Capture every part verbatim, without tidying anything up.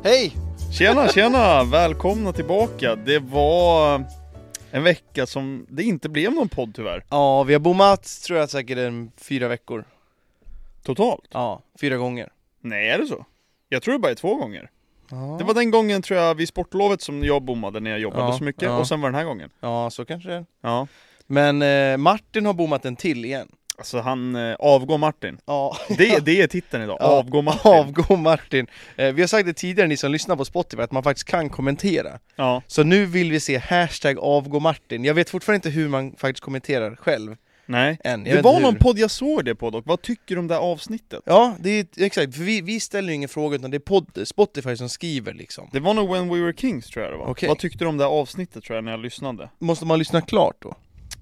Hej! Tjena, tjena! Välkomna tillbaka. Det var en vecka som det inte blev någon podd tyvärr. Ja, vi har bommat tror jag säkert en fyra veckor. Totalt? Ja, fyra gånger. Nej, är det så? Jag tror det bara är två gånger. Ja. Det var den gången tror jag vid sportlovet som jag bommade när jag jobbade Ja, så mycket. ja. Och sen var den här gången. Ja, så kanske det är. Ja. Men eh, Martin har bommat en till igen. Alltså han eh, avgår Martin. Ja. Det, det är titeln idag. Ja, Avgår Martin. Avgå Martin. Eh, vi har sagt det tidigare, ni som lyssnar på Spotify, att man faktiskt kan kommentera. Ja. Så nu vill vi se hashtag avgå Martin. Jag vet fortfarande inte hur man faktiskt kommenterar själv. Nej. Än. Jag Det vet var inte någon hur. podd jag såg det på dock. Vad tycker du om det här avsnittet? Ja, det är exakt. För vi, vi ställer ju ingen fråga utan det är podd, Spotify som skriver liksom. Det var nog When We Were Kings tror jag det var. Okej. Vad tyckte du om det här avsnittet tror jag när jag lyssnade? Måste man lyssna klart då?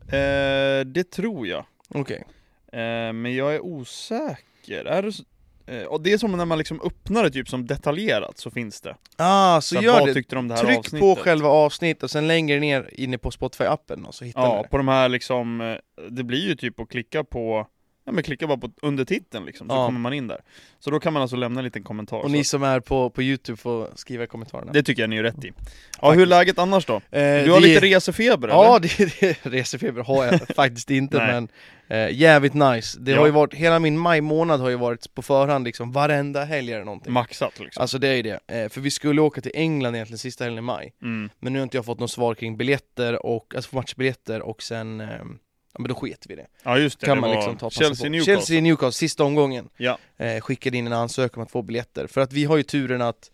Eh, det tror jag. Okej. Eh, men jag är osäker. Är det så, eh, och det är som när man liksom öppnar det typ som detaljerat så finns det. Ah, så, Så gör vad det. tyckte du om det här Tryck avsnittet? på själva avsnittet och sen längre ner inne på Spotify-appen och så hittar Ja, ni det. på de här liksom, eh, det blir ju typ att klicka på, ja men klicka bara på undertiteln liksom, så Ja. kommer man in där. Så då kan man alltså lämna en liten kommentar. Och så. ni som är på, på YouTube får skriva i kommentarerna. Det tycker jag ni är rätt i. Ja, hur är läget annars då? Eh, Du har det- lite resefeber Ja, eller? det, det, resefeber har jag faktiskt inte, Nej. men eh, jävligt nice. Det Ja. har ju varit, hela min maj-månad har ju varit på förhand liksom, varenda helg eller någonting. Maxat liksom. Alltså det är ju det. Eh, för vi skulle åka till England egentligen sista helgen i maj. Mm. Men nu har inte jag fått något svar kring biljetter och, alltså matchbiljetter och sen, eh, ja men då sket vi det. Ja just det, Kan det man var liksom ta Chelsea Newcastle. Chelsea Newcastle, sista omgången. Ja. Eh, skickade in en ansökan om att få biljetter. För att vi har ju turen att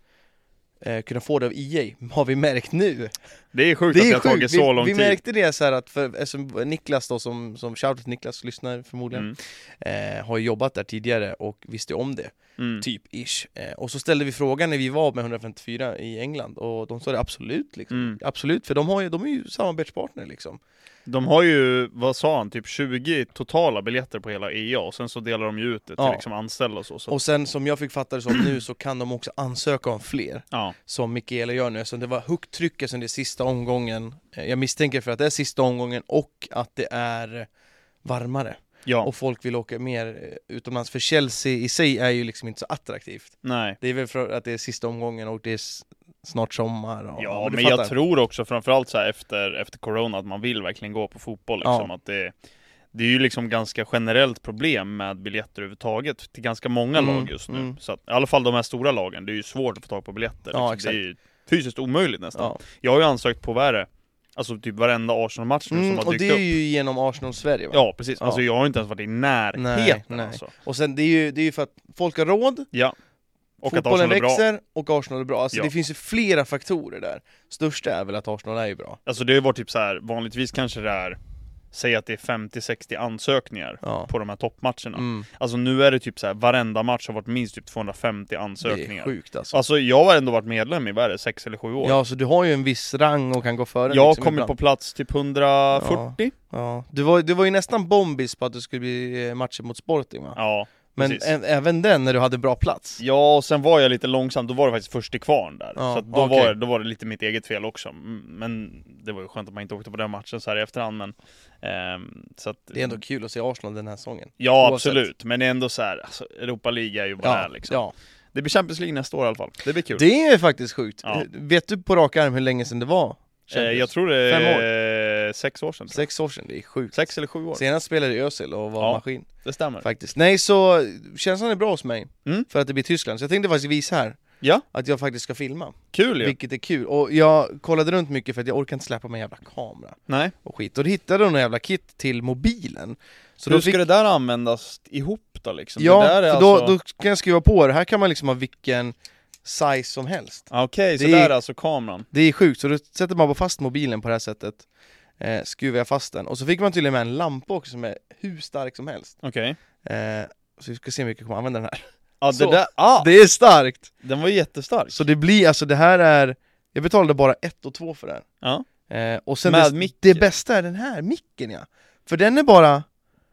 eh, kunna få det av E A, har vi märkt nu. Det är sjukt Det att är det har tagit sjukt, så vi, lång vi tid. märkte det så här att, för, eftersom Niklas då som, som shoutout Niklas lyssnar förmodligen, Mm. eh, har ju jobbat där tidigare och visste om det, Mm. typ ish. Eh, och så ställde vi frågan när vi var med hundrafemtiofyra i England och de sa det absolut liksom. Mm. Absolut, för de, har ju, de är ju samarbetspartner liksom. De har ju, vad sa han, typ tjugo totala biljetter på hela E A och sen så delar de ju ut det till Ja. liksom anställda och så. så. Och sen som jag fick fatta det som nu så kan de också ansöka om fler. Ja. Som Mikaela gör nu, så det var hooktrycket som det är sista omgången. Eh, Jag misstänker för att det är sista omgången och att det är varmare. Ja. Och folk vill åka mer eh, utomlands, för Chelsea i sig är ju liksom inte så attraktivt. Nej. Det är väl för att det är sista omgången och det är s- snart sommar och, Ja, du men fattar. jag tror också framförallt så här efter, efter corona att man vill verkligen gå på fotboll liksom. Ja. Att det, det är ju liksom ganska generellt problem med biljetter överhuvudtaget till ganska många Mm, lag just nu. mm. Så att, i alla fall de här stora lagen, det är ju svårt att få tag på biljetter. Ja, liksom. Det är exakt. ju fysiskt omöjligt nästan. Ja. Jag har ju ansökt på värre, alltså typ varenda Arsenal-match nu Mm, som har och dykt det är upp. ju genom Arsenal Sverige va? Ja, precis. Ja. Alltså jag har inte ens varit i närheten Nej, nej. alltså. Och sen det är ju, det är ju för att folk har råd, Ja. Och att fotbollen Arsenal är bra. växer och Arsenal är bra. Alltså Ja. det finns ju flera faktorer där. Största är väl att Arsenal är ju bra. Alltså det har ju varit typ så här, vanligtvis kanske det är, säg att det är femtio till sextio ansökningar Ja. på de här toppmatcherna. Mm. Alltså nu är det typ så här, varenda match har varit minst typ tvåhundrafemtio Det är ansökningar. sjukt alltså. Alltså jag har ändå varit medlem i, vad är det, sex eller sju år? Ja, så du har ju en viss rang och kan gå före. jag liksom kommer ibland. på plats typ hundrafyrtio. Ja, Ja. Du, var, du var ju nästan bombis på att det skulle bli eh, matcher mot Sporting va? Men precis. ä- även den när du hade bra plats. Ja, och sen var jag lite långsam, då var det faktiskt först i kvarn där. Ja, så att då, okej. var, då var det lite mitt eget fel också. Mm, Men det var ju skönt att man inte åkte på den matchen så här i efterhand. Men, ehm, så att, Det är ändå kul att se Arsenal den här säsongen. Ja, oavsett. absolut. Men det är ändå så här, alltså, Europa League är ju vad det Ja, är liksom. ja. Det blir Champions League nästa år i alla fall. Det blir kul. Det är faktiskt sjukt. Ja. Vet du på rak arm hur länge sedan det var? Eh, jag tror det Fem är sex år sedan. tror jag. Sex år sedan, det är sjukt. Sex eller sju år. Senast spelade jag Özil och var Ja. maskin. Det stämmer. Faktiskt. Nej, så känslan är bra hos mig. Mm. För att det blir Tyskland. Så jag tänkte faktiskt visa här Ja, att jag faktiskt ska filma. kul ju. Vilket är kul. Och jag kollade runt mycket för att jag orkar inte släppa med en jävla kamera Nej. och skit. Och då hittade jag någon jävla kit till mobilen. Så Hur då ska fick... det där användas ihop då liksom? Ja, det där är för då, alltså... då kan jag skruva på det. Här kan man liksom ha vilken size som helst. Ah, Okej, så det där är- är alltså kameran. Det är sjukt, så då sätter man bara fast mobilen på det här sättet. Eh, skruvar jag fast den. Och så fick man tydligen med en lampa också som är hur stark som helst. Okej. Eh, så vi ska se hur mycket jag kommer använda den här. Ja, Så. det där... Ah! Det är starkt! Den var jättestark. Så det blir, alltså det här är... Jag betalade bara ett och två för den. Ja. Eh, och sen Med det, mick. det bästa är den här micken, ja. För den är bara...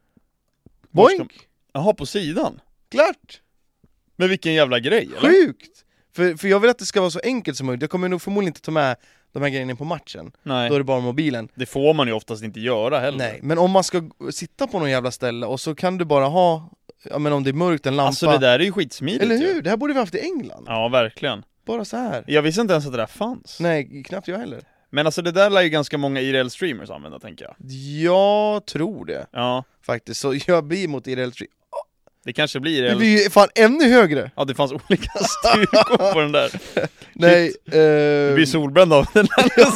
Var ska- Boink! Jaha, på sidan. Klart! Men vilken jävla grej, eller? Sjukt! För, för jag vill att det ska vara så enkelt som möjligt. Jag kommer nog förmodligen inte ta med de här grejerna in på matchen. Nej, Då är det bara mobilen. det får man ju oftast inte göra heller. Nej, men om man ska g- sitta på någon jävla ställe och så kan du bara ha, ja men om det är mörkt, en lampa. Alltså det där är ju skitsmidigt Eller ju. hur? Det här borde vi haft i England. Ja, verkligen. Bara så här. Jag visste inte ens att det där fanns. Nej, knappt jag heller. Men alltså det där lär ju ganska många I R L-streamers använda, tänker jag. Jag tror det. Ja. Faktiskt, så jag blir mot I R L stream. Det kanske blir I R L. Det blir ju fan ännu högre. Ja, det fanns olika styrkor på den där. Nej, eh... Det blir solbränd av den där.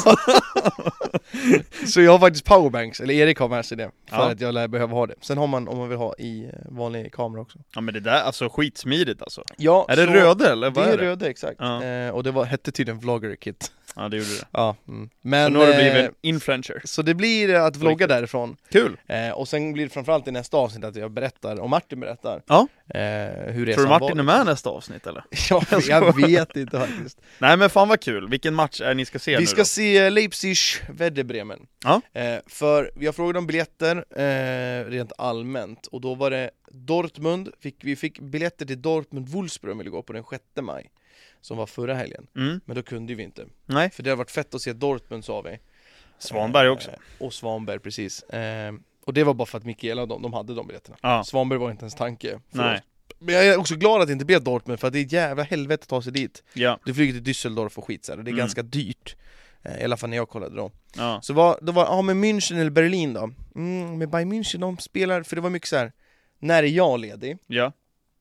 Så jag har faktiskt powerbanks, eller Erik har med sig det. För Ja. att jag lär behöva ha det. Sen har man, om man vill ha i vanlig kamera också. Ja, men det där, alltså skitsmidigt alltså. Ja, Är det så röda eller vad det är är det? röda, exakt. Ja. Eh, och det var, hette tydligen Vlogger Kit. Ja, det gjorde det. Ja, mm. Så Men, nu har du blivit eh, en influencer. så det blir att vlogga därifrån. Kul! Eh, och sen blir det framförallt i nästa avsnitt att jag berättar, och Martin berättar. Ja. Eh, hur resan Tror du Martin var. är med nästa avsnitt eller? Ja, jag vet inte faktiskt. Nej men fan vad kul, vilken match är ni ska se Vi nu ska då? se Leipzig Werder Bremen. Ja. Eh, för vi har frågat om biljetter eh, rent allmänt. Och då var det Dortmund, fick, vi fick biljetter till Dortmund Wolfsburg ville gå på den sjätte maj. Som var förra helgen. Mm. Men då kunde vi inte. Nej. För det har varit fett att se Dortmund, sa vi. Svanberg också. Eh, och Svanberg, precis. Eh, och det var bara för att Mikaela, de, de hade de biljetterna. Ja. Svanberg var inte ens tanke för Nej. oss. Men jag är också glad att det inte blev Dortmund, för att det är ett jävla helvete att ta sig dit. Ja. Du flyger till Düsseldorf och skit så här, och det är Mm. ganska dyrt. eh, I alla fall när jag kollade då. Ja. Så var, då var ja men München eller Berlin då. Mm, men Bayern München, de spelar, för det var mycket så här. När är jag ledig? Ja.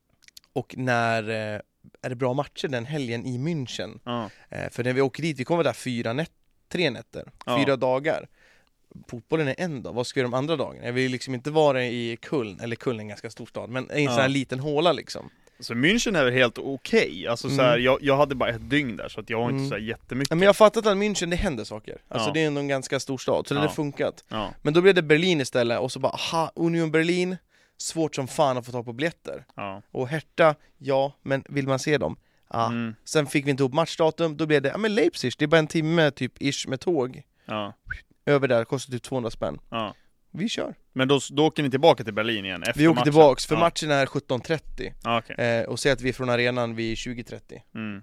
Och när eh, är det bra matcher den helgen i München? Ja. Eh, för när vi åker dit, vi kommer vara där fyra nät, tre nätter, Ja. fyra dagar. Fotbollen är en dag, vad ska vi göra de andra dagarna? Jag vill liksom inte vara i Köln, eller Köln är en ganska stor stad, men i en Ja. sån här liten håla liksom. Så München är väl helt okej, alltså Mm. så här, jag, jag hade bara ett dygn där så att jag har inte Mm. så här jättemycket. Ja, men jag har fattat att München, det händer saker. Alltså Ja. det är ändå en ganska stor stad, så det Ja. hade funkat. Ja. Men då blev det Berlin istället, och så bara, aha, Union Berlin, svårt som fan att få tag på biljetter. Ja. Och Hertha, ja, men vill man se dem? Ja. Mm. Sen fick vi inte ihop matchdatum, då blev det, ja men Leipzig, det är bara en timme typ ish med tåg. Ja. Över där, kostar typ tvåhundra spänn. Ja. Vi kör. Men då, då åker ni tillbaka till Berlin igen efter Vi åker matchen? tillbaks, för ja. matchen är sjutton trettio. Ja, okej. Eh, och säg att vi är från arenan vid tjugo trettio. Mm.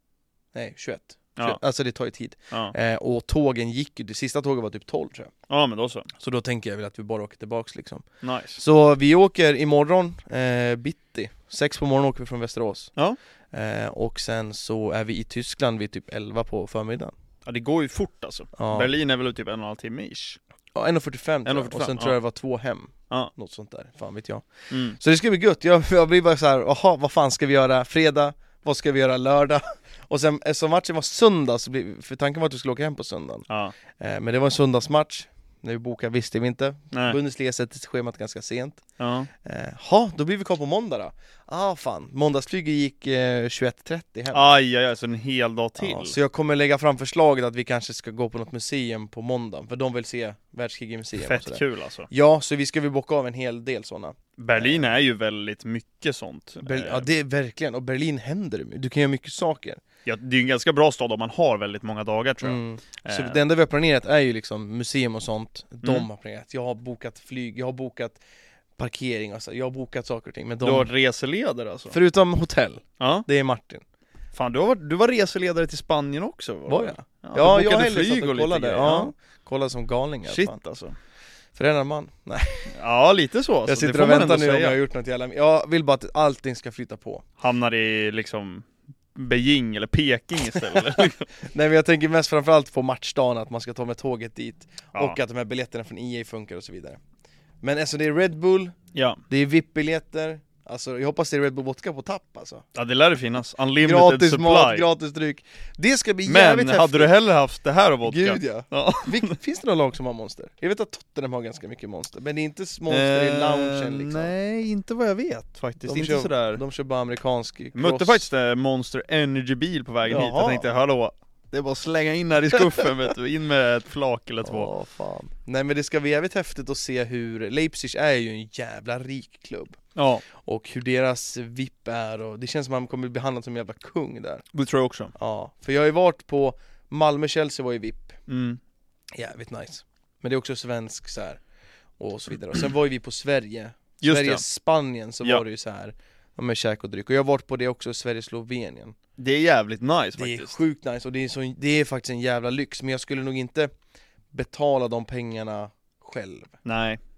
Nej, tjugoett. Ja. tjugoett. Alltså det tar ju tid. Ja. Eh, och tågen gick ju, det sista tåget var typ tolv tror jag. Ja, men då så. Så då tänker jag väl att vi bara åker tillbaks liksom. Nice. Så vi åker imorgon, eh, bitti. Sex på morgonen åker vi från Västerås. Ja. Eh, och sen så är vi i Tyskland vid typ elva på förmiddagen. Ja, det går ju fort alltså. Ja. Berlin är väl typ en och en halv timme ish. Ja, en fyrtiofem tror jag. en fyrtiofem, Och sen ja. tror jag det var två hem. Ja. Något sånt där, fan vet jag. Mm. Så det ska bli gött, jag, jag blir bara så här, jaha, vad fan ska vi göra fredag? Vad ska vi göra lördag? Och sen, eftersom matchen var söndag, så blir, för tanken var att vi skulle åka hem på söndagen. Ja. eh, Men det var en söndagsmatch. När vi bokade visste vi inte. Nej. Bundesliga sätter schemat ganska sent. Ja. eh, Ha, då blir vi kvar på måndag då. Ah fan, måndagsflyget gick eh, tjugoett trettio hem. Aj, aj, aj, så en hel dag till. Ja, så jag kommer lägga fram förslaget att vi kanske ska gå på något museum på måndag. För de vill se världskrigsmuseum och Fett sådär. kul alltså. Ja, så vi ska väl bocka av en hel del sådana. Berlin är ju väldigt mycket sånt. Ber- Eh, ja det är verkligen, och Berlin händer det. Du kan göra mycket saker. ja, det är ju en ganska bra stad om man har väldigt många dagar tror jag. Mm. Så Eh. det enda vi har planerat är ju liksom museum och sånt. De Mm. har planerat. Jag har bokat flyg, jag har bokat parkering, alltså. Jag har bokat saker och ting. Men Du har de, varit reseledare alltså? förutom hotell, Ja. det är Martin. Fan, du, har varit, du var reseledare till Spanien också? Var jag? Ja, Ja, du jag bokade heller satt flyg och lite kollade. grejer. Ja, kollade som galning. Shit Fan. alltså. Förändrad man. Nej. Ja, lite så alltså. Jag sitter Det får och man väntar ändå nu om säga. jag har gjort något jävla... Jag vill bara att allting ska flytta på. Hamnar i liksom Beijing eller Peking istället. Nej, men jag tänker mest framförallt på matchdagen, att man ska ta med tåget dit. Ja. Och att de här biljetterna från E A funkar och så vidare. Men alltså det är Red Bull, Ja. det är V I P-biljetter. Alltså jag hoppas det är Red Bull vodka på tapp alltså. Ja, det lär det finnas. Unlimited Gratis supply. mat, gratis dryck. Det ska bli jävligt Men häftigt. hade du hellre haft det här och vodka? Gud ja. Ja. Vil- Finns det några lag som har Monster? Jag vet att Tottenham har ganska mycket Monster, men det är inte Monster i loungen liksom. Nej, inte vad jag vet faktiskt. De inte kör, sådär. de kör bara amerikansk cross. Mötte faktiskt en Monster Energy-bil på vägen hit. Jaha. Jag tänkte, hallå, det är bara att slänga in här i skuffen vet du. In med ett flak eller två. Åh, fan. Nej men det ska bli jävligt häftigt att se hur Leipzig är ju en jävla rik klubb. Ja, Och hur deras V I P är, och det känns som att man kommer bli behandlad som en jävla kung där. det tror jag också. Ja, för jag har ju varit på Malmö-Chelsea var ju V I P. Mm. Jävligt nice. Men det är också svensk så här och så vidare. Och sen var ju vi på Sverige. Just Sverige det. Spanien så Ja. var det ju så här ja, med käk och dryck. Och jag har varit på det också, Sverige Slovenien. Det är jävligt nice Det är faktiskt. sjukt nice, och det är, så, det är faktiskt en jävla lyx. Men jag skulle nog inte betala de pengarna själv. Nej.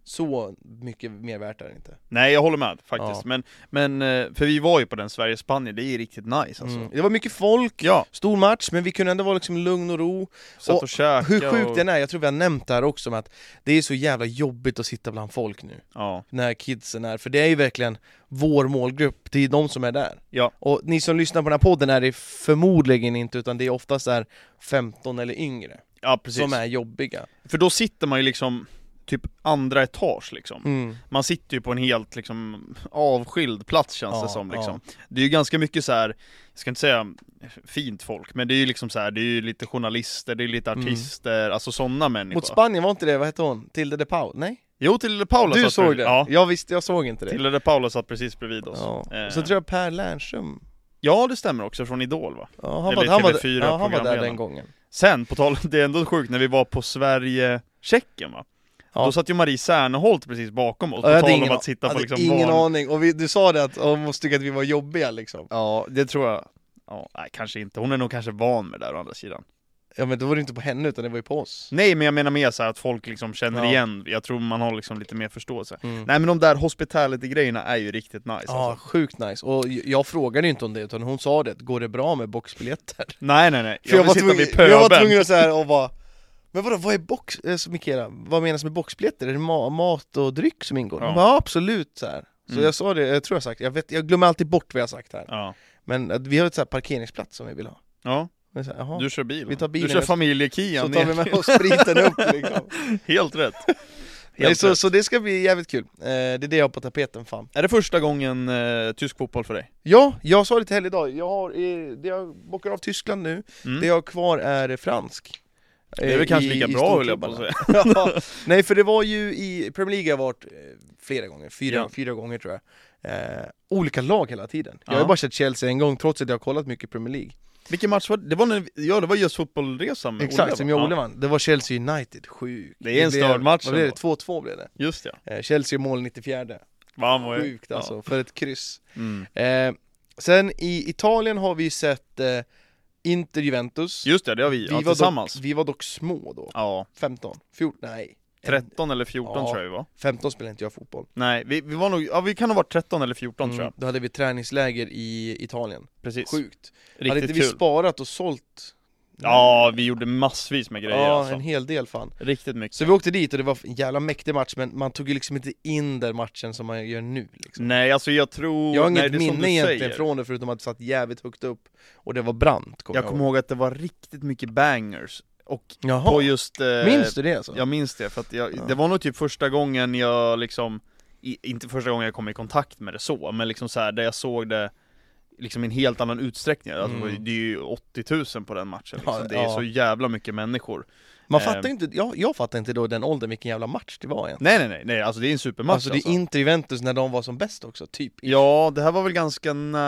Så mycket mer värt är det inte. Nej, jag håller med faktiskt. Ja. Men, men, eh, för vi var ju på den Sverige-Spanien, det är riktigt nice alltså. Mm. Det var mycket folk, Ja, stor match, men vi kunde ändå vara liksom lugn och ro. satt Och och käka Hur sjukt och... den är, jag tror vi har nämnt det här också, med att det är så jävla jobbigt att sitta bland folk nu. Ja, När kidsen är, för det är ju verkligen vår målgrupp, det är de som är där. ja, Och ni som lyssnar på den här podden är det förmodligen inte, utan det är oftast är femton eller yngre ja precis. som är jobbiga. För då sitter man ju liksom typ andra etage liksom. Mm. Man sitter ju på en helt liksom avskild plats känns Ja, det som liksom. Det är ju ganska mycket så här, jag ska inte säga fint folk, men det är ju liksom så här, det är ju lite journalister, det är lite Mm. artister, alltså sådana människor. Mot Spanien var inte det, vad hette hon? Tilde de Paul? Nej? Jo, Tilde Paula Du satt såg bredvid. det? Ja, Jag visste, jag såg inte det. Tilde Paula satt precis bredvid oss. Ja. Eh, Så tror jag Per Lernström, Ja, det stämmer också, från Idol va? ja, han, Eller var, han, var, T V fyra ja, han var där programledaren. den gången. Sen, på tal, det är ändå sjukt, när vi var på Sverige-Tjeckien va? Ja. Då satt ju Marie Serneholt precis bakom oss, Ja, på jag hade tal om ingen, att sitta på hade liksom ingen van- aning, och vi, du sa det att hon måste tycka att vi var jobbiga liksom. Ja, det tror jag. Ja, nej, kanske inte. Hon är nog kanske van med det där å andra sidan. Ja, men då var det inte på henne utan det var ju på oss. Nej, men jag menar mer så här att folk liksom känner Ja. igen. Jag tror man har liksom lite mer förståelse. Mm. Nej, men de där hospitality-grejerna är ju riktigt nice Ja, alltså. sjukt nice. Och jag frågade inte om det, utan hon sa det, går det bra med boxbiljetter? Nej, nej, nej. För jag, vill var sitta tvungen, vid jag var pöbeln. tvungen att säga och bara, men vadå, vad är box, eh, så Mikaela, vad menas med boxbiljetter? Är det ma- mat och dryck som ingår? Ja. Ja, bara, ja absolut så här. Så Mm. jag sa det, jag tror jag sagt, jag, vet, jag glömmer alltid bort vad jag sagt här. Ja. Men att vi har ett så här parkeringsplats som vi vill ha. Ja, Men så här, jaha, du kör bil. Vi tar bilen, du kör så familjekian tar vi ner. med oss spriten upp liksom. Helt rätt. Nej, Helt så, rätt. så det ska bli jävligt kul, eh, det är det jag har på tapeten fan. Är det första gången eh, tysk fotboll för dig? Ja, jag sa det till Helle idag, jag har, eh, det jag bockar av Tyskland nu, Mm. det jag har kvar är fransk. Det är väl Eh, kanske i- lika i bra, höll jag på att storklubbarna. säga. Ja, nej, för det var ju i Premier League har jag varit eh, flera gånger, fyra, Ja. fyra gånger tror jag. Eh, olika lag hela tiden. Jag har Ja. ju bara sett Chelsea en gång, trots att jag har kollat mycket Premier League. Vilken match var det? Det var, när, ja, det var just fotbollsresan med Exakt, Olle, som va? jag och Ja. Olle vann. Det var Chelsea United, sjukt. Det är en blev- störd match Vad blev det? ändå. två två blev det. Just ja. Eh, Chelsea mål nittiofyra. Vamos. Sjukt alltså, för ett kryss. Mm. Eh, sen i Italien har vi sett eh, Inter Juventus. Just det, det har vi, ja, var tillsammans. dock, vi var dock små då. Ja, femton, fjorton, nej. tretton eller fjorton Ja. tror jag vi var. femton spelade inte jag fotboll. Nej, vi, vi var nog, ja vi kan ha varit tretton eller fjorton tror Mm, jag. då hade vi träningsläger i Italien. Precis. Sjukt. Hade Riktigt inte vi kul. sparat och sålt? Ja, vi gjorde massvis med grejer Ja, alltså. en hel del fan. Riktigt mycket. Så vi åkte dit och det var en jävla mäktig match, men man tog ju liksom inte in den matchen som man gör nu liksom. Nej, alltså jag tror... Jag har nej, inget det är som minne du egentligen säger. från det, förutom att det satt jävligt högt upp och det var brant, kommer Jag kommer ihåg att det var riktigt mycket bangers. Och Jaha, på just... Eh, minns du det alltså? Jag minns det, för att jag, Ja. det var nog typ första gången jag liksom... I, inte första gången jag kom i kontakt med det så, men liksom så här, där jag såg det liksom i en helt annan utsträckning. Alltså, Mm. det är ju åttio tusen på den matchen liksom. Ja, Det är ja. så jävla mycket människor. Man Eh. fattar inte, jag, jag fattar inte då den åldern vilken jävla match det var egentligen. Nej nej nej, nej alltså det är en supermatch Alltså det är Inter Juventus när de var som bäst också, typ. Ja, det här var väl ganska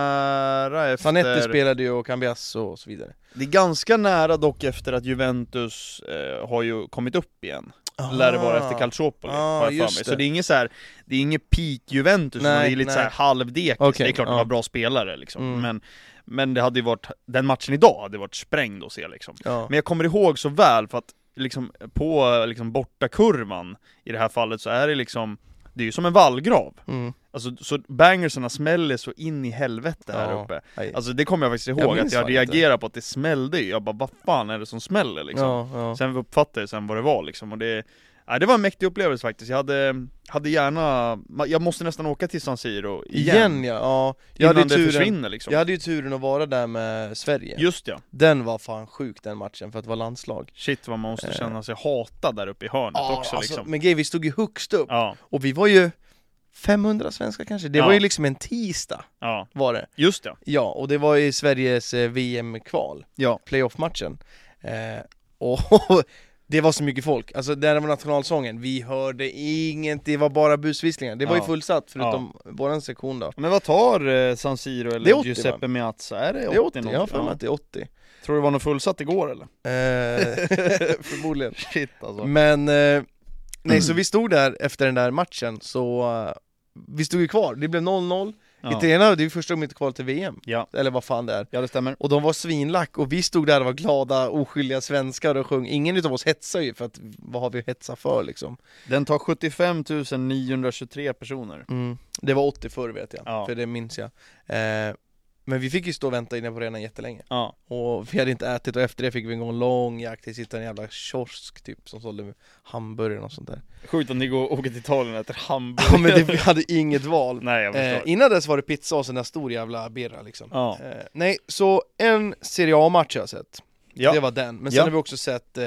nära efter... Zanetti spelade ju och Cambiasso och så vidare. Det är ganska nära dock efter att Juventus eh, har ju kommit upp igen. Lär det vara efter Calciopoli, Ah, har jag för just mig. det. Så det är inget så här, det är inget peak Juventus, utan Nej, det är lite nej. så här halvdekis. Okej, det är klart ja. de var bra spelare liksom. Mm. Men, men det hade ju varit, den matchen idag hade varit sprängd att se liksom. Ja. Men jag kommer ihåg så väl, för att liksom, på liksom, borta kurvan i det här fallet så är det liksom, det är ju som en vallgrav. Mm. Alltså, så bangersarna smäller så in i helvete här Ja. uppe. Aj. Alltså det kommer jag faktiskt ihåg, Jag minns att jag fan inte. reagerade på att det smällde ju. Jag bara, vad fan är det som smäller liksom? Ja, ja. Sen uppfattade jag sen vad det var liksom, och det, nej, det var en mäktig upplevelse faktiskt. Jag hade, hade gärna, jag måste nästan åka till San Siro igen, Igen ja, ja. Jag innan hade, det ju turen, försvinner liksom. jag hade ju turen att vara där med Sverige. Just ja, Den var fan sjuk den matchen för att vara landslag. shit vad man måste Eh. känna sig hatad där uppe i hörnet Ja, också alltså, liksom. men grej, vi stod ju högst upp Ja, och vi var ju femhundra svenskar kanske. Det Ja. var ju liksom en tisdag ja, var det. just ja. Ja, och det var i Sveriges eh, V M-kval, Ja, playoff-matchen. Eh, och det var så mycket folk, alltså där var nationalsången, vi hörde inget, det var bara busvisslingar. Det var Ja. ju fullsatt förutom våran sektion då. men vad tar eh, San Siro eller Det är åttio, Giuseppe Meazza? Är det åttio? Det är åttio, jag har någonting? för mig att det är åttio. Tror du det var något fullsatt igår eller? Eh, förmodligen. Shit alltså. Men, eh, nej så vi stod där efter den där matchen, så eh, vi stod ju kvar, det blev noll noll. Ja. Italienarna, det är ju första gången de inte kval till V M. Ja. Eller vad fan det är. Ja, det stämmer. Och de var svinlack och vi stod där och var glada, oskyldiga svenskar och sjöng. Ingen utav oss hetsar ju för att vad har vi att hetsa för liksom. Den tar sjuttiofem tusen niohundratjugotre personer. Mm. Det var åttio förr vet jag, Ja. för det minns jag. Eh, men vi fick ju stå och vänta inne på arenan jättelänge. Ja. Och vi hade inte ätit och efter det fick vi en gång lång jakt till sitta i en jävla kiosk typ som sålde hamburgare och sånt där. Sjukt att ni går och åker till Italien och äter hamburgare. Ja men det, vi hade inget val. Nej, jag förstår. Eh, innan dess var det pizza och sån där stor jävla birra liksom. Ja. Eh, nej, så en Serie A-match har jag sett. Ja. Det var den. Men sen Ja. har vi också sett eh,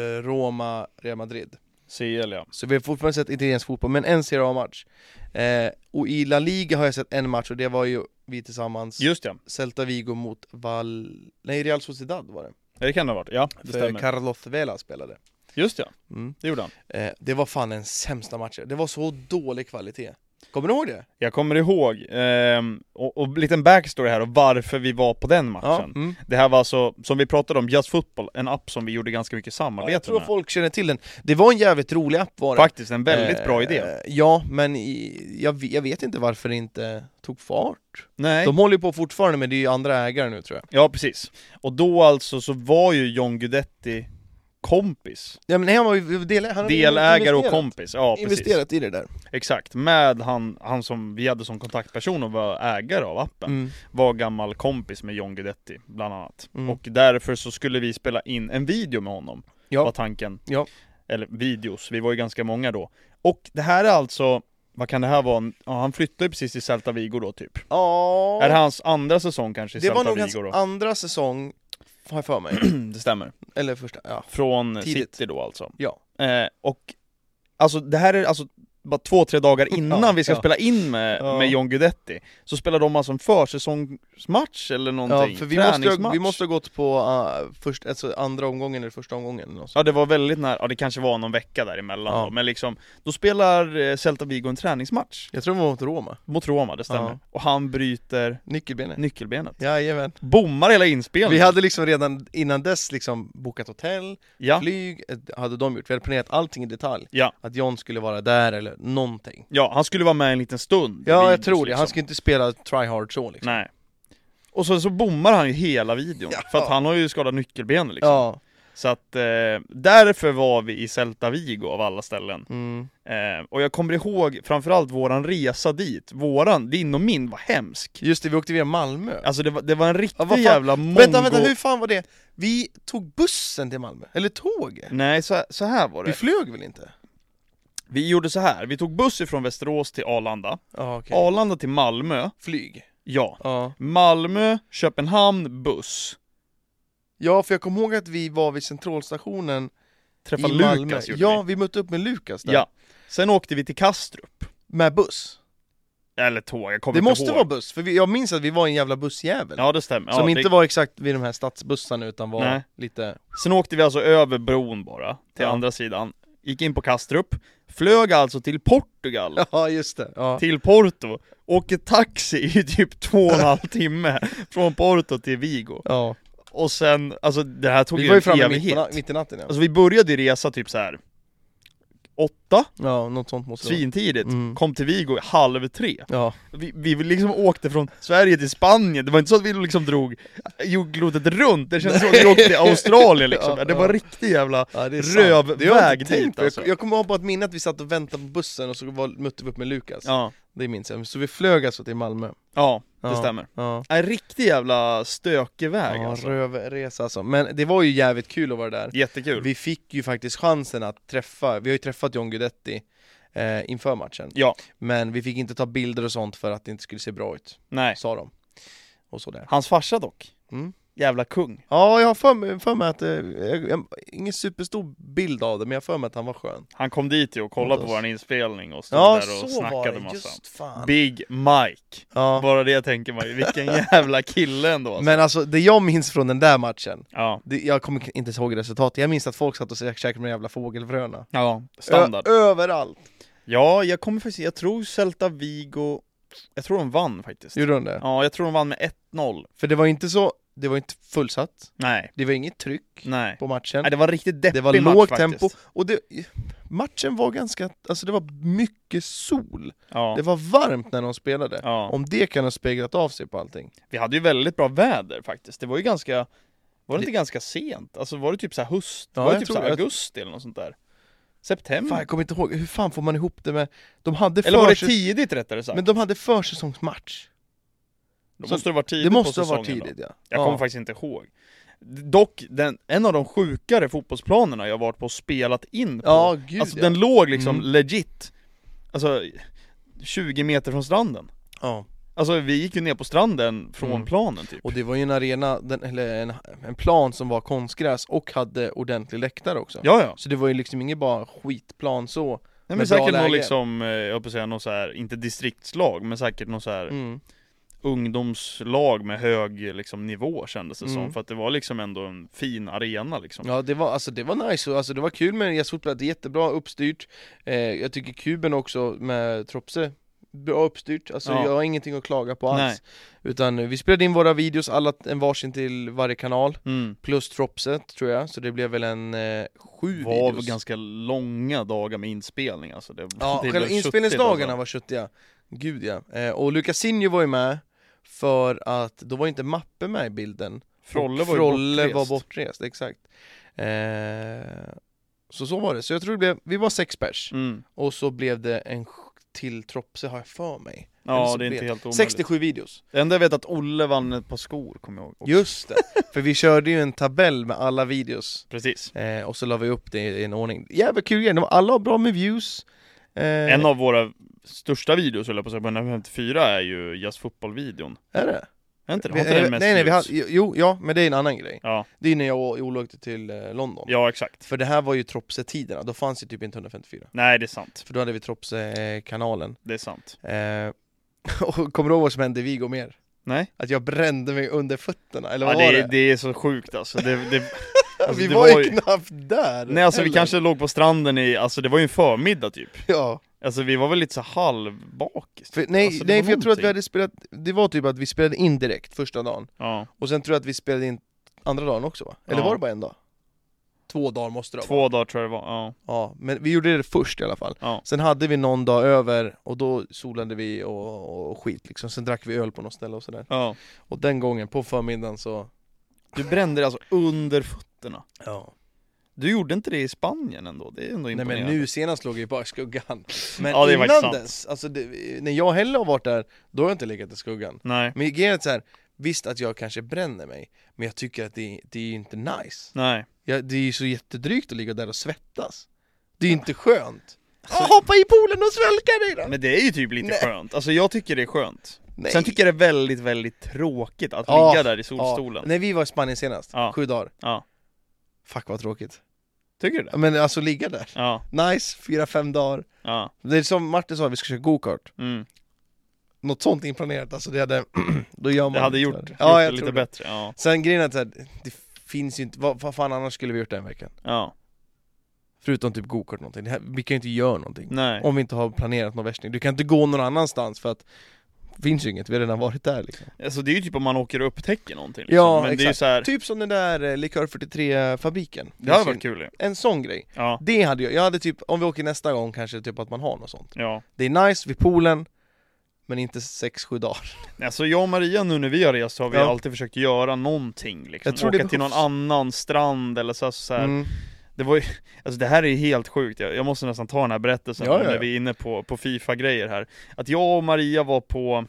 Roma, Real Madrid. C L, ja. Så vi har fortfarande sett italiensk fotboll, men en Serie A-match. Eh, och i La Liga har jag sett en match och det var ju vi tillsammans. Just ja. Celta Vigo mot Val... Nej, Real Sociedad var det. Ja, det kan det ha varit. Ja, det För stämmer. Carlos Vela spelade. Just ja. Mm. Det gjorde han. Eh, det var fan en sämsta match. Det var så dålig kvalitet. Kommer du ihåg det? Jag kommer ihåg, ehm, och, och liten backstory här och varför vi var på den matchen. Ja. Mm. Det här var alltså, som vi pratade om, Just Football, en app som vi gjorde ganska mycket Ja, samarbete jag tror med. folk känner till den. Det var en jävligt rolig app var det. Faktiskt en väldigt bra idé. Eh, ja, men i, jag, jag vet inte varför det inte tog fart. Nej. De håller ju på fortfarande, men det är ju andra ägare nu tror jag. Ja, precis. Och då alltså så var ju John Guidetti kompis. Ja, men nej, han var ju del, han hade Delägare och investerat- kompis. Ja, precis. Investerat i det där. Exakt. Med han, han som vi hade som kontaktperson och var ägare av appen. Mm. Var gammal kompis med John Guidetti, bland annat. Mm. Och därför så skulle vi spela in en video med honom. Ja. Var tanken. Ja. Eller videos, vi var ju ganska många då. Och det här är alltså, vad kan det här vara? Ja, han flyttade ju precis till Celta Vigo då typ. Ja. Är det hans andra säsong kanske i Det var Celta nog hans Vigo då? andra säsong, har jag för mig. Det stämmer. Eller första, ja. Från Tidigt. City då alltså. Ja. Eh, och alltså det här är alltså bara två, tre dagar innan Ja, vi ska ja. spela in med, Ja. med John Guidetti. Så spelar de alltså en försäsongsmatch eller någonting. Ja, för vi måste, ha, Träningsmatch. vi måste ha gått på uh, först, alltså andra omgången eller första omgången eller något sånt. Ja, det var väldigt nära, ja det kanske var någon vecka däremellan Ja. då, men liksom, då spelar eh, Celta Vigo en träningsmatch Jag tror det var mot Roma. mot Roma, det stämmer. Ja. Och han bryter Nyckelbenet. nyckelbenet. Jajamän. Bommar hela inspelningen. Vi hade liksom redan innan dess liksom bokat hotell, ja. flyg, eh, hade de gjort. Vi hade planerat allting i detalj. Ja. Att John skulle vara där eller någonting. ja, han skulle vara med en liten stund. i Ja, jag videos, tror det. liksom. Han skulle inte spela try hard så liksom. Nej. Och så, så bommar han ju hela videon, Ja. för att han har ju skadat nyckelbenet liksom. Ja. Så att eh, därför var vi i Celta Vigo av alla ställen. Mm. Eh, och jag kommer ihåg framförallt våran resa dit. Våran, din och min, var hemsk. Just det, vi åkte via Malmö. Alltså det var, det var en riktig Ja, vad fan- jävla mongo... Vänta, vänta, hur fan var det? Vi tog bussen till Malmö, eller tåget? Nej, så, så här var det. Vi flög väl inte? Vi gjorde så här. Vi tog buss ifrån Västerås till Arlanda. Ja, okej. Arlanda till Malmö. Flyg? Ja. Ja. Malmö, Köpenhamn, buss. Ja, för jag kommer ihåg att vi var vid centralstationen Träffa i Malmö. Lukas gjorde Ja, vi. vi mötte upp med Lukas där. Ja. Sen åkte vi till Kastrup. Med buss. Eller tåg, jag kommer Det inte måste ihåg. vara buss, för vi, jag minns att vi var en jävla bussjävel. Ja, det stämmer. Som ja, inte det... var exakt vid de här stadsbussarna utan var Nej. lite... Sen åkte vi alltså över bron bara, till Ja. andra sidan. Gick in på Kastrup. Flög alltså till Portugal. Ja, just det. Ja. Till Porto. Åker taxi i typ två och en halv timme. Från Porto till Vigo. Ja. Och sen, alltså det här tog Vi ju var ju en framme mitt, evighet. på na- mitt i natten. Ja, Alltså vi började resa typ så här åtta, ja något sånt måste det vara. svintidigt. Mm. Kom till Vigo halv tre. Ja. Vi, vi liksom åkte från Sverige till Spanien. Det var inte så att vi liksom drog jordklotet runt. Det kändes som att vi åkte till Australien liksom. Ja, Det var ja. riktigt jävla Ja, det är sant. rövväg Det har jag inte dit tänkt på. alltså. jag, jag kommer ihåg på ett minne att vi satt och väntade på bussen och så var, mötte vi upp med Lukas. Ja, Det minns jag. Så vi flög alltså till Malmö. ja, det Ja. stämmer. Ja. En riktig jävla stökig väg Ja, alltså. rövresa alltså. Men det var ju jävligt kul att vara där. Jättekul. Vi fick ju faktiskt chansen att träffa, vi har ju träffat John Guidetti eh, inför matchen. Ja, Men vi fick inte ta bilder och sånt för att det inte skulle se bra ut, nej. sa de. Och sådär. Hans farsa dock. Mm. Jävla kung. Ja, jag har för mig, för mig att, eh, jag, jag, ingen superstor bild av det, men jag har för mig att han var skön. Han kom dit och kollade Låt på oss- våran inspelning och stod Ja, där och så var snackade det, massa. just fan. Big Mike. Ja. Bara det tänker man ju. Vilken jävla kille ändå alltså. Men alltså, det jag minns från den där matchen, Ja, det, jag kommer inte ihåg resultatet, jag minns att folk satt och käkade med jävla fågelvröna. ja, standard. Ö- överallt. Ja, jag kommer faktiskt, jag tror Celta Vigo, jag tror de vann faktiskt. Gjorde de det? Ja, jag tror de vann med ett noll. För det var inte så, det var inte fullsatt, Nej, det var inget tryck nej. på matchen. Nej, det var riktigt deppig Det var match lågt faktiskt. tempo, och det, matchen var ganska, alltså det var mycket sol. Ja. Det var varmt när de spelade. Ja. Om det kan ha speglat av sig på allting. Vi hade ju väldigt bra väder faktiskt. Det var ju ganska, var det Det- inte ganska sent? Alltså var det typ så här höst, Ja, var det jag typ tror- så här jag- augusti eller något sånt där? September? Fan, jag kommer inte ihåg, hur fan får man ihop det med... De hade Eller var det försäs- tidigt rättare sagt? Men de hade försäsongsmatch. Då så måste det vara tidigt Det måste på ha varit säsongen tidigt, då. ja. Jag ja. kommer faktiskt inte ihåg. Dock, den, en av de sjukare fotbollsplanerna jag varit på och spelat in på. Ja, gud alltså ja. den låg liksom Mm. legit, alltså tjugo meter från stranden. Ja. Alltså vi gick ju ner på stranden från Mm. planen typ. Och det var ju en arena, den, eller en, en plan som var konstgräs och hade ordentlig läktare också. Ja, ja. Så det var ju liksom ingen bara skitplan så. Nej, men med bra säkert någon läge. liksom, eh, jag höll på att säga någon så här, inte distriktslag, men säkert någon så här Mm. ungdomslag med hög liksom nivå kändes det Mm. som. För att det var liksom ändå en fin arena liksom. Ja, det var, alltså, det var nice, och, alltså, det var kul med jazzfotboll, det är jättebra uppstyrt. eh, Jag tycker kuben också med Tropse, bra uppstyrt, alltså Ja. jag har ingenting att klaga på alls. Nej. Utan eh, vi spelade in våra videos, alla en varsin till varje kanal, Mm. plus Tropset tror jag, så det blev väl en eh, sju Det var väl videos. ganska långa dagar med inspelning alltså. Det, Ja, det själva blev inspelningsdagarna köttigt, alltså. var köttiga. Gud ja. Eh, och Lucasinho var ju med, för att då var inte Mappe med i bilden. Frolle Och var ju Frolle bortrest. var bortrest, exakt. Eh, så så var det. Så jag tror det blev, vi var sex pers. Mm. Och så blev det en sj- till Tropse har jag för mig. Eller Ja, så det är blev- inte helt omöjligt. sextiosju videos. Det enda jag vet att Olle vann ett par skor, kommer jag ihåg också. Just det. För vi körde ju en tabell med alla videos. Precis. Eh, och så la vi upp det i en ordning. Jävla kul igen. De var alla bra med views. Eh, En av våra största videos, höll jag på att säga, på den här femtiofyra är ju Just Football-videon. Är det? Är inte det? Vi, Har inte den nej, mest nej, nej, vi views? hade, jo, ja, men det är en annan grej. Ja, Det är när jag och Ola åkte till eh, London. ja exakt. För det här var ju Tropse-tiderna, då fanns ju typ inte hundrafemtiofyra. Nej, det är sant. För då hade vi Tropse-kanalen. Det är sant. Eh, och kommer du ihåg vad som hände i Vigo mer? Nej? Att jag brände mig under fötterna, eller Ja, vad var det, det? det är så sjukt alltså. Det, det, alltså, vi det var ju var ju- knappt där! Nej alltså vi heller. kanske låg på stranden i, alltså det var ju en förmiddag typ. Ja, Alltså vi var väl lite så halvbakis. för, nej, Alltså, det nej var för jag tror att vi någonting. hade spelat, det var typ att vi spelade in direkt första dagen. Ja, Och sen tror jag att vi spelade in andra dagen också va? Eller Ja. var det bara en dag? Två dagar måste det ha varit. två dagar tror jag det var, ja. Ja, men vi gjorde det först i alla fall. Ja, Sen hade vi någon dag över, och då solade vi och, och skit liksom. Sen drack vi öl på något ställe och sådär. ja. Och den gången, på förmiddagen så... Du brände det alltså under fötterna. Ja. Du gjorde inte det i Spanien ändå, det är ändå Nej imponerande. men nu senast låg jag ju bara i skuggan. Men Ja, det är faktiskt innan sant. dess, alltså det, när jag heller har varit där, då har jag inte legat i skuggan. Nej, Men grejen är så här, visst att jag kanske bränner mig, men jag tycker att det, det är inte nice. nej. Jag, det är ju så jättedrygt att ligga där och svettas. Det är inte skönt. Så... hoppa i poolen och svälka dig då! Men det är ju typ lite Nej. skönt, alltså jag tycker det är skönt. Nej. Sen tycker jag det är väldigt, väldigt tråkigt att Ja, ligga där i solstolen. Ja. När vi var i Spanien senast, Ja. sju dagar. Ja. Fuck vad tråkigt. Tycker du det? Men alltså ligga där. Ja, Nice, fyra, fem dagar. ja. Det är som Martin sa, vi ska köra go-kart. Mm. Något sånt inplanerat, alltså det hade, då gör man Det hade lite gjort, så här. gjort Ja, det jag lite tror det. bättre, ja. Sen grejen är att så här, det finns ju inte, vad, vad fan annars skulle vi gjort den veckan? Ja, Förutom typ go-kart någonting, det här, vi kan ju inte göra någonting. nej. Om vi inte har planerat någon värsting. Du kan inte gå någon annanstans för att det finns ju inget, vi har redan varit där liksom. Alltså det är ju typ om man åker och upptäcker någonting liksom. Ja, Men det är ju exakt. så här, Typ som den där eh, Likör fyrtiotre-fabriken. det hade varit kul ju. En sån grej. Ja, Det hade jag, jag hade typ, om vi åker nästa gång kanske typ att man har något sånt. ja. Det är nice vid poolen, men inte sex sju dagar. Alltså jag och Maria nu när vi har rest så har vi Ja. alltid försökt göra någonting liksom. Jag tror Åka det till någon behövs. annan strand eller så, så här. Mm. Det var ju, alltså det här är ju helt sjukt, jag, jag måste nästan ta den här berättelsen Ja, ja, när ja. vi är inne på, på FIFA-grejer här. Att jag och Maria var på,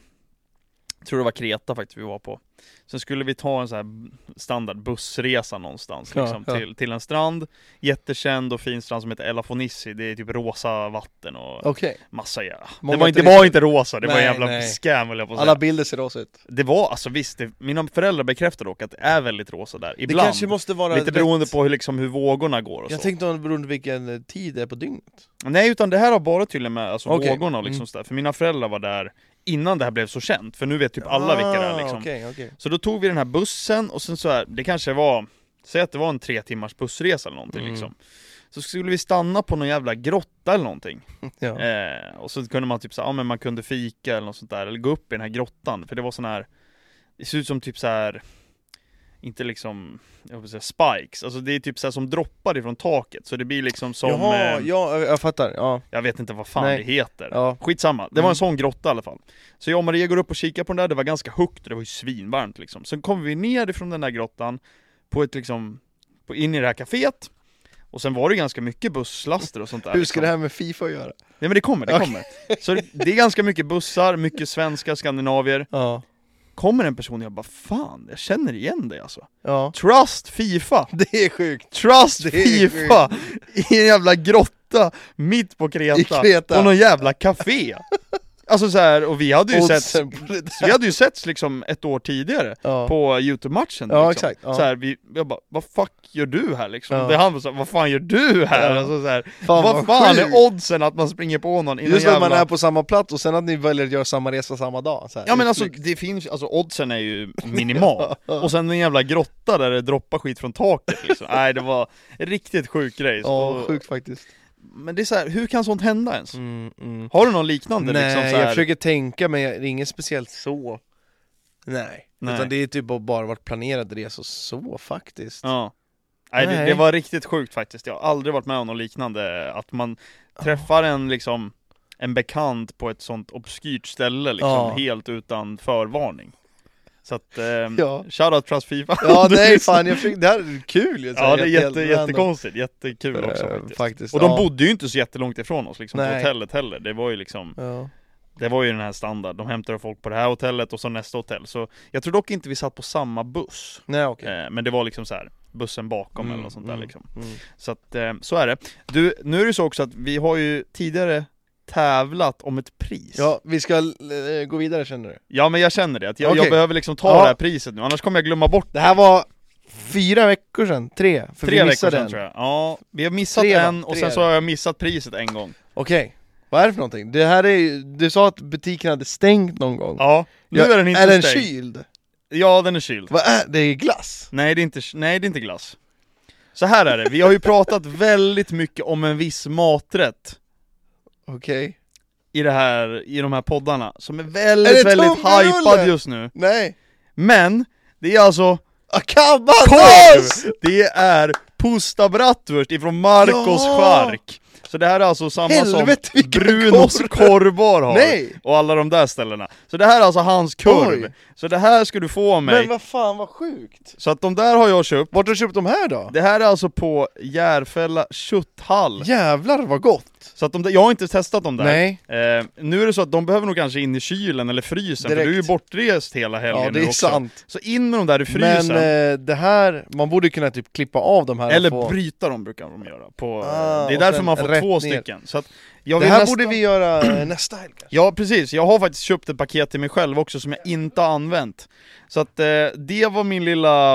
jag tror det var Kreta faktiskt vi var på. Sen skulle vi ta en sån här standard bussresa någonstans Ja, liksom, ja. Till, till en strand, jättekänd och fin strand som heter Elafonissi. Det är typ rosa vatten och Okej, massa ja. Många Det var inte, det turister. var inte rosa, det var en Nej, jävla nej. scam höll jag på att alla säga. bilder ser rosa ut. Det var, alltså visst, det, mina föräldrar bekräftade dock att det är väldigt rosa där, Det ibland. kanske måste vara Lite rätt- beroende på hur, liksom, hur vågorna går och Jag så. tänkte om det beroende på vilken eh, tid det är på dygnet. Nej, utan det här har bara tydligen med alltså, Okej. vågorna och liksom Mm. sådär. För mina föräldrar var där innan det här blev så känt, för nu vet typ alla vilka det är liksom. Ah, okej, okej. Så då tog vi den här bussen och sen så här, det kanske var, säg att det var en tre timmars bussresa eller någonting Mm. liksom. Så skulle vi stanna på någon jävla grotta eller någonting. Ja. Eh, och så kunde man typ så, ja men man kunde fika eller något sånt där, eller gå upp i den här grottan, för det var sån här, det ser ut som typ så här inte liksom, jag vill säga spikes. Alltså det är typ så här som droppar ifrån taket. Så det blir liksom som... Jaha, eh, ja, jag fattar, ja. Jag vet inte vad fan Nej. det heter. Ja. Skitsamma, det var Mm. en sån grotta i alla fall. Så jag och Maria går upp och kikar på den där, det var ganska högt, det var ju svinvarmt liksom. Sen kommer vi ner ifrån den där grottan på ett liksom, på, in i det här kaféet. Och sen var det ganska mycket busslaster och sånt där. Hur ska liksom. det här med FIFA göra? Nej men det kommer, det Okej. kommer. Så det, det är ganska mycket bussar, mycket svenska, skandinavier. Ja, Kommer en person och jag bara, fan, jag känner igen dig alltså. ja. Trust FIFA! Det är sjukt. Trust Det är FIFA! I en jävla grotta, mitt på Kreta. I Kreta. På någon jävla café. Alltså så här, och vi hade ju sett, Oddsen på det där. vi hade ju setts liksom ett år tidigare Ja. på YouTube-matchen. Ja, liksom. exakt, ja. Så här, vi, jag bara, vad fuck gör du här liksom? Ja. Det han var så här, vad fan gör du här? Ja. Alltså, så här, Fan, vad vad fan sjukt. är oddsen att man springer på någon i någon Just att jävla... man är på samma plats och sen att ni väljer att göra samma resa samma dag så här. Ja men alltså Utflykt. det finns, alltså oddsen är ju minimal. Och sen en jävla grotta där det droppar skit från taket liksom. Nej det var en riktigt sjuk grej. Ja, Och- sjukt faktiskt. Men det är så här, hur kan sånt hända ens? Mm, mm. Har du någon liknande Nej, liksom så jag här? försöker tänka men jag- det är inget speciellt så. Nej. Nej. Utan det är typ bara varit planerade resor så faktiskt. Ja. Nej, det, Nej. det var riktigt sjukt faktiskt. Jag har aldrig varit med om något liknande. Att man träffar en liksom en bekant på ett sånt obskyrt ställe liksom, Ja. helt utan förvarning. Så att, eh, Ja. shoutout Trust FIFA. Ja, Du nej lyssnar. fan, jag fick, det här är kul ju, så Ja här, det är helt- jätte, helt random. jättekonstigt, jättekul också Eh, faktiskt. faktiskt. Och de ja. bodde ju inte så jättelångt ifrån oss liksom, på Nej. hotellet heller. Det var ju liksom, Ja. det var ju den här standard. De hämtade folk på det här hotellet och så nästa hotell. Så jag tror dock inte vi satt på samma buss. Nej okej. Eh, men det var liksom så här bussen bakom Mm, eller något sånt där mm, liksom. mm. Så att, eh, så är det. Du, nu är det så också att vi har ju tidigare tävlat om ett pris. Ja, vi ska eh, gå vidare känner du? Ja men jag känner det, att jag, Okej. jag behöver liksom ta Ja. det här priset nu, annars kommer jag glömma bort Det här var fyra veckor sedan, tre, för tre vi veckor missade sedan en. tror jag. Ja, vi har missat Tre, va? en och Tre sen är så det. har jag missat priset en gång. Okej, vad är det för någonting? Det här är ju- du sa att butiken hade stängt någon gång. Ja, nu Ja, är den inte är den stängd. kyld? Ja, den är kyld. Vad är det? Är glass? Nej det, är inte, nej, det är inte glass. Så här är det, vi har ju pratat väldigt mycket om en viss maträtt Okej. i, det här, i de här poddarna, som är väldigt, Är det väldigt tumrulle? hypad just nu. Nej. Men, det är alltså Akabanos! korv! Det är Pusta Bratwurst ifrån Marcos Ja! Chark. Så det här är alltså samma Helvete, som vilka Brunos korvar! korvbar har. Nej! Och alla de där ställena. Så det här är alltså hans korv. Oj. Så det här ska du få av mig. Men vad fan, vad sjukt! Så att de där har jag köpt. Vart har du köpt de här då? Det här är alltså på Järfälla kötthall. Jävlar vad gott! Så att de där, jag har inte testat dem där. Nej. Eh, nu är det så att de behöver nog kanske in i kylen eller frysen, Direkt. för du är ju bortrest hela helgen Ja, det nu är också. sant. Så in med dem där i frysen. Men eh, det här, man borde kunna typ klippa av de här och Eller få... bryta dem brukar de göra. På, Ah, det är och därför sen man får rätt två ner. stycken. Så att jag Det vill här nästan... borde vi göra eh, nästa helg kanske. Ja precis, jag har faktiskt köpt ett paket till mig själv också som jag inte har använt. Så att eh, det var min lilla,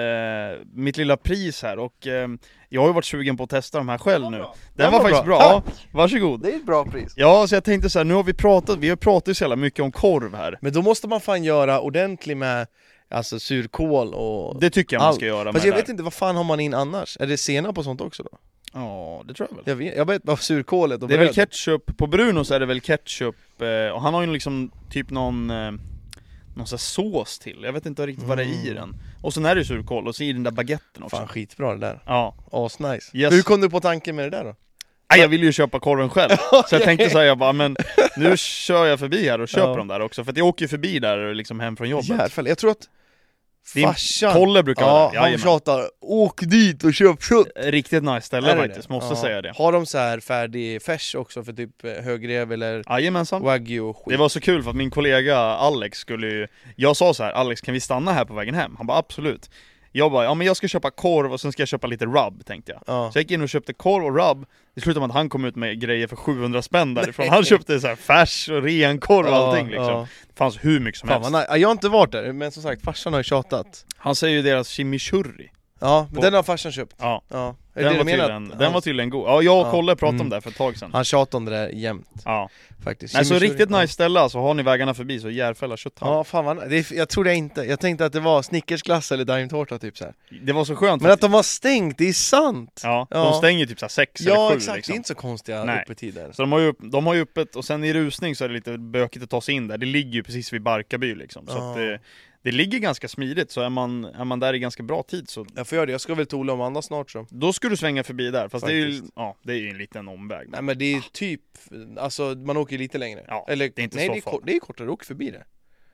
eh, mitt lilla pris här och eh, jag har ju varit sugen på att testa de här själv nu. Den Den var var faktiskt bra. bra, ja, varsågod. Det är ett bra pris. Ja, så jag tänkte så här, nu har vi pratat, vi har pratat ju så jävla mycket om korv här. Men då måste man fan göra ordentligt med alltså surkål och... Det tycker jag man allt. ska göra med Fast jag det vet där. inte, vad fan har man in annars? Är det senap och sånt också då? Ja, det tror jag väl. Jag vet, jag vet bara surkålet och Det är väl bröd. ketchup, på Brunos är det väl ketchup, eh, och han har ju liksom typ någon, eh, någon sån här sås till, jag vet inte riktigt vad det är i den. Och sen är det surkål, och så i den där baguetten också. Fan skitbra det där. Ja. Asnice. Yes. Hur kom du på tanken med det där då? Nej, jag ville ju köpa korven själv, så jag tänkte säga bara, men nu kör jag förbi här och köper Ja. dem där också, för att jag åker ju förbi där liksom hem från jobbet. Järfälla, jag tror att Din farsan... Kolle brukar vara Ja, där, han jajamän. tjatar, åk dit och köp kött! Riktigt nice ställe Är det faktiskt, det? måste Ja. säga det. Har de så här färdig färs också för typ eh, högrev eller Jajamensan. wagyu och skit? Det var så kul för att min kollega Alex skulle ju... Jag sa så här: Alex, kan vi stanna här på vägen hem? Han bara absolut. Jag bara, ja men jag ska köpa korv och sen ska jag köpa lite rub, tänkte jag. Ja. Så jag gick in och köpte korv och rub. Det slutade med att han kom ut med grejer för sjuhundra spänn därifrån. Han köpte så här färs och renkorv och Ja, allting liksom. ja. Det fanns hur mycket som Fan helst. vad nice. Ja, jag har inte varit där, men som sagt farsan har ju tjatat. Han säger ju deras chimichurri. Ja, men På- den har farsan köpt. Ja, Ja. Är den det var, det du menar? tydligen, Att den han- var tydligen god. Ja, jag och Ja. Kolle pratade om Mm. det för ett tag sedan. Han tjatar om det där jämt, Ja. faktiskt. Nej, så Chimichurri. riktigt nice ställe alltså, har ni vägarna förbi så Järfälla kötthall. Ja, fan vad det är, jag trodde jag inte. Jag tänkte att det var Snickersglass eller daimtårta typ så här. Det var så skönt. Men att de har stängt, det är sant! Ja, Ja. de stänger typ så här sex eller Ja sju exakt, liksom. det är inte så konstiga Nej. öppettider. Så de har, ju upp, de har ju öppet, och sen i rusning så är det lite bökigt att ta sig in där. Det ligger ju precis vid Barkarby liksom. Så Ja. att det, Det ligger ganska smidigt, så är man, är man där i ganska bra tid så... Jag får göra det, jag ska väl till Ola och Amanda snart så. Då ska du svänga förbi där, fast det är, ju, Faktiskt. ja, det är ju en liten omväg. Nej men det är typ, alltså man åker lite längre. Ja, Eller, det är inte nej, så det är, farligt. kort, det är kortare, du åker förbi det.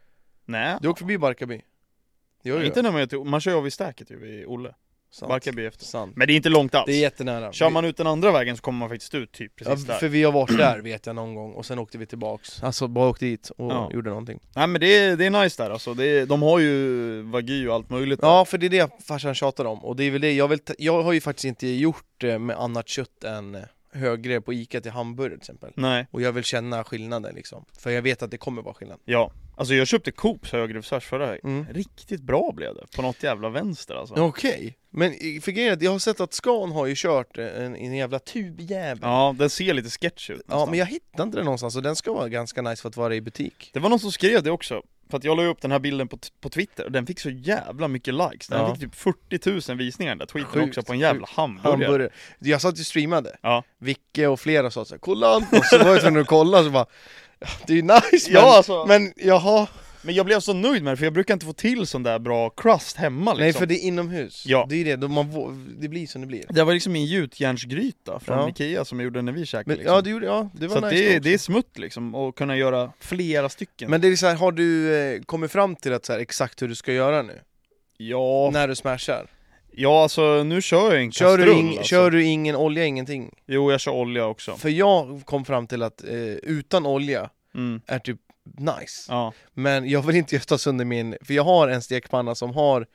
Nej. Du åker förbi Barkarby. Jo, jo. Inte när man är till, man kör ju av i stäket ju, vid Olle. Sant. Barkarby efter. Sant. Men det är inte långt alls. Det är jättenära. Kör man ut den andra vägen så kommer man faktiskt ut typ Ja, precis där. för vi har varit där vet jag någon gång och sen åkte vi tillbaks. Alltså bara åkte dit och Ja. gjorde någonting. Nej men det är, det är nice där alltså. Det är, de har ju wagyu och allt möjligt där. Ja, för det är det farsan tjatar om. Och det är väl det, jag, vill ta- jag har ju faktiskt inte gjort det med annat kött än högre på Ica till hamburgare till exempel. Nej, Och jag vill känna skillnaden liksom. För jag vet att det kommer vara skillnad. ja. Alltså jag köpte Coops högrevsfärs förra Mm. Riktigt bra blev det. På något jävla vänster alltså. Okej, men i- för grejen är att jag har sett att Scan har ju kört en, en jävla tubjävel. Ja, den ser lite sketch ut Ja, nästan. men jag hittar inte den någonstans och den ska vara ganska nice för att vara i butik. Det var någon som skrev det också. För att jag la upp den här bilden på, t- på Twitter och den fick så jävla mycket likes. Den Ja. fick typ fyrtio tusen visningar den där tweeten Sjukt, också på en jävla hamburgare. Hamburgare. Jag satt och streamade. Ja. Vicke och flera sa såhär, kolla! Och så var jag tvungen att kolla så bara, ja, det är ju nice men, Ja, alltså. men jaha. Men jag blev så nöjd med det för jag brukar inte få till sån där bra crust hemma liksom. Nej för det är inomhus. Ja. Det är det, då man, vå- det blir som det blir. Det var liksom en gjutjärnsgryta från Ja. Ikea som jag gjorde när vi käkade Men, liksom. ja, det, gjorde, ja, det var Så att nice det, är, också. det är smutt liksom, att kunna göra flera stycken. Men det är så här, har du eh, kommit fram till att så här, exakt hur du ska göra nu? Ja, När du smashar? ja alltså nu kör jag en Kör du, kastrull ing, alltså. kör du ingen olja, ingenting? Jo, jag kör olja också. För jag kom fram till att eh, utan olja Mm. är typ nice. Ja. Men jag vill inte ta sönder min, för jag har en stekpanna som har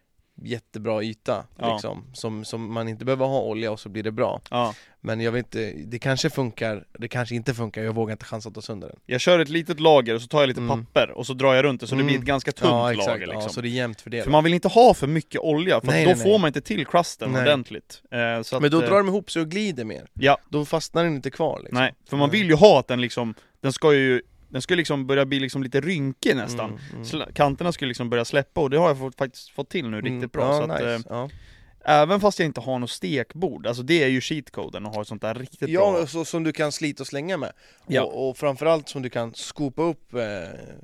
jättebra yta Ja. liksom, som, som man inte behöver ha olja och så blir det bra. Ja. Men jag vill inte, det kanske funkar, det kanske inte funkar, jag vågar inte chansa att ta sönder den. Jag kör ett litet lager och så tar jag lite Mm. papper och så drar jag runt det så det Mm. blir ett ganska tunt Ja exakt, lager liksom. ja, så det är jämnt fördelat. För man vill inte ha för mycket olja, för Nej, att då nej, får nej. man inte till crusten Nej. ordentligt. Eh, så att, Men då eh, drar de ihop sig och glider mer. Ja, Då fastnar den inte kvar liksom. nej. För man Nej. vill ju ha att den liksom, den ska ju, den ska liksom börja bli liksom lite rynkig nästan. Mm, mm. Sl- Kanterna skulle liksom börja släppa och det har jag fått, faktiskt fått till nu Mm, riktigt bra. ja, så att, nice. eh, ja. även fast jag inte har något stekbord, alltså det är ju cheatcoden och ha ett sånt där riktigt bra. Ja, så, som du kan slita och slänga med. Ja. Och, och framförallt som du kan skopa upp eh,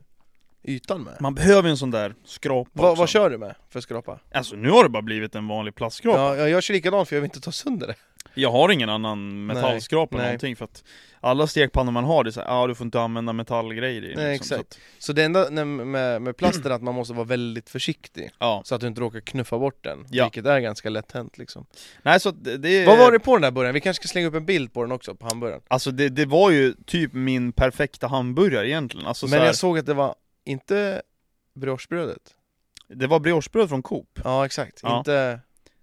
ytan med. Man behöver ju en sån där skrapa Va, också. vad kör du med för skrapa? Alltså nu har det bara blivit en vanlig plastskrapa. Ja, jag, jag kör likadant för jag vill inte ta sönder det. Jag har ingen annan metallskrapa eller nej. någonting för att alla stekpannor man har, det är så här, ja du får inte använda metallgrejer i. Nej, liksom, exakt. Så att, Så det enda när- med, med plasten är att man måste vara väldigt försiktig. ja. Så att du inte råkar knuffa bort den. Ja. Vilket är ganska lätt hänt liksom. Nej så att det, det Vad var det på den där burgaren? Vi kanske ska slänga upp en bild på den också, på hamburgaren. Alltså det, det var ju typ min perfekta hamburgare egentligen. Alltså, Men så här, jag såg att det var inte briochebrödet. det var briochebröd från Coop. Ja, exakt. Ja. Inte...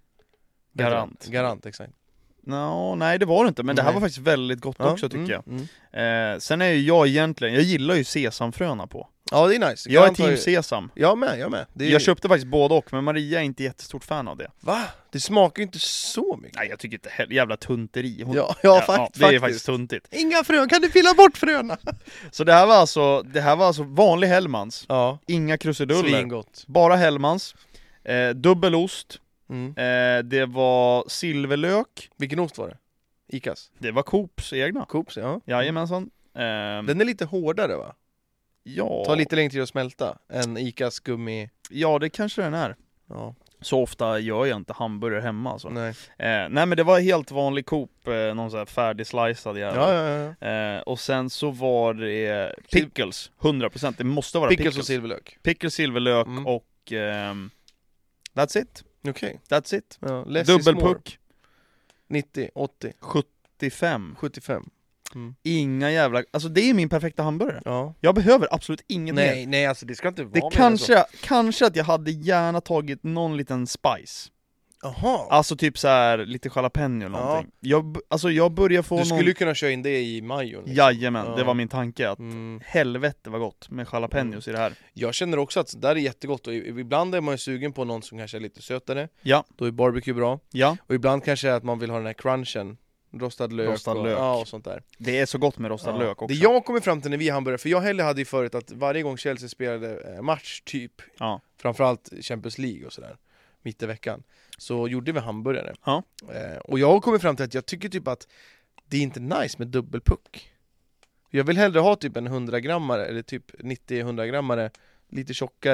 Garant. Garant, exakt. No, nej det var det inte, men det här Nej. var faktiskt väldigt gott Ja, också tycker mm, jag. mm. Eh, sen är ju jag egentligen, jag gillar ju sesamfröna på. Ja, det är nice. Jag är Garant har team ju- sesam. Jag med, jag med. Det är... Jag köpte faktiskt både och, men Maria är inte jättestort fan av det. Va? Det smakar ju inte så mycket. Nej jag tycker inte heller, jävla tunteri. Hon, Ja, ja, fakt- det är faktiskt. faktiskt tuntigt. Inga frön, kan du pilla bort fröna? Så det här var alltså, det här var alltså vanlig Hellmans, Ja, inga krusiduller, svingott. bara Hellmans, eh, dubbelost, Mm. eh, det var silverlök, Vilken ost var det? Icas? det var Coops egna. Coops, ja. Jajamensan. Eh, Den är lite hårdare va? ja, Tar lite längre tid att smälta än Icas gummi. ja det kanske den är. Ja, Så ofta gör jag inte hamburgare hemma alltså. nej. Eh, nej men det var helt vanlig Coop, eh, någon sån här färdigslicead jävel. Ja, ja, ja. Eh, och sen så var det pickles, hundra procent, det måste vara pickles. Pickles och silverlök. Pickles, silverlök Mm. och ehm, that's it, Okej. that's it. Ja, less is more. Dubbelpuck, nittio, åttio, sjuttiofem. sjuttiofem. Mm. Inga jävla, alltså det är min perfekta hamburgare. Ja. Jag behöver absolut inget mer. Nej, nej alltså det ska inte vara Det mer än kanske, kanske att jag hade gärna tagit någon liten spice. så. Jaha. Alltså typ så här lite jalapeno eller Ja. någonting. Jag, b- alltså jag börjar få Du någon... skulle ju kunna köra in det i majon. liksom. Jajamän, Ja. det var min tanke att Mm. helvete vad gott med jalapenos i det här. Jag känner också att det där är jättegott och i- ibland är man ju sugen på någon som kanske är lite sötare. Ja, Då är barbecue bra. ja, Och ibland kanske att man vill ha den här crunchen. Rostad lök, Rostad och, lök. Ja, och sånt där. det är så gott med rostad Ja. lök också. Det jag kommer fram till när vi hamburgare, för jag heller hade ju förut att varje gång Chelsea spelade eh, match typ, Ja. framförallt Champions League och sådär, mitt i veckan, så gjorde vi hamburgare. Ja. Eh, och jag har kommit fram till att jag tycker typ att det är inte nice med dubbelpuck. Jag vill hellre ha typ en hundra grammare eller typ nittio hundra grammare, lite tjockare,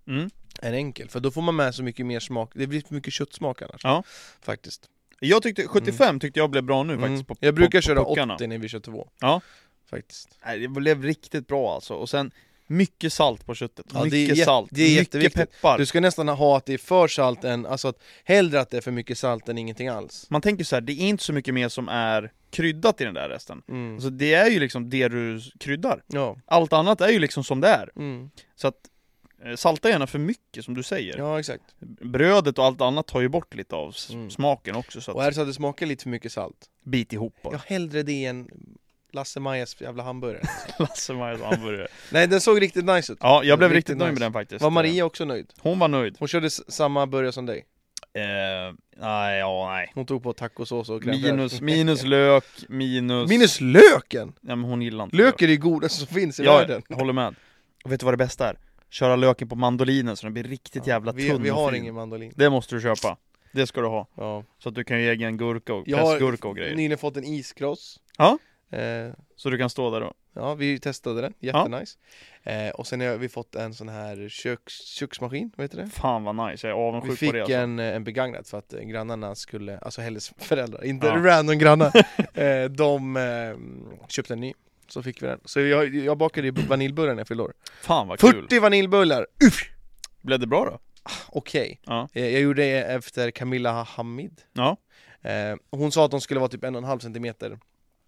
Mm. än enkel. För då får man med så mycket mer smak. Det blir för mycket köttsmak annars. Ja. Faktiskt. Jag tyckte, sjuttiofem mm. tyckte jag blev bra nu Mm. faktiskt. På, jag brukar på, köra på puckarna. åttio när vi kör två. Ja. Faktiskt. Nej, det blev riktigt bra alltså. Och sen mycket salt på köttet. Ja, mycket det är, salt. det är mycket peppar. Du ska nästan ha att det är för salt än, alltså att hellre att det är för mycket salt än ingenting alls. Man tänker så här, det är inte så mycket mer som är kryddat i den där resten. Mm. Alltså det är ju liksom det du kryddar. Ja. Allt annat är ju liksom som det är. Mm. Så att eh, salta gärna för mycket som du säger. Ja, exakt. Brödet och allt annat tar ju bort lite av s- Mm. smaken också. Så Och att är det så att det smakar lite för mycket salt, bit ihop bara. ja, hellre det än Lasse-Majas jävla hamburgare. Lasse-Majas hamburgare. Nej, den såg riktigt nice ut. Ja, jag blev Riktigt riktigt nöjd nice. med den faktiskt. Var Maria också nöjd? Hon var nöjd. Hon körde s- samma burgare som dig. Eh, nej, ja, nej. Hon tog på tacosås och crème fraîche. Minus, minus lök, minus... Minus löken! Ja, men hon gillar inte Lök är det godaste som finns i Ja, världen. jag håller med. Och vet du vad det bästa är? Köra löken på mandolinen så den blir riktigt jävla vi, tunn vi och har fin. ingen mandolin. Det måste du köpa. Det ska du ha. Ja. Så att du kan ge egen gurka och Jag har pressgurka och grejer. nyligen fått en iskross. Ja. Eh, Så du kan stå där då. ja, vi testade den. Jättenice. Eh, och sen har vi fått en sån här köks, köksmaskin, vad heter det? Fan vad nice, jag är Vi avundsjuk fick på det alltså. en, en begagnad för att eh, grannarna skulle, alltså Helles föräldrar, inte Ja. random grannar, eh, de eh, köpte en ny. Så fick vi den. Så jag, jag bakade vaniljbullar när jag fyllde år. Fan vad kul. fyrtio vaniljbullar! Uff! Blev det bra då? Okej. Ja. Eh, Jag gjorde det efter Camilla Hamid. Ja. Eh, hon sa att de skulle vara typ en och en halv centimeter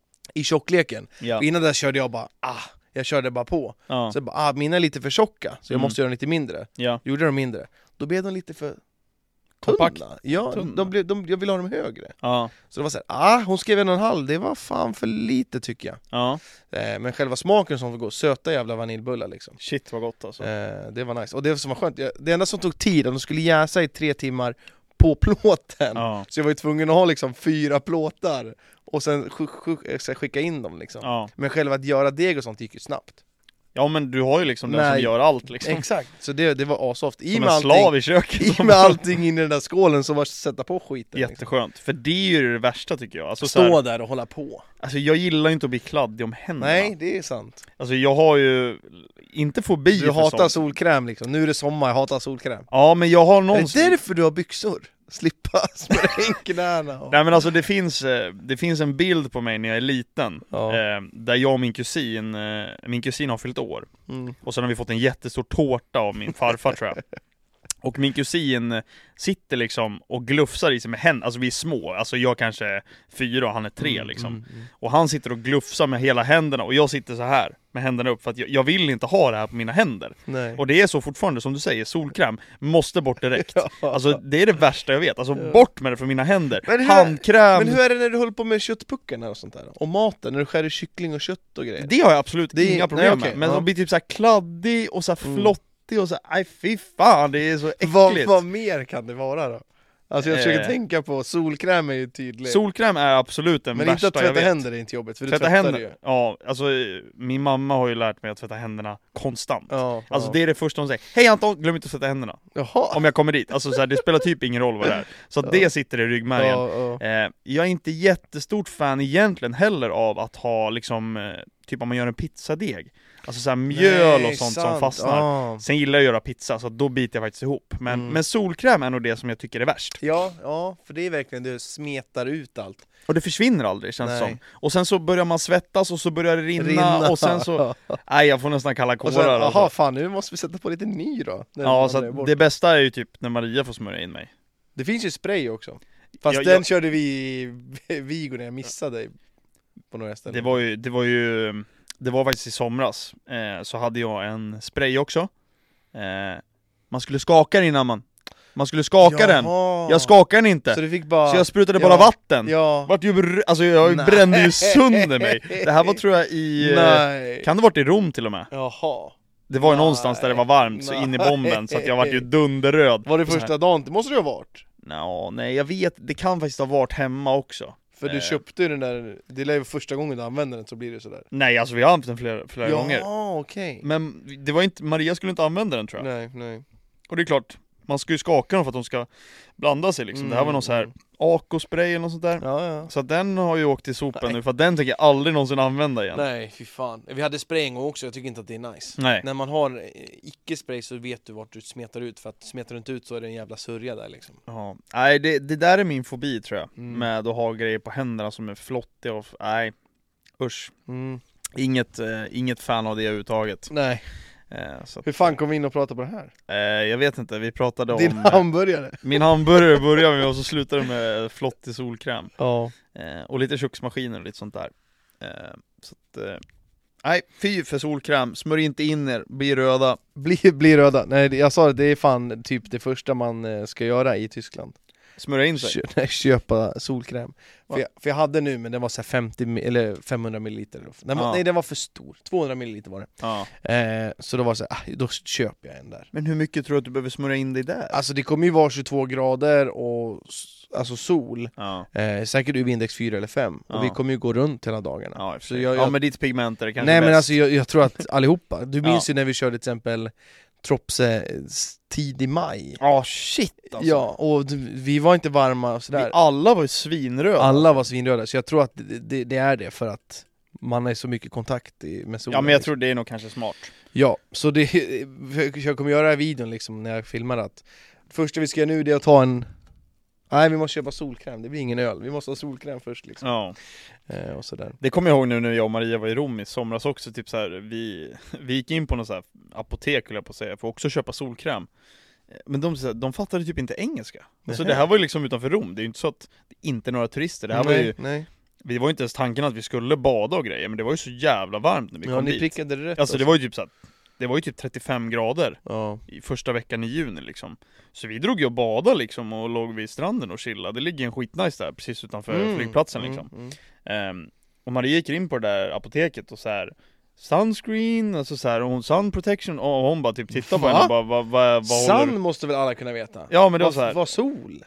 i tjockleken. Ja. Innan det körde jag bara, ah, jag körde bara på. Ja. Så jag bara, ah, mina är lite för tjocka, så jag Mm. måste göra dem lite mindre. Ja. Gjorde de mindre. Då blev de lite för Kompakt. tunna. Ja, Tunna. De blev, de, jag vill ha dem högre. Ja. Så det var så här, ah, hon skrev en och en halv, det var fan för lite tycker jag. Ja. Eh, men själva smaken som får gå, söta jävla vaniljbullar liksom. Shit vad gott alltså. Eh, det var nice. Och det som var skönt, jag, det enda som tog tid, de skulle jäsa i tre timmar på plåten. Ja. Så jag var ju tvungen att ha liksom fyra plåtar och sen sk- sk- sk- skicka in dem liksom. Ja. Men själva att göra deg och sånt gick ju snabbt. Ja men du har ju liksom den Nej. som gör allt liksom. Exakt, så det, det var asoft. I Som med en allting, slav i köket. i med allting in i den där skålen så var det sätta på skiten. Liksom. Jätteskönt, för det är ju det värsta tycker jag. Alltså, så Stå här, där och hålla på. alltså jag gillar ju inte att bli kladdig om händerna. Nej, det är sant. Alltså jag har ju inte fobi Du för hatar sånt. solkräm liksom. Nu är det sommar, jag hatar solkräm. Ja men jag har Är någonsin... det därför du har byxor? Slippa smörja in knäna och... Nej men alltså det finns, eh, det finns en bild på mig när jag är liten, Ja. eh, där jag och min kusin, eh, min kusin har fyllt år. Mm. Och sen har vi fått en jättestor tårta av min farfar tror jag. Och min kusin eh, sitter liksom och glufsar i sig med händerna, alltså vi är små, alltså jag kanske är fyra och han är tre Mm, liksom. mm, mm. Och han sitter och glufsar med hela händerna och jag sitter så här med händerna upp för att jag, jag vill inte ha det här på mina händer. Nej. Och det är så fortfarande som du säger, solkräm måste bort direkt. Ja. Alltså det är det värsta jag vet, alltså Ja. bort med det från mina händer. Men hur- Handkräm, Men hur är det när du håller på med köttpuckarna och sånt där? Och maten, när du skär i kyckling och kött och grejer? det har jag absolut Det är- inga problem nej, med. okej, Men ja. de blir typ så här kladdig och så här Mm. flottig och så här, aj fy fan, det är så Vad, äckligt. vad mer kan det vara då? Alltså jag försöker Eh. tänka på, solkräm är ju tydlig. Solkräm är absolut den Men värsta inte att jag tvätta vet. händer är inte jobbigt, för du Tvätta tvättar händer, ju. ja, alltså eh, min mamma har ju lärt mig att tvätta händerna konstant. Ja, Alltså ja. det är det första hon säger, hej Anton, glöm inte att tvätta händerna. Jaha. Om jag kommer dit, alltså så här, det spelar typ ingen roll vad det är. Så att Ja. det sitter i ryggmärgen. Ja, ja. Eh, jag är inte jättestort fan egentligen heller av att ha liksom, eh, typ om man gör en pizzadeg. Alltså så här mjöl Nej, och sånt som sant. fastnar. Ja. Sen gillar jag att göra pizza, så att då biter jag faktiskt ihop. Men, Mm. men solkräm är nog det som jag tycker är värst. Ja, ja, för det är verkligen, du smetar ut allt. Och det försvinner aldrig känns det Nej. som. Och sen så börjar man svettas och så börjar det rinna, Rinna. och sen så, nej jag får nästan kalla Och kårar sen, alltså. aha, fan nu måste vi sätta på lite ny då. Den Ja, man så är att bort. det bästa är ju typ när Maria får smörja in mig. Det finns ju spray också. Fast Ja, den jag- körde vi i Vigo när jag missade på några ställen. Det var ju, det var ju, det var faktiskt i somras, eh, så hade jag en spray också. Eh, man skulle skaka den innan man, man skulle skaka den. Jaha. Jag skakade den inte, Så så, du fick bara... jag sprutade ja, bara vatten. Ja. Vart ju, br- alltså jag Nej. brände ju sönder mig. Det här var tror jag i, eh, Nej. kan det varit i Rom till och med? Jaha. Det var ju Nej. någonstans där det var varmt, så in i bomben, så att jag vart ju dunderröd. Var det Och så här- första dagen? Det måste det ha varit. Nå, nej jag vet, det kan faktiskt ha varit hemma också. För du Eh. köpte ju den där, det är ju första gången du använder den så blir det sådär. Nej alltså vi har använt den flera, flera gånger. Ja, okej. Men det var inte, Maria skulle inte använda den tror jag. Nej, nej. Och det är klart, man ska ju skaka dem för att de ska blanda sig liksom. Det här var någon så här Mm. Aco-spray eller något sånt där. Ja, ja. Så att den har ju åkt i sopen Nej. nu, för att den tänker jag aldrig någonsin använda igen. Nej, fy fan. Vi hade spray en gång också, jag tycker inte att det är nice. Nej. När man har eh, icke-spray så vet du vart du smetar ut, för att smetar du inte ut så är det en jävla sörja där liksom. Ja. Nej, det, det där är min fobi tror jag. Mm. Med att ha grejer på händerna som är flottiga och... Nej, usch. Mm. Inget, eh, inget fan av det överhuvudtaget. Nej. Eh, så att, Hur fan kom vi in och pratade på det här? eh, jag vet inte, vi pratade Din om... hamburgare. Min hamburgare började med och så slutade med flottig solkräm. Ja. Eh, och lite köksmaskiner och lite sånt där. Eh, så att... Eh, nej, fy för solkräm. Smörj inte in er, bli röda. Bli, bli röda. Nej, jag sa det, det är fan typ det första man eh, ska göra i Tyskland. Smörja in sig. Kö, nej, köpa solkräm. Va? För jag, för jag hade nu, men den var så här femtio mi- eller femhundra milliliter. Den var, Ja. Nej, den var för stor. tvåhundra milliliter var det. Ja. Eh, så då var det så här, ah, då köper jag en där. Men hur mycket tror du att du behöver smörja in dig där? Alltså det kommer ju vara tjugotvå grader och s- alltså sol. Ja, Eh, säkert U V-index fyra eller fem. Ja. Och vi kommer ju gå runt hela dagarna. ja, i och för Så sig. jag, ja jag, med ditt pigment är det kanske nej men bäst. alltså jag, jag tror att allihopa. Du minns Ja. ju när vi körde till exempel Tropse tidig maj. Ja, shit alltså. Ja, och d- vi var inte varma och Vi sådär. alla var ju svinröda. Alla var svinröda, så jag tror att det, det, det är det för att man är så mycket kontakt i, med solen. Ja, men jag liksom. tror det är nog kanske smart. Ja, så det, jag kommer göra i videon liksom när jag filmar att det första vi ska göra nu det är att ta en... Nej, vi måste köpa solkräm, det blir ingen öl. Vi måste ha solkräm först liksom. Ja. Eh, och sådär. Det kommer jag ihåg nu när jag och Maria var i Rom i somras också, typ så här, vi, vi gick in på något så här apotek, skulle jag på att säga, för att också köpa solkräm. Men de, så här, de fattade typ inte engelska. Alltså Nähä. det här var ju liksom utanför Rom, det är ju inte så att det inte är några turister. Det här nej, var ju, nej. vi var ju inte ens tanken att vi skulle bada och grejer, men det var ju så jävla varmt när vi Ja, kom ni dit. prickade rätt. Alltså det var ju typ så här, det var ju typ trettiofem grader Ja. i första veckan i juni liksom. Så vi drog ju och badade liksom och låg vid stranden och chillade. Det ligger en skitnice där precis utanför Mm, flygplatsen mm, liksom. mm. Ehm, och Maria gick in på det där apoteket och så här sunscreen, alltså så här, och hon sun protection, och hon bara typ tittade på Va? henne och bara, vad, vad, vad håller Sun du? måste väl alla kunna veta? Ja men det var Vad så här, vad sol?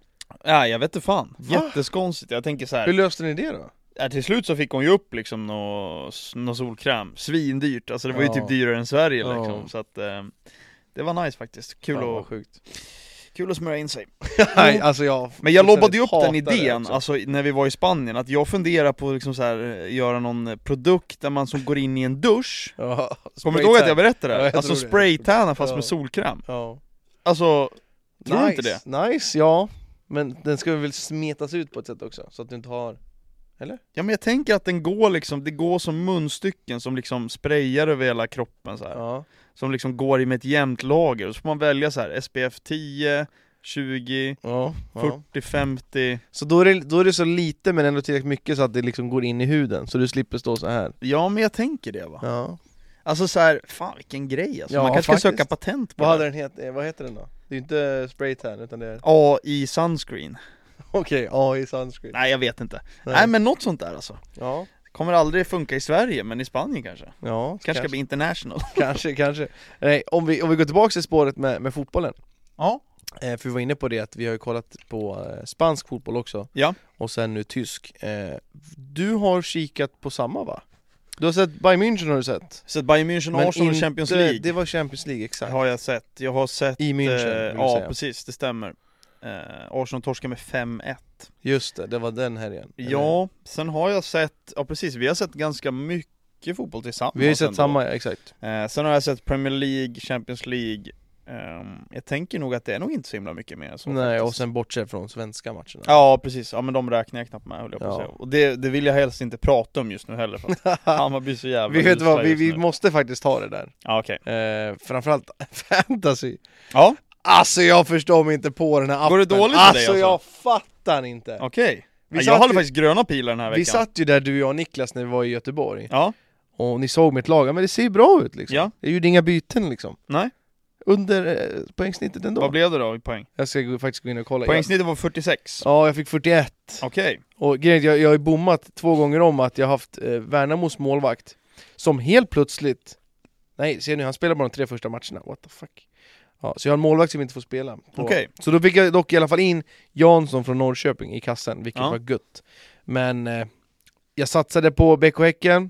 ja jag vet inte fan, Va? jätteskonstigt. Jag tänker så Hur här, löste ni det då? ja, till slut så fick hon ju upp liksom nå, nå solkräm, svindyrt, alltså det var ju Ja. typ dyrare än Sverige Ja. liksom, så att eh, det var nice faktiskt, kul, Fan, vad att, sjukt. kul att smörja in sig. Nej, alltså jag Men jag lobbade ju upp hatar den det idén, också. alltså när vi var i Spanien, att jag funderar på liksom så här, göra någon produkt där man som går in i en dusch. Ja, Kommer du ihåg att jag berättade Ja, det? jag Alltså tror det. spraytanna fast Ja. med solkräm. Ja. Alltså, tror nice. du inte det? Nice, ja. Men den ska väl smetas ut på ett sätt också, så att du inte har... Eller? Ja men jag tänker att den går liksom, det går som munstycken som liksom sprayar över hela kroppen så här. Ja. Som liksom går i med ett jämnt lager, och så får man välja så här S P F tio, tjugo, Ja, ja. fyrtio, femtio. Så då är, det, då är det så lite men ändå tillräckligt mycket så att det liksom går in i huden, så du slipper stå så här. Ja men jag tänker det va. Ja. Alltså så här, fan vilken grej alltså. Ja, Man kanske ska faktiskt. söka patent på Vad, det. hade den het, eh, vad heter den då? Det är ju inte spraytan utan det är... A I sunscreen. Okej, A I sunscreen. Nej jag vet inte. Nej, Nej. men något sånt där alltså. Ja, Kommer aldrig funka i Sverige, men i Spanien kanske. ja Kanske ska bli international. kanske, kanske. Nej, om vi, om vi går tillbaka till spåret med, med fotbollen. Ja. Eh, för vi var inne på det att vi har ju kollat på eh, spansk fotboll också. Ja. Och sen nu tysk. Eh, du har kikat på samma va? Du har sett Bayern München har du sett? Så Bayern München, Men Arsenal och inte- Champions League Det var Champions League, exakt. har jag sett. Jag har sett I München, eh, vill du ja säga. precis, det stämmer. eh, Arsenal torskar med fem ett. Just det, det var den här igen. Ja, sen har jag sett, ja precis, vi har sett ganska mycket fotboll tillsammans. Vi har ju sett ändå. samma, exakt. eh, Sen har jag sett Premier League, Champions League. Ehm, Jag tänker nog att det är nog inte så himla mycket mer så, Nej, faktiskt. och sen bortsett från svenska matcherna. Ja precis, ja men de räknar jag knappt med höll jag på att Ja. säga. Och det, det vill jag helst inte prata om just nu heller för att Hammarby är så jävla Vi vet usla vad, vi, just vi nu. måste faktiskt ta det där. Ja okej. Eh, framförallt fantasy. Ja, Alltså jag förstår mig inte på den här appen. Går det dåligt för alltså, dig, alltså? jag fattar inte. okej. Vi Ja, satt jag hade ju- faktiskt gröna pilar den här veckan. Vi satt ju där du, jag och Niklas när vi var i Göteborg. Ja, Och ni såg mitt lag, men det ser ju bra ut liksom. Ja. Det är ju inga byten liksom. nej. Under eh, poängsnittet ändå. Vad blev det då i poäng? Jag ska gå, faktiskt gå in och kolla. Poängsnittet var fyrtiosex. Ja, jag fick fyrtioett. Okej. Och grejen är, jag, jag har ju bommat två gånger om att jag har haft eh, Värnamos målvakt som helt plötsligt... Nej, ser ni, han spelar bara de tre första matcherna. What the fuck? Ja, så jag har en målvakt som inte får spela. på- Okej. Så då fick jag dock i alla fall in Jansson från Norrköping i kassen, vilket Ja. var gött. Men eh, jag satsade på B K Häcken.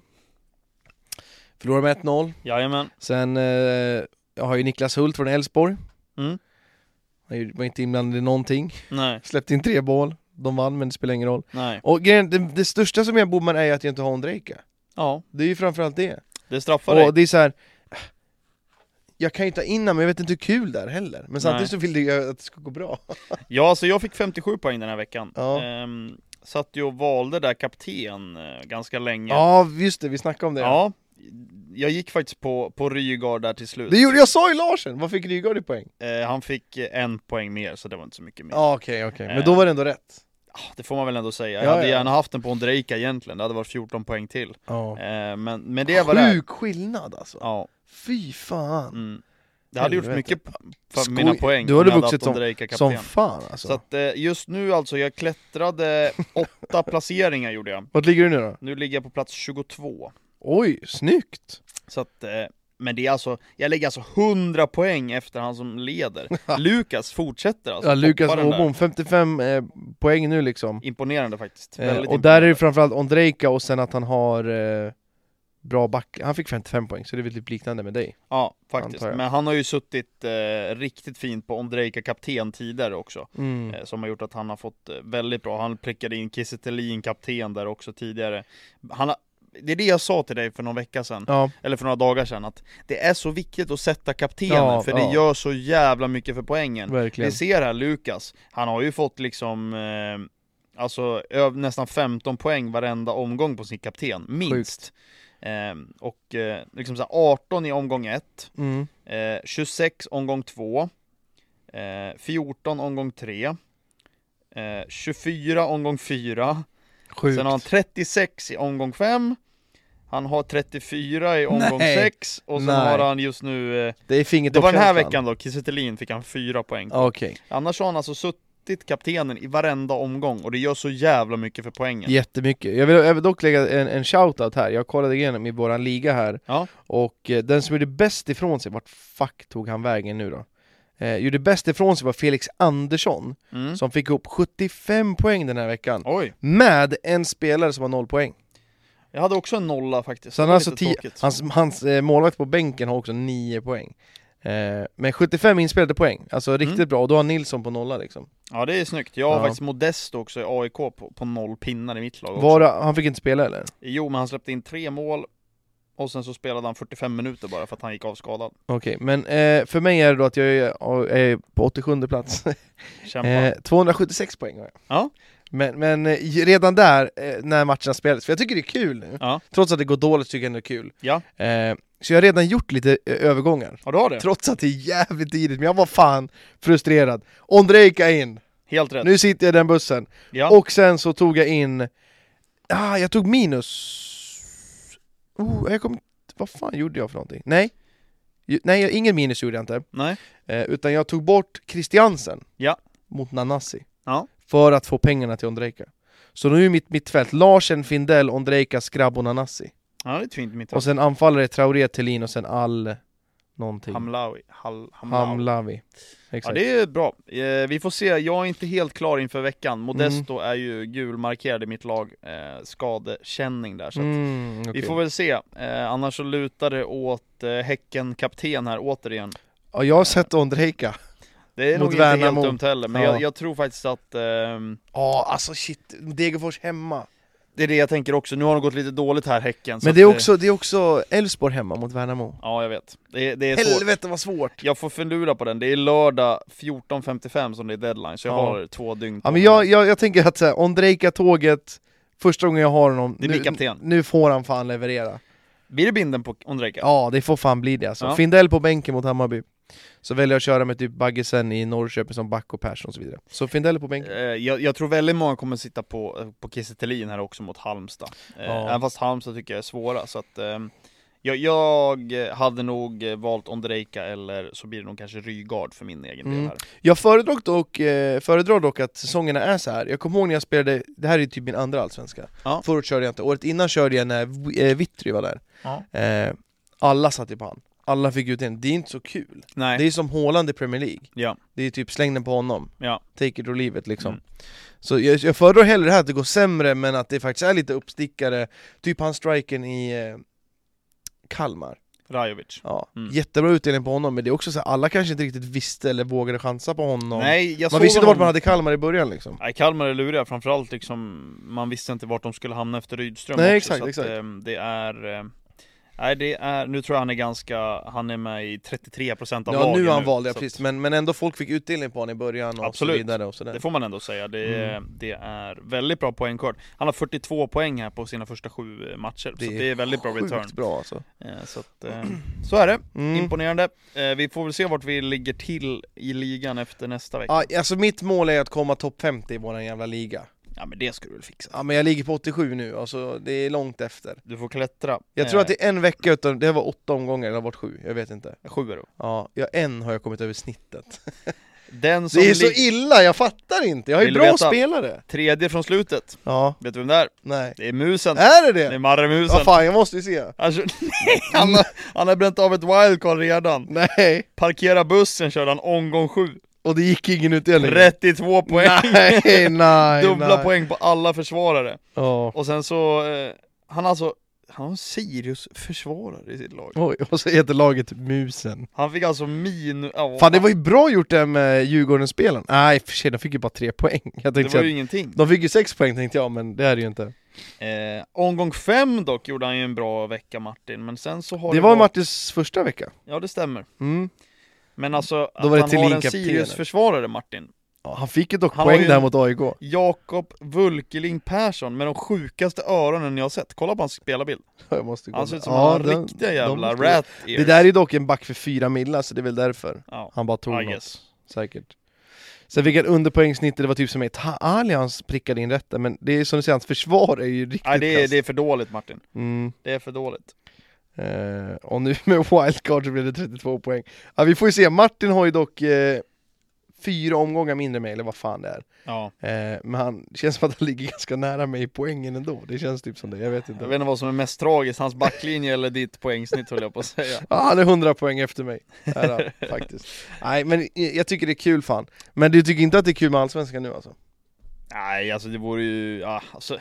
Förlorade med ett noll. Jajamän. Sen eh, jag har ju Niklas Hult från Elfsborg. Mm. Han var inte inblandad i någonting. Nej. Släppte in tre mål. De vann, men det spelar ingen roll. Nej. Och grejen, det, det största som jag bommar är att jag inte har Ondrejka. Ja. Det är ju framförallt det. Det straffar dig. Och det är så här. Jag kan ju ta in men jag vet inte hur kul det är heller. Men samtidigt Nej. så vill jag att det ska gå bra. Ja, alltså jag fick femtiosju poäng den här veckan. Ja. Ehm, satt ju och valde där kapten eh, ganska länge. Ja, just det, vi snackade om det. Ja, jag gick faktiskt på, på Rygaard där till slut. Det gjorde jag, sa ju Larsen. Vad fick Rygaard i poäng? Eh, han fick eh, en poäng mer, så det var inte så mycket mer. Ja, okej, okej. Men då var det ändå rätt. Ah, det får man väl ändå säga. Jag Ja, hade ja. gärna haft den på Ondrejka egentligen. Det hade varit fjorton poäng till. Ja. Eh, men, men det var det. Sjuk skillnad alltså. Ja. Fy fan. Mm. Det hade gjort Helvete. mycket p- för Skoj. mina poäng. Du hade om jag vuxit haft som- Ondrejka Som kapten. fan alltså. Så att eh, just nu alltså, jag klättrade åtta placeringar gjorde jag. Vart ligger du nu då? Nu ligger jag på plats tjugotvå. Oj, snyggt. Så att, eh, men det är alltså, jag lägger alltså hundra poäng efter han som leder. Lukas fortsätter alltså. Ja, Lukas toppar den där. Åbom, femtiofem eh, poäng nu liksom. Imponerande faktiskt. Eh, Väldigt och där är det imponerande. framförallt Ondrejka och sen att han har eh, bra back. Han fick femtiofem poäng, så det är väl typ liknande med dig. Ja, faktiskt. antar jag. Men han har ju suttit eh, riktigt fint på Ondrejka kapten tidigare också. Mm. Eh, som har gjort att han har fått eh, väldigt bra. Han prickade in Kiese Thelin kapten där också tidigare. Han har, det är det jag sa till dig för någon vecka sedan. Ja, Eller för några dagar sedan, att det är så viktigt att sätta kaptenen, Ja, för ja. det gör så jävla mycket för poängen. verkligen. Vi ser här Lukas, han har ju fått liksom eh, alltså ö- nästan femton poäng varenda omgång på sin kapten, minst. Eh, och eh, liksom så här arton i omgång ett, Mm. eh, tjugosex omgång två, eh, fjorton omgång tre, eh, tjugofyra omgång fyra. Sjukt. Sen har han trettiosex i omgång fem. Han har trettiofyra i omgång Nej. sex. Och sen Nej. har han just nu eh, Det är fingret det var den här toppkänslan. veckan då, Kiese Thelin fick han fyra poäng. Okej, Annars har han alltså suttit kaptenen i varenda omgång. Och det gör så jävla mycket för poängen. jättemycket. Jag vill, jag vill dock lägga en, en shoutout här. Jag kollade igenom i våran liga här. Ja. Och eh, den som gjorde bäst ifrån sig, vart fuck tog han vägen nu då? Eh, gjorde bäst ifrån sig var Felix Andersson, Mm. som fick upp sjuttiofem poäng den här veckan. Oj, Med en spelare som har noll poäng. jag hade också en nolla faktiskt. Så han Det har var alltså lite tio, tråkigt. hans, hans eh, målvakt på bänken har också nio poäng. Eh, men sjuttiofem inspelade poäng, alltså riktigt Mm. bra. Och då har Nilsson på nolla liksom. Ja, det är snyggt. Jag har Ja. faktiskt Modesto också i A I K på, på noll pinnar i mitt lag också. Var, han fick inte spela eller? Jo, men han släppte in tre mål. Och sen så spelade han fyrtiofem minuter bara för att han gick av skadad. Okej, men eh, för mig är det då att jag är, är på åttiosjunde plats. Kämpa. eh, tvåhundrasjuttiosex poäng har jag. Ja. Men, men eh, redan där, eh, när matcherna spelades, för jag tycker det är kul nu. Ja. Trots att det går dåligt tycker jag ändå det är kul. Ja. Eh, så jag har redan gjort lite eh, övergångar. Ja, du har det. Trots att det är jävligt tidigt, men jag var fan frustrerad. Ondrejka in! Helt rätt. Nu sitter jag i den bussen. Ja. Och sen så tog jag in... Ah, jag tog minus... Oh, jag kom... Vad fan gjorde jag för någonting? Nej. Ju- Nej, jag- ingen minus gjorde jag inte. Nej. Eh, utan jag tog bort Christiansen. Ja. Mot Nanasi. Ja. För att få pengarna till Ondrejka. Så nu är mitt mittfält Larsen, Findell, Ondrejka, Skrabb och Nanasi. Ja, det är ett fint mitt. Och sen anfallare Traoré, Thelin och sen all... Någonting. Hamlawi. Hal, Hamlawi. Hamlavi. Ja, Exakt. det är bra. Eh, vi får se. Jag är inte helt klar inför veckan. Modesto Mm. är ju gulmarkerad i mitt lag. Eh, skadekänning där. Så att Mm, okej. vi får väl se. Eh, annars så lutar det åt eh, Häcken-kapten här återigen. Ja, jag har sett Ondrejka. Det är Mot nog inte Värnamo. helt dumt heller. Men Ja. jag, jag tror faktiskt att... ehm, Ja, alltså shit. Degerfors hemma. det är det jag tänker också. Nu har det gått lite dåligt här, Häcken. så Men att det är också, det är också Elfsborg hemma mot Värnamo. Ja, jag vet. Det, är- det är svårt. Helvete vad svårt! Jag får fundera på den. Det är lördag fjorton femtiofem som det är deadline, så jag Ja. har två dygn på Ja, men mig. jag, jag, jag tänker att så här, Ondrejka-tåget, första gången jag har honom, Det nu, blir kapten. nu får han fan leverera. Blir det binden på Ondrejka? Ja, det får fan bli det alltså. Ja. Findell på bänken mot Hammarby. Så väljer jag att köra med typ Baggesen i Norrköping som back och Persson och så vidare. Så Findell på bänken. Eh, jag, jag tror väldigt många kommer sitta på, på Kiese Thelin här också mot Halmstad. Eh, Ja. Även fast Halmstad tycker jag är svåra, så att eh, jag, jag hade nog valt Ondrejka, eller så blir det nog kanske Rygaard för min egen Mm. del här. Jag föredrar dock, eh, föredrar dock att säsongerna är så här. Jag kommer ihåg när jag spelade, det här är typ min andra allsvenska. Ja. Förut körde jag inte, året innan körde jag när V- eh, Vittry var där. Ja. Eh, alla satt ju på han. Alla fick ut en. Det är inte så kul. Nej. Det är som Haaland i Premier League. Ja. Det är typ släng den på honom. Ja. Take it or leave it liksom. Mm. Så jag, jag föredrar hellre här att det går sämre, men att det faktiskt är lite uppstickare. Typ han striken i eh, Kalmar. Rajovic. Ja, Mm. jättebra utdelning på honom, men det är också så här, alla kanske inte riktigt visste eller vågade chansa på honom. Nej, jag man såg visste inte honom... vart man hade Kalmar i början liksom. Nej, Kalmar är luriga, framförallt liksom, man visste inte vart de skulle hamna efter Rydström. Nej, också, exakt, så att, exakt. eh, det är... Eh, nej, det är... Nu tror jag han är ganska... Han är med i trettiotre procent av Ja, lagen nu är han valde, ja, så precis. att- Men, men ändå folk fick utdelning på honom i början och Absolut. så vidare och sådär. Det får man ändå säga, det är, Mm. det är väldigt bra poängkörd. Han har fyrtiotvå poäng här på sina första sju matcher, Det så är det är väldigt bra Sjukt return. bra alltså. Eh, Så, att, eh, så är det, Mm. imponerande. Eh, Vi får väl se vart vi ligger till i ligan efter nästa vecka. Ja, alltså mitt mål är att komma topp femtio i våran jävla liga. Ja, men det ska du väl fixa. Ja, men jag ligger på åttiosju nu, alltså det är långt efter. Du får klättra. Jag tror att det är en vecka utan, det var åtta omgångar, eller har varit sju, jag vet inte. är sju då. Ja, ja, en har jag kommit över snittet. Den som Det är så lig- illa, jag fattar inte, jag har ju Vill du bra veta? spelare. Tredje från slutet. Ja, Vet du vem det är? nej. Det är musen. Är det Det är det? Marre-musen. Ja fan, jag måste ju se. Alltså, nej, han, har, han har bränt av ett wildcard redan. Nej, Parkera bussen körde han omgång sju. och det gick ingen utdelning. trettiotvå poäng. Nej, nej, Dubbla nej. poäng på alla försvarare. Ja. Och sen så, eh, han alltså, han har en Sirius försvarare i sitt lag. Oj, och så heter laget Musen. Han fick alltså minus... Ja, Fan, det var ju bra gjort det med Djurgården-spelen. Nej, för sig, de fick ju bara tre poäng. Jag det tänkte var ju att ingenting. de fick ju sex poäng tänkte jag, men det är det ju inte. Eh, omgång fem dock gjorde han ju en bra vecka, Martin. Men sen så har Det var varit- Martins första vecka. Ja, det stämmer. Mm. Men alltså, att Då var det han till har en Lin-kapten. Sirius-försvarare, Martin. Ja, han fick ju dock Han har poäng ju där en- mot A I K. Jakob Vulkeling Persson med de sjukaste öronen jag har sett. Kolla på hans spelarbild. Jag måste gå Han ser med. ut som Ja, en den- riktiga de jävla måste- rat ears. Det där är ju dock en back för fyra millar, så det är väl därför. Ja, Han bara tog I något. guess. Säkert. Sen fick han underpoängssnitt, det var typ som ett Allians prickade in rätt, men det är som du säger, hans försvar är ju riktigt Nej, det är, kass. det är för dåligt, Martin. Mm. Det är för dåligt. Eh, och nu med wildcard så blir det trettiotvå poäng. Ja, vi får ju se, Martin har ju dock eh, fyra omgångar mindre med, eller vad fan det är. Ja. Eh, men han det känns som att han ligger ganska nära mig i poängen ändå. Det känns typ som det, jag vet inte. Jag vet inte vad som är mest tragiskt, hans backlinje eller ditt poängsnitt, höll jag på att säga. Ja, han är hundra poäng efter mig. Här, är han, faktiskt. Nej, men jag tycker det är kul fan. Men du tycker inte att det är kul med Allsvenskan nu alltså? Nej, alltså det vore ju... Ja, alltså,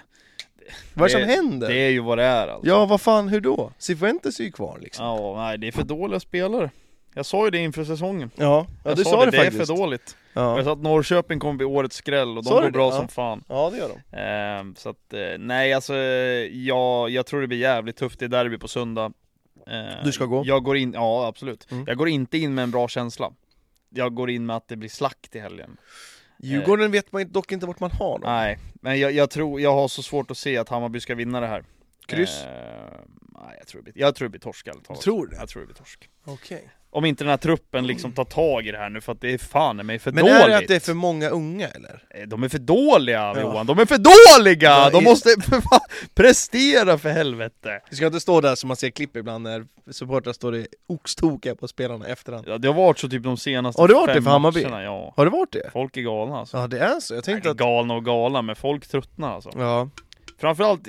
Vad är det som Det- händer? det är ju vad det är alltså. Ja, vad fan, hur då? Cifuentes är ju kvar liksom. Ja, nej, det är för dåliga spelare. Jag sa ju det inför säsongen. Ja, ja Jag du sa sa det, det, det faktiskt. är för dåligt. Ja. Jag sa att Norrköping kommer bli årets skräll och de Sa går du bra det? som Ja. fan. ja, det gör de. Ehm, så att, eh, nej alltså, jag, jag tror det blir jävligt tufft i derby på söndag. Ehm, Du ska gå? Jag går in, ja absolut. Mm. Jag går inte in med en bra känsla. Jag går in med att det blir slakt i helgen. Djurgården vet man dock inte vart man har dem. Nej, men jag, jag tror, jag har så svårt att se att Hammarby ska vinna det här. Kryss? Ehm, nej, jag tror det blir, jag tror det blir torsk ärligt talat. Tror du? Jag tror det blir torsk. Okej. Om inte den här truppen liksom tar tag i det här nu, för att det är fan i mig för Men dåligt. är det att det är för många unga eller? Eh, De är för dåliga, Ja. Johan, de är för dåliga! Ja, De i- måste för fan prestera för helvete! Vi ska inte stå där som man ser klipp ibland när supportrar står i oxtokiga på spelarna efterhand. Ja, det har varit så typ de senaste Har det varit det fem för Hammarby? matcherna, ja. Har det varit det? Folk är galna alltså. Ja, det är så. Jag Nej, tänkte att... galna och galna, men folk tröttnar alltså. Ja. Framförallt,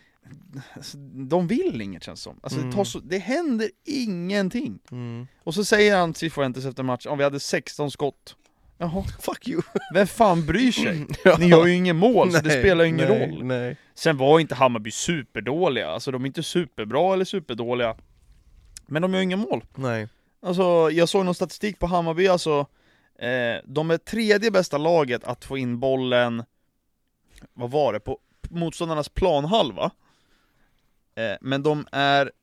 alltså, de vill inget känns som. Alltså, Mm. det, tar så, det händer ingenting. Mm. Och så säger han Cifuentes efter matchen, om vi hade sexton skott. Jaha, Fuck you. vem fan bryr sig? Ja. Ni gör ju ingen mål, så det Nej, spelar ju ingen nej, roll. Nej. Sen var inte Hammarby superdåliga, alltså de är inte superbra eller superdåliga. Men de gör inga mål. Nej. Alltså, jag såg någon statistik på Hammarby, alltså eh, de är tredje bästa laget att få in bollen, vad var det, på motståndarnas planhalva. Eh, men de är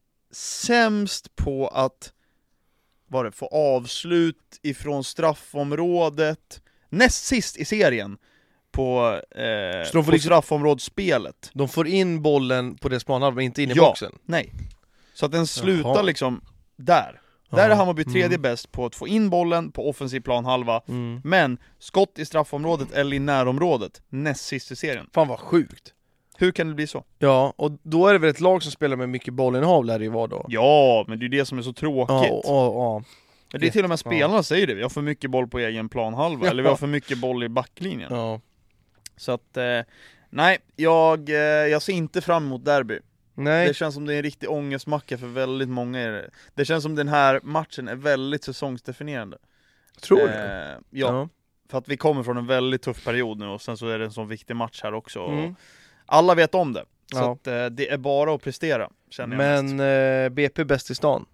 sämst på att, vad det, få avslut ifrån straffområdet, näst sist i serien på, eh, Så de får på liksom- straffområdesspelet. De får in bollen på deras planhalva, inte in i Ja. boxen. Nej. Så att den slutar Jaha. liksom där. Där är Ja. Hammarby tredje Mm. bäst på att få in bollen på offensiv planhalva. Mm. Men skott i straffområdet eller i närområdet, näst sist i serien. Fan vad sjukt. Hur kan det bli så? Ja, och då är det väl ett lag som spelar med mycket bollinnehav lär det ju vara då. Ja, men det är det som är så tråkigt. Ja, och, och, och. Men det är till och med spelarna säger det, vi har för mycket boll på egen planhalva, Ja. eller vi har för mycket boll i backlinjen. Ja. Så att, eh, nej, jag, eh, jag ser inte fram emot derby. Nej. Det känns som det är en riktig ångestmacka för väldigt många. Är det. det känns som den här matchen är väldigt säsongsdefinerande. Tror du? Eh, ja, Ja. för att vi kommer från en väldigt tuff period nu och sen så är det en sån viktig match här också. Och Mm. alla vet om det. Så Ja. att, eh, det är bara att prestera, känner jag mest. Men eh, B P bäst i stan.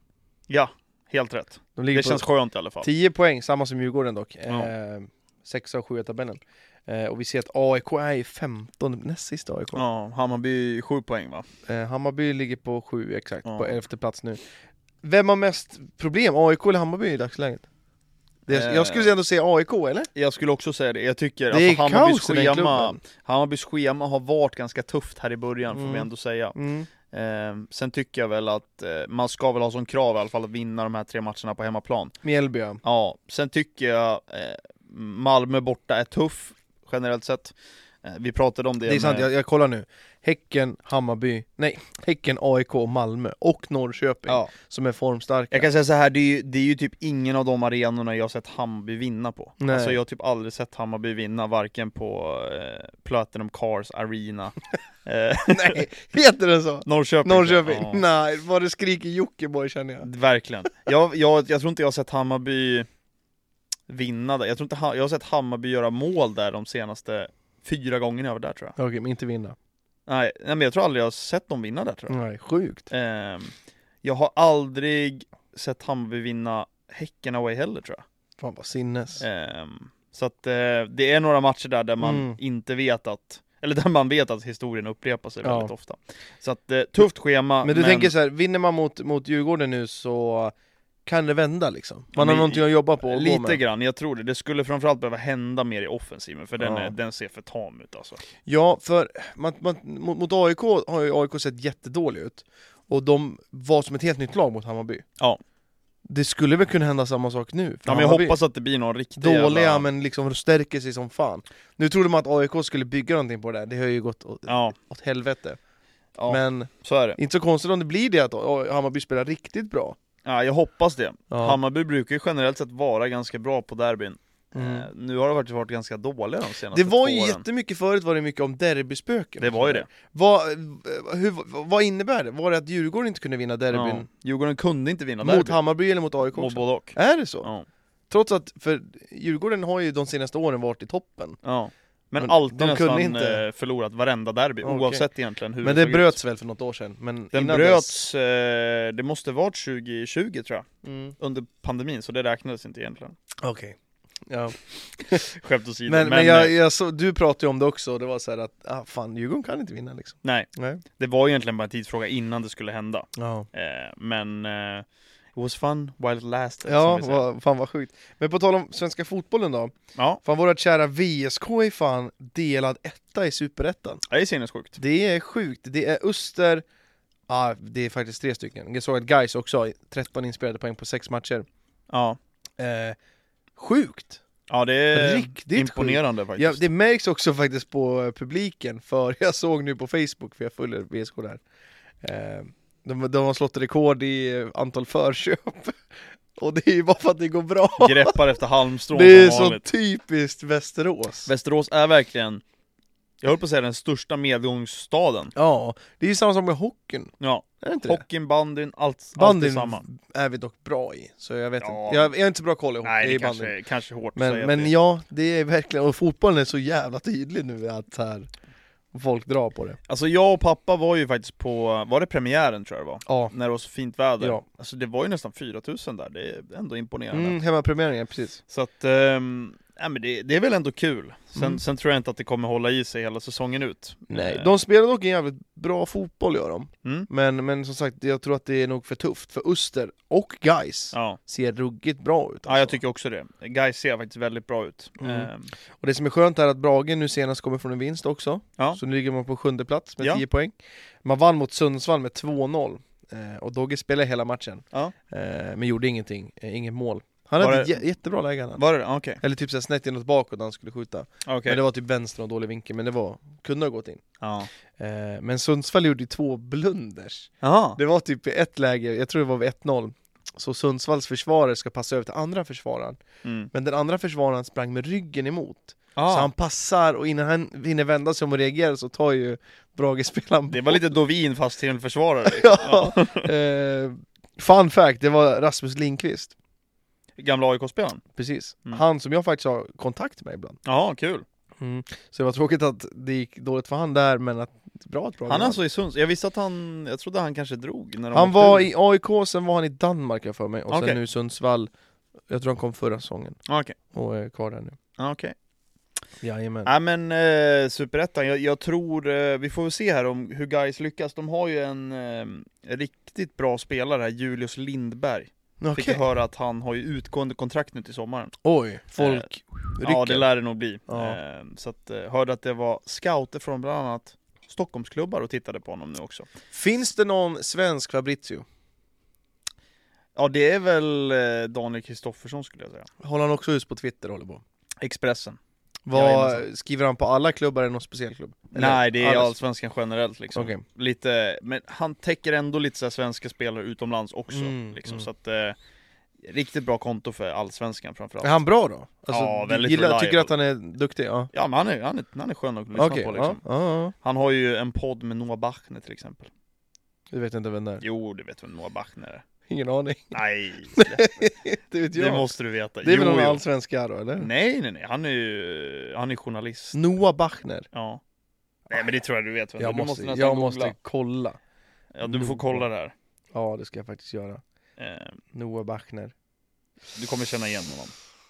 Ja, helt rätt. De ligger Det på känns skönt i alla fall. tio poäng, samma som Djurgården dock. Ja. Eh, sexa och sju i tabellen. Eh, och vi ser att A I K är i femton, näst sista A I K. Ja, Hammarby sju poäng va? Eh, Hammarby ligger på sju exakt, Ja. på elfte plats nu. Vem har mest problem, A I K eller Hammarby i dagsläget? Det, Eh. Jag skulle ändå säga A I K, eller? Jag skulle också säga det. Jag tycker Det är alltså, Hammarbys, kaos i den schema, klubben. Hammarbys schema har varit ganska tufft här i början, får Mm. vi ändå säga. Mm. Eh, sen tycker jag väl att eh, man ska väl ha som krav i alla fall att vinna de här tre matcherna på hemmaplan. Mjällby, ja. Ja, sen tycker jag eh, Malmö borta är tuff generellt sett. Eh, vi pratade om det. Det är sant, med... jag, jag kollar nu. Häcken, Hammarby, nej, Häcken, A I K och Malmö och Norrköping Ja. som är formstarka. Jag kan säga så här, det är, ju, det är ju typ ingen av de arenorna jag har sett Hammarby vinna på. Nej. Alltså jag har typ aldrig sett Hammarby vinna, varken på eh, Platinum Cars Arena. eh, Nej, heter det så? Norrköping. Norrköping? Ja. Nej, vad det skriker Jockiboi känner jag. Verkligen. Jag, jag, jag tror inte jag har sett Hammarby vinna där. Jag tror inte ha, jag har sett Hammarby göra mål där de senaste fyra gångerna jag var där, tror jag. Okej, men inte vinna. Nej, nej men jag tror aldrig jag har sett dem vinna där, tror jag. Nej, sjukt. Ehm, jag har aldrig sett Hammarby vinna Häcken away heller, tror jag. Fan vad sinnes. Ehm, så att eh, det är några matcher där där man Mm. inte vet att, eller där man vet att historien upprepar sig Ja. väldigt ofta. Så att eh, tufft schema. Men du tänker så här, vinner man mot, mot Djurgården nu så kan det vända liksom? Man Ja, har men någonting att jobba på och gå Lite med. grann, jag tror det. Det skulle framförallt behöva hända mer i offensiven, för den, Ja. är, den ser för tam ut alltså. Ja, för man, man, mot, mot A I K har ju A I K sett jättedålig ut. Och de var som ett helt nytt lag mot Hammarby. Ja. Det skulle väl kunna hända samma sak nu? för Ja, men jag Hammarby. hoppas att det blir någon riktig Dåliga jävla... men liksom stärker sig som fan. Nu trodde man att A I K skulle bygga någonting på det där. Det har ju gått åt, Ja, åt helvete. ja Men så är det. inte så konstigt om det blir det att A- Hammarby spelar riktigt bra. Ja, jag hoppas det. Ja. Hammarby brukar ju generellt sett vara ganska bra på derbyn. Mm. Eh, nu har det faktiskt varit ganska dåliga de senaste Det var två ju åren. jättemycket förut, var det mycket om derbyspöken. Det var ju det. Vad, hur, vad innebär det? Var det att Djurgården inte kunde vinna derbyn Ja. Djurgården kunde inte vinna mot derby. Hammarby eller mot A I K Mot också? både och. Är det så? Ja. Trots att, för Djurgården har ju de senaste åren varit i toppen. Ja. Men, Men alltid de kunde nästan inte. eh, förlorat varenda derby, Okej. oavsett egentligen hur Men det det såg bröts ut. väl för något år sedan? Men Den innan bröts, eh, det måste varit tjugo tjugo tror jag, dess... Mm. under pandemin, så det räknades inte egentligen. Okej. Ja. Skämt åsido. Men, men, eh, jag, jag så, du pratade ju om det också, och det var så här att ah, fan, Djurgården kan inte vinna liksom. Nej, Nej. det var egentligen bara en tidsfråga innan det skulle hända. Ja, Eh, men eh, it was fun while it lasted, ja som vi säger. vad, fan vad sjukt. Men på tal om svenska fotbollen då. Ja, Fan, vårat kära V S K är fan delad etta i Superettan. det är sinnessjukt. Det är sjukt. Det är Öster, ja ah, det är faktiskt tre stycken. Jag såg att Gais också har tretton inspelade poäng på sex matcher. Ja, Eh, sjukt! ja det är Riktigt imponerande faktiskt. Ja, det märks också faktiskt på eh, publiken, för jag såg nu på Facebook, för jag följer V S K där. Eh, de, de har slått rekord i eh, antal förköp. Och det är ju bara för att det går bra. Greppar efter halmstrån Det är som så vanligt. typiskt Västerås. Västerås är verkligen, jag höll på att säga, den största medgångsstaden. Ja, det är ju samma som med hockeyn. Ja, Är det inte det? hockeyn, bandyn, allt, allt Bandyn samma. är vi dock bra i, så jag vet Ja. inte. Jag, jag är inte så bra koll i hockey, Nej, det i är kanske, bandyn. kanske hårt att Men, säga men det. ja, det är verkligen, och fotbollen är så jävla tydlig nu att här, folk drar på det. Alltså jag och pappa var ju faktiskt på, var det premiären tror jag det var? Ja, När det var så fint väder. Ja. Alltså det var ju nästan fyra tusen där, det är ändå imponerande. mm, hemmapremiären, precis. Så att, ehm, ja, men det, det är väl ändå kul. Sen, Mm. sen tror jag inte att det kommer hålla i sig hela säsongen ut. Nej, Eh, de spelar dock en jävligt bra fotboll, gör de. mm, Men, men som sagt, jag tror att det är nog för tufft. För Öster och Gais ja. ser ruggigt bra ut. Alltså. ja, jag tycker också det. Guys ser faktiskt väldigt bra ut. Mm. Ehm, Och det som är skönt är att Brage nu senast kommer från en vinst också. Ja. Så nu ligger man på sjunde plats med Ja. tio poäng. Man vann mot Sundsvall med två noll. Eh, och Dogge spelade hela matchen. Ja. Eh, men gjorde ingenting, eh, inget mål. Han Var hade det- ett jä- jättebra läge han hade. Var det? Okej. Eller typ så här snett inåt bakåt när han skulle skjuta. Okej. Men det var typ vänster och dålig vinkel, men det var, kunde ha gått in. Ja. Eh, men Sundsvall gjorde ju två blunders. Jaha. Det var typ i ett läge, jag tror det var vid ett noll. Så Sundsvalls försvarare ska passa över till andra försvararen. Mm. Men den andra försvararen sprang med ryggen emot. Ah. Så han passar, och innan han hinner vända sig om och reagera så tar ju Brage-spelaren Det var lite Dovin fast till en försvarare. Liksom. ja. eh, Fun fact, det var Rasmus Lindqvist. Gamla A I K-spelaren. Precis. Mm. Han som jag faktiskt har kontakt med ibland. Ja, kul. Mm. Så det var tråkigt att det gick dåligt för han där, men att bra, ett bra Han grabb. alltså i Sunds. Jag visste att han, jag trodde han kanske drog när de Han åkte var ur. i A I K, sen var han i Danmark jag för mig. Och sen Okej. nu i Sundsvall. Jag tror han kom förra säsongen. Ah, Okej, Och är kvar där nu. ah, okej. Jajamän. Nej men eh, Superettan, jag, jag tror, eh, vi får väl se här om hur guys lyckas. De har ju en eh, riktigt bra spelare här, Julius Lindberg. Okej. Fick jag höra att han har ju utgående kontrakt nu till sommaren. Oj, folk rycker. Ja, det lär det nog bli. Ja. Eh, så att, eh, hörde att det var scouter från bland annat Stockholmsklubbar och tittade på honom nu också. Finns det någon svensk Fabrizio? Ja, det är väl eh, Daniel Kristoffersson skulle jag säga. Håller han också hus på Twitter, håller på? Expressen. Vad, Jajamensan. skriver han på alla klubbar eller någon speciell klubb? Eller Nej, det är alla- allsvenskan generellt liksom. Okej. Lite, men han täcker ändå lite så här svenska spelare utomlands också Mm, liksom, mm. så att eh, riktigt bra konto för allsvenskan framförallt. Är han bra då? Alltså, Ja, du väldigt gillar, reliable. tycker att han är duktig? Ja. Ja, men han är, han är, han är skön att lyssna Okej, på liksom. ja, ja, ja. Han har ju en podd med Noah Bachner till exempel. Du vet inte vem det är? Jo, du vet vem Noah Bachner är. Ingen aning. Nej, släpp. Det vet jag. Det måste du veta. Det är väl Jo, någon jo. allsvenska då, eller? Nej, nej, nej. Han är ju han är journalist. Noah Bachner. Ja. Nej, men det tror jag du vet. Vem. Jag du måste, måste nästan jag googla. måste kolla. Ja, du får kolla det här. Ja, det ska jag faktiskt göra. Eh, Noah Bachner. du kommer känna igen honom.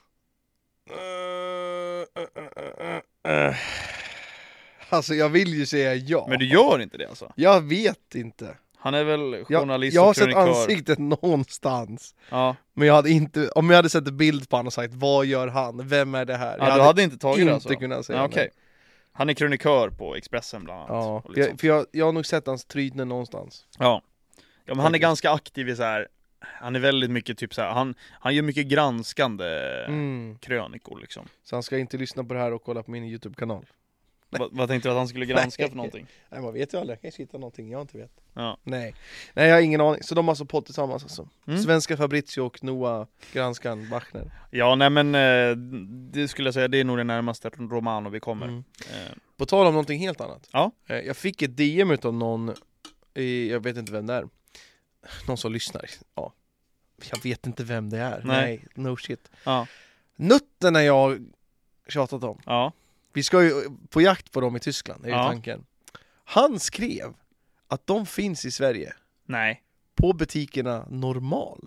Alltså jag vill ju säga ja. Men du gör inte det alltså? Jag vet inte. Han är väl Jag, journalist jag har och sett krönikör. ansiktet någonstans. Ja, Men jag hade inte, om jag hade sett en bild på honom och sagt vad gör han? Vem är det här? ja jag du hade inte tagit inte det alltså? kunnat säga Ja, nej. okej. Han är krönikör på Expressen bland annat. Ja, och för lite jag, sånt. för jag, jag har nog sett hans trytne någonstans. Ja. Ja, men han är Faktiskt. ganska aktiv i så här. Han är väldigt mycket typ så här. Han, han gör mycket granskande Mm. krönikor liksom. Så han ska inte lyssna på det här och kolla på min YouTube-kanal. Va, vad tänkte du att han skulle granska Nej. för någonting? Nej, man vet ju aldrig, jag kanske hittar någonting jag inte vet. Ja. Nej, Nej jag har ingen aning. Så de har alltså podd tillsammans alltså. Mm. Svenska Fabrizio och Noah Granskan Bachner. Ja, nej men eh, det skulle jag säga, det är nog det närmaste Romano vi kommer. Mm. Eh, På tal om någonting helt annat. Ja. Eh, Jag fick ett D M utav någon, i, jag vet inte vem det är. Någon som lyssnar. Ja. Jag vet inte vem det är. Nej. Nej, no shit. ja. Nötterna jag tjatat om. Ja. Vi ska ju på jakt på dem i Tyskland, är ju Ja. tanken. Han skrev att de finns i Sverige Nej. på butikerna Normal.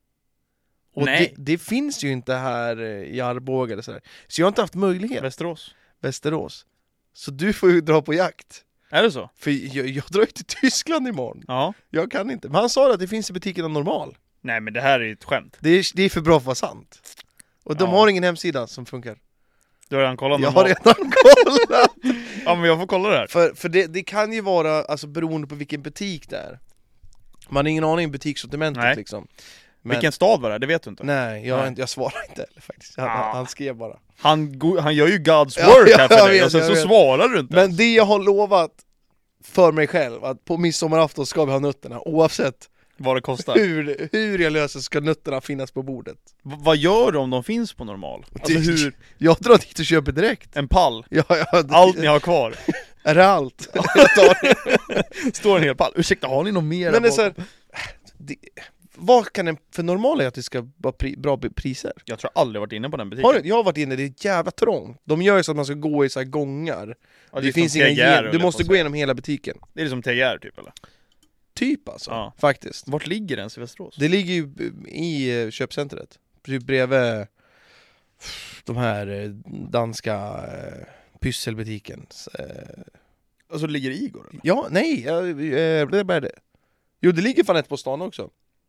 Och Nej. det, det finns ju inte här eh, i Arboga eller sådär. Så jag har inte haft möjlighet. Västerås. Västerås. Så du får ju dra på jakt. Är det så? För jag, jag drar ju till Tyskland imorgon. Ja. Jag kan inte. Men han sa att det finns i butikerna Normal. Nej, men det här är ju ett skämt. Det är, det är för bra för att vara sant. Och de Ja. har ingen hemsida som funkar. Du har redan kollat Jag normal. har redan kollat. Ja, men jag får kolla det här. För, för det, det kan ju vara, alltså beroende på vilken butik det är. Man har ingen aning om butikssortimentet Nej. liksom. Men, Vilken stad var det? Det vet du inte. Nej, jag, Nej. Inte, jag svarar inte heller faktiskt. Han, Ah. han skrev bara. Han, go- han gör ju God's Ja, work ja, här för jag dig, vet, och sen jag så vet. svarar du inte. Men det jag har lovat för mig själv, att på midsommarafton ska vi ha nötterna. Oavsett Vad det kostar. hur, hur jag löser ska nötterna finnas på bordet. V- vad gör du om de finns på normal? Alltså Det- hur? Jag drar dit och köper direkt. En pall? Ja, ja, det, Allt ni har kvar? Är det allt? Jag tar det. Står en hel pall? Ursäkta, har ni något mer? Men det är där så här, borta? det, vad kan en, för normalt är att det ska vara pri, bra priser. Jag tror aldrig varit inne på den butiken. Har du, jag har varit inne, det är jävla trångt. De gör ju så att man ska gå i så här gångar. Ja, det är finns som ingen T G R, gen, höll du jag måste på gå att igenom hela butiken. säga. Det är som T G R typ eller? Typ alltså, Ja. faktiskt. Vart ligger den i Västerås? Det ligger ju i eh, köpcentret. Typ bredvid de här eh, danska eh, pysselbutiken. Eh, Alltså det ligger i Igor eller? ja, nej, eh, eh, det är bara det. Jo, det ligger fan ett på stan också.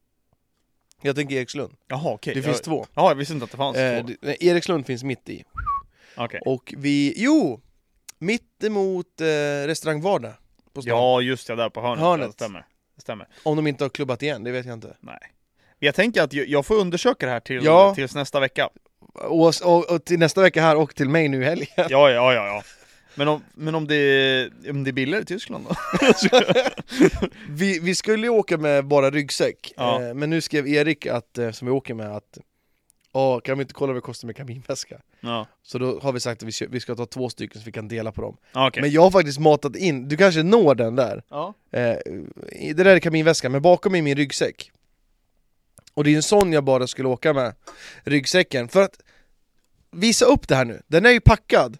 Jag tänker Erikslund. Jaha, okej. Det jag... finns två. Ja, jag visste inte att det fanns Eh, två. det, nej, Erikslund finns mitt i. Okej. Och vi, jo! Mitt emot eh, restaurang Varda på stan. Ja, just det, där på hörnet. Hörnet. Ja, det stämmer. Det stämmer. Om de inte har klubbat igen, det vet jag inte. Nej. Jag tänker att jag, jag får undersöka det här till, Ja. tills nästa vecka. Och, och, och till nästa vecka här och till mig nu i helgen. Ja, ja, ja, ja. Men om, men om, det, om det är billigare i Tyskland då? Vi, vi skulle ju åka med bara ryggsäck, Ja. eh, men nu skrev Erik att, eh, som vi åker med att Åh, kan vi inte kolla vad det kostar med kaminväska? Ja, Så då har vi sagt att vi ska, vi ska ta två stycken så vi kan dela på dem. ja okej. Men jag har faktiskt matat in, du kanske når den där. Ja. Eh, det där är kaminväskan, men bakom är min ryggsäck. Och det är en sån jag bara skulle åka med, ryggsäcken. För att visa upp det här nu, den är ju packad.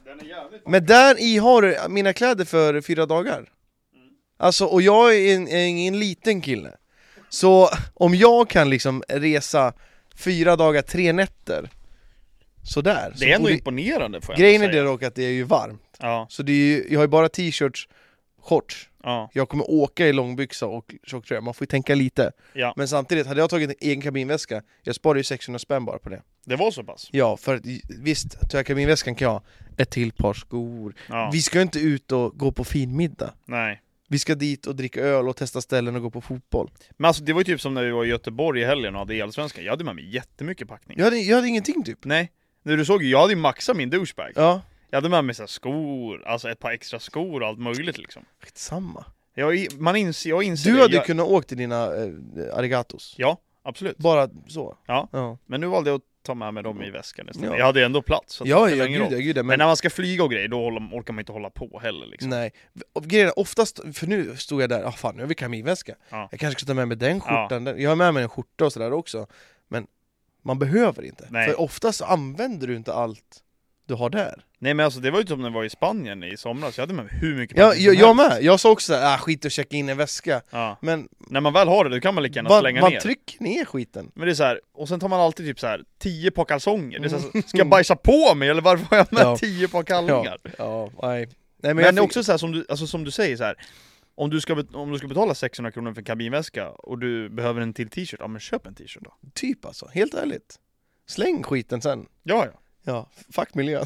Den är jävligt. Men där i har du mina kläder för fyra dagar. Mm. Alltså, och jag är en, en, en liten kille. Så om jag kan liksom resa fyra dagar, tre nätter sådär. Det är ändå borde... imponerande får jag Grejen är säga. det dock att det är ju varmt. Ja. Så det är ju, jag har ju bara t-shirts, shorts. Ja. Jag kommer åka i långbyxa och tjocktröja, man får ju tänka lite. Ja. Men samtidigt, hade jag tagit en egen kabinväska, jag sparar ju sexhundra spänn bara på det. Det var så pass. Ja, för att, visst, till kabinväskan kan jag ha ett till par skor. Ja. Vi ska ju inte ut och gå på fin middag. Nej. Vi ska dit och dricka öl och testa ställen och gå på fotboll. Men alltså det var ju typ som när vi var i Göteborg i helgen och hade elsvenskan. Jag hade med mig jättemycket packning. Jag hade, jag hade ingenting typ. Nej. När du såg ju, jag hade ju maxat min douchebag. Ja. Jag hade med mig så här skor, alltså ett par extra skor och allt möjligt liksom. Skitsamma. Jag, man inser, jag inser Du det. hade jag... kunnat åka till dina eh, arigatos. Ja, absolut. Bara så. Ja. Ja, men nu valde jag att ta med mig dem i väskan istället. Ja. Jag hade ändå plats. Så att ja, det spelar ja ingen gud, roll. ja, gud men... Men när man ska flyga och grejer, då håller, orkar man inte hålla på heller liksom. Nej, och grejen är, oftast, för nu stod jag där, ah fan nu har vi kabinväska. Ja. Jag kanske ska ta med mig den skjortan, ja. Jag har med mig en skjorta och sådär också. Men man behöver inte. Nej. För oftast använder du inte allt du har där. Nej men alltså det var ju som när jag var i Spanien i somras, jag hade med mig hur mycket Ja, packning jag, som jag helst. med, jag sa också såhär, ah, skit och checka in en väska. Ja. Men När man väl har det, då kan man lika gärna man, slänga man ner. trycker ner skiten. Men det är så här, och sen tar man alltid typ så här tio par kalsonger. Det är så här, ska jag bajsa på mig eller varför har jag med Ja. tio par kallingar? Ja, ja, nej. nej Men, men det är jag fick... också så här, som du, alltså som du säger så här. Om du, ska bet- om du ska betala sexhundra kronor för en kabinväska och du behöver en till t-shirt, ja men köp en t-shirt då. Typ alltså, helt ärligt. Släng skiten sen. Ja ja. Ja, fuck miljön.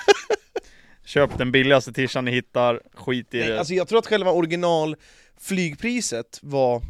Köp den billigaste t-shirten ni hittar, skit i Nej, det. alltså jag tror att själva original flygpriset var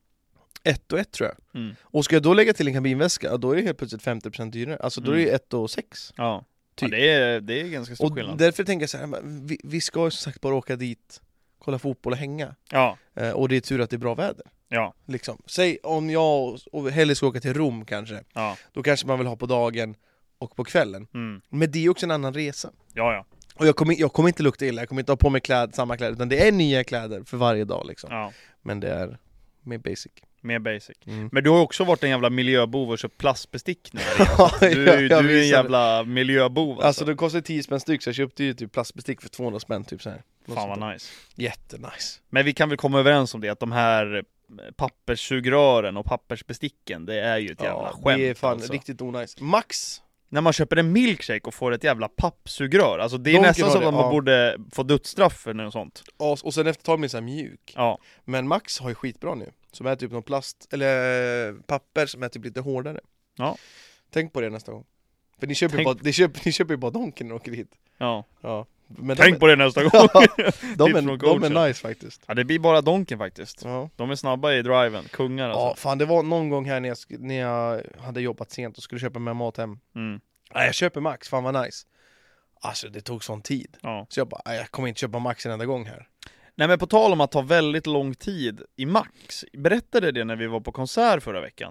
ett och ett tror jag. Mm. Och ska jag då lägga till en kabinväska, då är det helt plötsligt femtio procent dyrare. Alltså då är det Mm. ett och sex. Ja, Typ. ja det, är, det är ganska stor Och skillnad. därför tänker jag så här, men vi, vi ska ju som sagt bara åka dit, kolla fotboll och hänga. Ja, Eh, och det är tur att det är bra väder. ja, Liksom. Säg om jag och Helle ska åka till Rom kanske, ja. då kanske man vill ha på dagen och på kvällen. Mm. Men det är också en annan resa. Ja, ja. Och jag kommer, jag kommer inte lukta illa, jag kommer inte ha på mig kläd, samma kläder, utan det är nya kläder för varje dag liksom. ja. Men det är mer basic. Mer basic. Mm. Men du har också varit en jävla miljöbov och köpt plastbestick nu. Ja, Du är ju jag du är en visar jävla miljöbov alltså. Alltså det kostar tio spänn styck, så jag köpte ju typ plastbestick för tvåhundra spänn typ så här. Något Fan sånt där. vad nice. Jättenice. Men vi kan väl komma överens om det, att de här papperssugrören och pappersbesticken, det är ju ett jävla Ja, skämt det är fan alltså. riktigt onajs. Max! När man köper en milkshake och får ett jävla pappsugrör, alltså det är Donken nästan har så det, att man ja. borde få dödsstraff för något sånt. Och, och sen efter ett tag blir det så här mjuk. Ja, Men Max har ju skitbra nu. Som är typ någon plast, eller papper som är typ lite hårdare. Ja. Tänk på det nästa gång. För ni köper ju Tänk- bara, ni köper, ni köper ju bara Donken när ni åker hit. ja. Ja. Men Tänk de, på det nästa gång. de, Tips är, från de coachen. är nice faktiskt. Ja, det blir bara Donken faktiskt. Ja. De är snabba i driven, kungar Ja, alltså. fan det var någon gång här när jag, sk- när jag hade jobbat sent och skulle köpa med mat hem. Mm. Nej, jag köper Max, fan vad nice. Alltså det tog sån tid. Ja. Så jag bara, nej, jag kommer inte köpa Max en enda gång här. Nej men på tal om att ta väldigt lång tid i Max, berättade det när vi var på konsert förra veckan?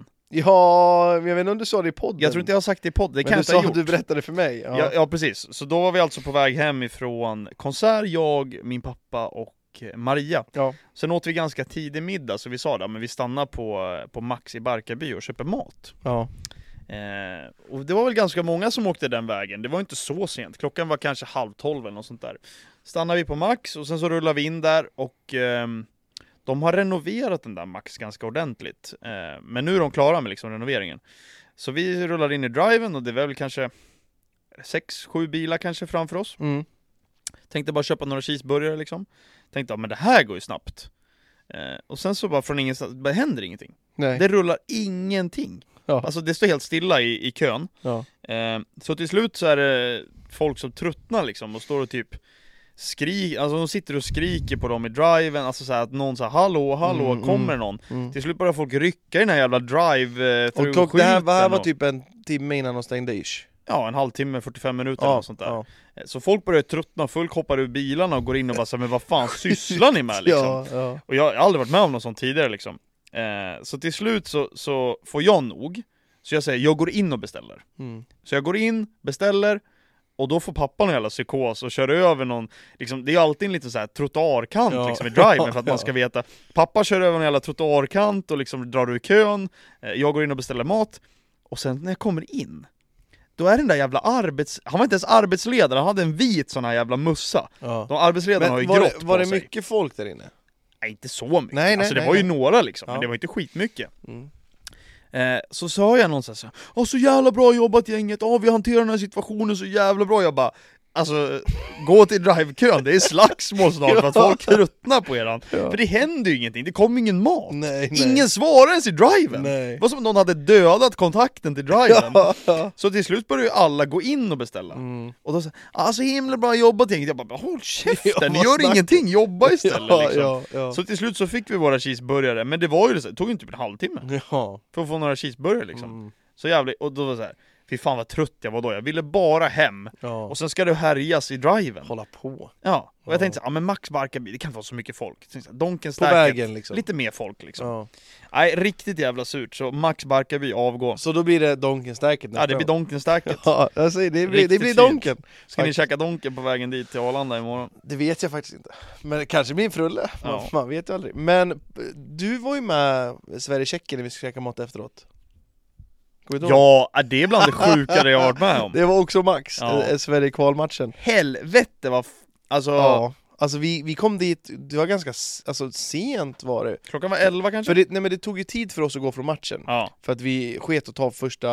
Ja, jag vet inte om du sa det i podden. Jag tror inte jag har sagt det i podd, det men kan jag du inte ha sa gjort. du berättade för mig. Ja. Ja, ja precis, så då var vi alltså på väg hem ifrån konsert, jag, min pappa och Maria. Ja. Sen åt vi ganska tidig middag, så vi sa det, men vi stannar på, på Max i Barkarby och köper mat. Ja. Eh, och det var väl ganska många som åkte den vägen, det var inte så sent, klockan var kanske halv tolv eller något sånt där. Stannar vi på Max och sen så rullar vi in där och ehm, de har renoverat den där Max ganska ordentligt. Eh, men nu är de klara med liksom renoveringen. Så vi rullar in i driven och det var väl kanske sex, sju bilar kanske framför oss. Mm. Tänkte bara köpa några cheeseburgare liksom. Tänkte, ja men det här går ju snabbt. Eh, och sen så bara från ingenstans, det händer ingenting. Nej. Det rullar ingenting. Ja. Alltså det står helt stilla i, i kön. Ja. Eh, så till slut så är det folk som tröttnar liksom och står och typ skrik, alltså de sitter och skriker på dem i driven, alltså så här att någon säger hallå, hallå, Mm, kommer mm, någon? Mm. Till slut börjar folk rycka i den här jävla drive Och klock, det här, det här var typ en timme innan de stängde ish. Ja, en halvtimme, fyrtiofem minuter Ja, eller något sånt där. ja. Så folk börjar tröttna, folk hoppar ur bilarna och går in och bara så här, men vad fan sysslar ni med liksom? Ja, ja. Och jag har aldrig varit med om något sånt tidigare liksom. Eh, så till slut så, så får jag nog, så jag säger, jag går in och beställer. Mm. Så jag går in, beställer, och då får pappan en jävla psykos och kör över någon, liksom, det är alltid en liten så här trottoarkant Ja. liksom, i driven för att Ja. man ska veta. Pappa kör över en jävla trottoarkant och liksom drar ur kön, eh, jag går in och beställer mat, och sen när jag kommer in, då är den där jävla arbets... Han var inte ens arbetsledare, han hade en vit sån här jävla mussa. Ja. De arbetsledarna har ju var grått det, på var det sig. mycket folk där inne? Nej, inte så mycket. Nej, nej, alltså det nej, var ju nej. några liksom, Ja. men det var inte skitmycket. Mm. Eh, så sa jag någonstans så här, åh så jävla bra jobbat gänget, åh vi hanterar den här situationen så jävla bra. Jag bara, alltså gå till drivekön, det är slagsmål snart för att folk tröttnar på eran. Ja. För det händer ju ingenting, det kom ingen mat. Nej, nej. Ingen svarar ens i driven. Nej. Det var som om någon hade dödat kontakten till driven. Ja. Så till slut började ju alla gå in och beställa. Mm. Och då sa alltså himla bra jobbat gänget. Jag bara, håll käften, Ja, ni vad gör snack- ingenting, jobba istället Ja, liksom. ja, ja. Så till slut så fick vi våra cheeseburgare, men det var ju så, det tog ju typ en halvtimme Ja. för att få några cheeseburgare liksom. Mm. Så jävligt, och då var det så här, fy fan vad trött jag var då, jag ville bara hem. Ja. Och sen ska du härjas i driven. Hålla på. Ja, och jag Ja. tänkte så här, ja men Max Barkarby, det kan inte vara så mycket folk. Så tänkte jag, Donken På Stacket, vägen liksom. lite mer folk liksom. Ja. Nej, riktigt jävla surt, så Max Barkarby avgå. Så då blir det Donken Stacket Ja, det blir Donken Stacket. Ja, jag säger, det blir, det Riktigt blir fint. Donken. Ska ni Faktiskt. käka Donken på vägen dit till Arlanda imorgon? Det vet jag faktiskt inte. Men det kanske blir en frulle. Ja. Man, man vet ju aldrig. Men eh, du var ju med Sverige-Tjeckien när vi skulle käka mat efteråt. Kommer du ihåg? Ja, är det är bland det sjukare jag har varit med om. Det var också Max, Ja. ja. Sverige-kvalmatchen. Helvete vad, f- alltså Ja. Alltså vi, vi kom dit, det var ganska s- alltså, sent var det. klockan var elva kanske? För det, nej men det tog ju tid för oss att gå från matchen. Ja, För att vi sket att ta första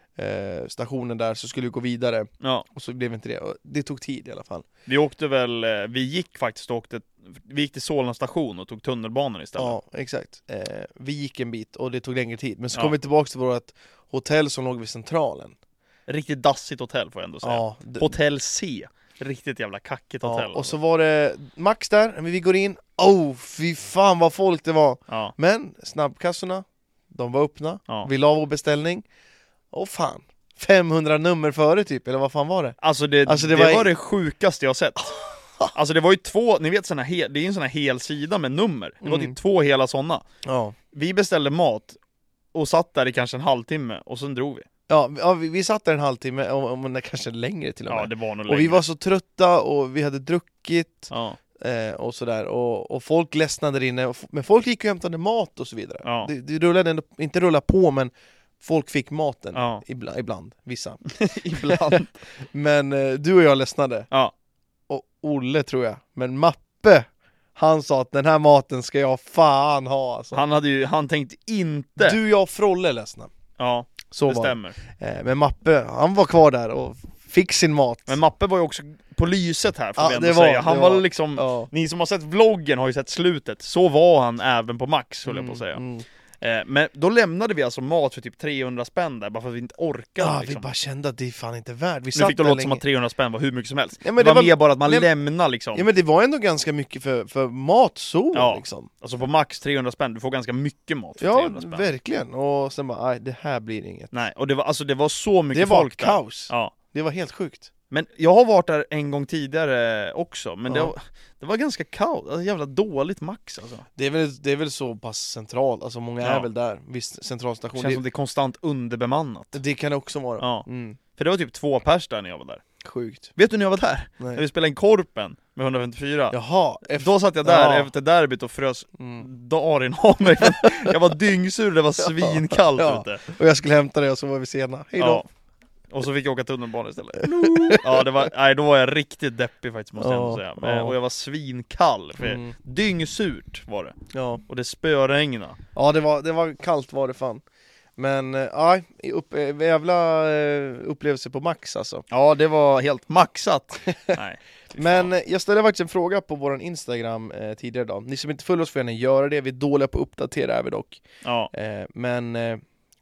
eh, stationen där, så skulle vi gå vidare. ja. Och så blev inte det. Och det tog tid i alla fall. Vi åkte väl, eh, vi gick faktiskt och åkte, vi gick till Solna station och tog tunnelbanan istället. Ja, exakt. Eh, vi gick en bit och det tog längre tid. Men så Ja. kom vi tillbaka till vårt hotell som låg vid centralen. Riktigt dassigt hotell får jag ändå säga. Ja, d- Hotell C. Riktigt jävla kackigt hotell. ja, och alltså. så var det Max där, men vi går in. Oh, fy fan vad folk det var. Ja, Men snabbkassorna, de var öppna. ja. Vi la vår beställning. Åh fan, femhundra nummer före typ, eller vad fan var det? Alltså det, Alltså, det, det var... var- det sjukaste jag har sett. Alltså det var ju två, ni vet såna hel, det är en sån här hel sida med nummer. Det var Mm. typ två hela såna. Ja, Vi beställde mat och satt där i kanske en halvtimme och sen drog vi. ja, vi- ja vi, vi satt där en halvtimme, om, om kanske längre till och med. Ja, det var nog och vi längre. var så trötta och vi hade druckit Ja, eh, och sådär. Och, och folk ledsnade där inne, och f- men folk gick och hämtade mat och så vidare. Ja. Det, det rullade ändå, inte rulla på, men folk fick maten. ja. Ibland, ibland, vissa. Ibland. Men eh, du och jag ledsnade. Ja, Och Olle tror jag. Men Mappe, han sa att den här maten ska jag fan ha alltså. han hade ju, han tänkte inte. Du, jag och Frolle är ledsna. Ja, Så det var stämmer. det. Eh, men Mappe, han var kvar där och fick sin mat. Men Mappe var ju också på lyset här får Ja, vi ändå det var- säga. Han det var, var- liksom, Ja. ni som har sett vloggen har ju sett slutet. Så var han även på Max, höll jag på att säga. Mm. Eh, men då lämnade vi alltså mat för typ trehundra spänn där, bara för att vi inte orkade Ja, liksom. vi bara kände att det är fan inte värt. Vi Nu satt fick det där låta som länge. att trehundra spänn var hur mycket som helst. Ja, men det, det var var- mer bara att man men- lämnar liksom. Ja men det var ändå ganska mycket för, för mat så Ja. liksom. Alltså på Max trehundra spänn, du får ganska mycket mat för Ja, trehundra spänn. verkligen. Och sen bara, nej det här blir inget. Nej, och det var, alltså, det var så mycket Det var folk där. kaos. Ja. Det var helt sjukt. Men jag har varit där en gång tidigare också, men det, Ja. var, det var ganska kaos, alltså, jävla dåligt Max alltså. Det är väl, det är väl så pass centralt, alltså många Ja. är väl där. Visst, centralstation. Känns Det, som det är konstant underbemannat. det kan det också vara. Ja. Mm. För det var typ två pers där när jag var där. Sjukt. Vet du när jag var där? När Nej. vi spelade in Korpen med hundrafemtiofyra. Jaha, efter... Då satt jag där Ja. efter derbyt och frös Mm. darin av mig. Jag var dyngsur, det var svinkallt Ja. ute. Och jag skulle hämta det och så var vi sena. Hej då. Ja. Och så fick jag åka tunnelbana istället. Ja, det var, nej, då var jag riktigt deppig faktiskt måste jag ändå Ja, säga. Men, ja. och jag var svinkall, för Mm. dyngsurt var det. Ja, Och det spöregnade. ja det, var, det var kallt var det fan. Men eh, ja, upp, eh, jävla eh, upplevelse på Max alltså. Ja, det var helt maxat. Nej. fy Men fan. eh, jag ställde faktiskt en fråga på vår Instagram eh, tidigare idag. Ni som inte följer oss får gärna göra det, vi är dåliga på att uppdatera är vi dock. Ja, Eh, men eh,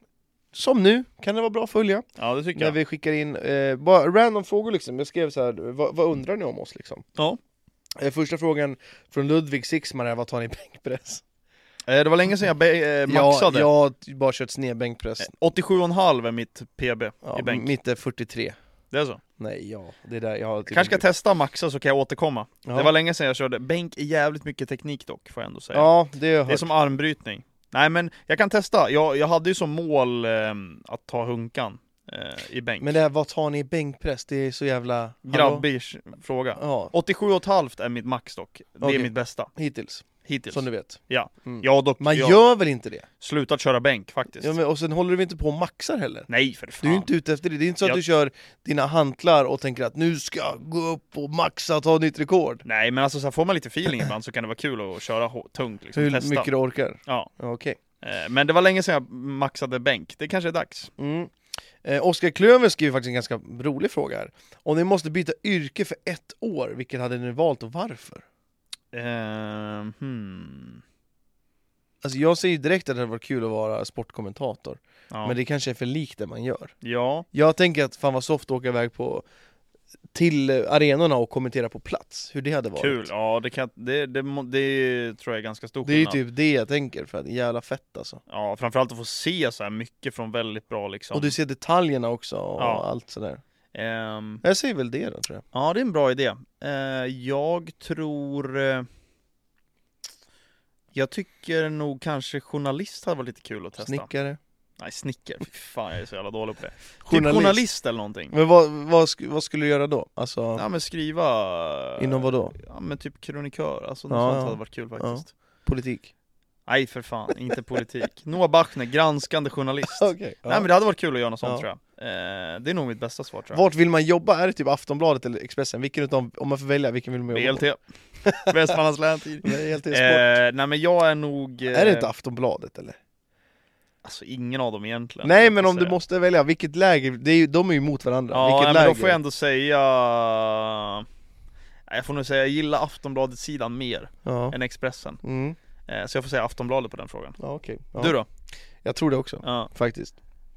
som nu kan det vara bra att följa. ja det tycker När jag. vi skickar in eh, bara random frågor liksom. Jag skrev så här, vad, vad undrar ni om oss liksom? Ja. Eh, första frågan från Ludvig Sixmar är, vad tar ni i bänkpress? Eh, Det var länge sedan jag be- eh, maxade. Jag, jag har bara kört snedbänkpress. åttiosju komma fem är mitt P B Ja, i bänk. mitt är fyrtiotre. Det är så. Nej, ja, det där jag har typ- Kanske ska testa maxa så kan jag återkomma. Ja. Det var länge sedan jag körde. Bänk är jävligt mycket teknik dock, får jag ändå säga. Ja, det har jag Det är hört. som armbrytning. Nej men jag kan testa. Jag, jag hade ju som mål eh, att ta hunkan eh, i bänk. Men det här, vad tar ni i bänkpress? Det är så jävla... Grabbig fråga. Ja, åttiosju komma fem är mitt max dock. Det Okej. är mitt bästa. hittills. Hittills. Som du vet. Ja. Mm. Jag har dock Man jag gör väl inte det? slutat köra bänk faktiskt. Ja, men, och sen håller du inte på och maxar heller. Nej för fan. Du är ju inte ute efter det. Det är inte så att Jag- du kör dina hantlar och tänker att nu ska jag gå upp och maxa och ta nytt rekord. Nej men alltså så här, får man lite feeling ibland så kan det vara kul att köra hå- tungt liksom, Hur testa. mycket du orkar. Ja. Ja, okej. Eh, Men det var länge sedan jag maxade bänk. Det kanske är dags. Mm. Eh, Oskar Klöver skriver faktiskt en ganska rolig fråga här. Om ni måste byta yrke för ett år, vilket hade ni valt och varför? Eh, hmm. Alltså jag säger direkt att det hade varit kul att vara sportkommentator. Ja. Men det kanske är för likt det man gör. ja. Jag tänker att fan vad soft att åka iväg på till eh, arenorna och kommentera på plats. Hur det hade varit. Kul. Ja, det, kan, det, det, må- det tror jag är ganska stor Det är ju skillnad. typ det jag tänker, för att det är jävla fett alltså. Ja, framförallt att få se så här mycket från väldigt bra liksom. Och du ser detaljerna också och Ja. allt sådär. Ehm, Jag säger väl det då, tror jag. ja, det är en bra idé. Eh, jag tror... Eh, jag tycker nog kanske journalist hade varit lite kul att testa. Snickare. Nej, snicker. Fy fan, jag är så jävla dålig på det. Journalist. Typ journalist eller någonting. Men vad, vad, sk- vad skulle du göra då? Alltså, Ja, men skriva... inom vad då? Ja, men typ krönikör. Alltså, något Ja, sånt ja. hade varit kul faktiskt. politik? Nej, för fan. Inte politik. Noah Bachner, granskande journalist. Okej. Ja. Nej, men det hade varit kul att göra något sånt Ja. tror jag. Eh, det är nog mitt bästa svar tror jag. Vart vill man jobba? Är det typ Aftonbladet eller Expressen? Vilken utav, om man får välja, vilken vill man B jobba L T. Västmanlands län tid. på? B L T Sport. Eh, nej men jag är nog... Eh, Är det inte Aftonbladet eller? Alltså ingen av dem egentligen. Nej, jag men får om du säga. måste välja, vilket läge? Det är ju, de är ju mot varandra. Ja, vilket nej, läge? men då får jag ändå säga... Nej, jag får nog säga jag gillar Aftonbladet-sidan mer Ja. än Expressen. Mm. Eh, så jag får säga Aftonbladet på den frågan. Ja, okej. Ja. Du då? Jag tror det också, Ja. faktiskt.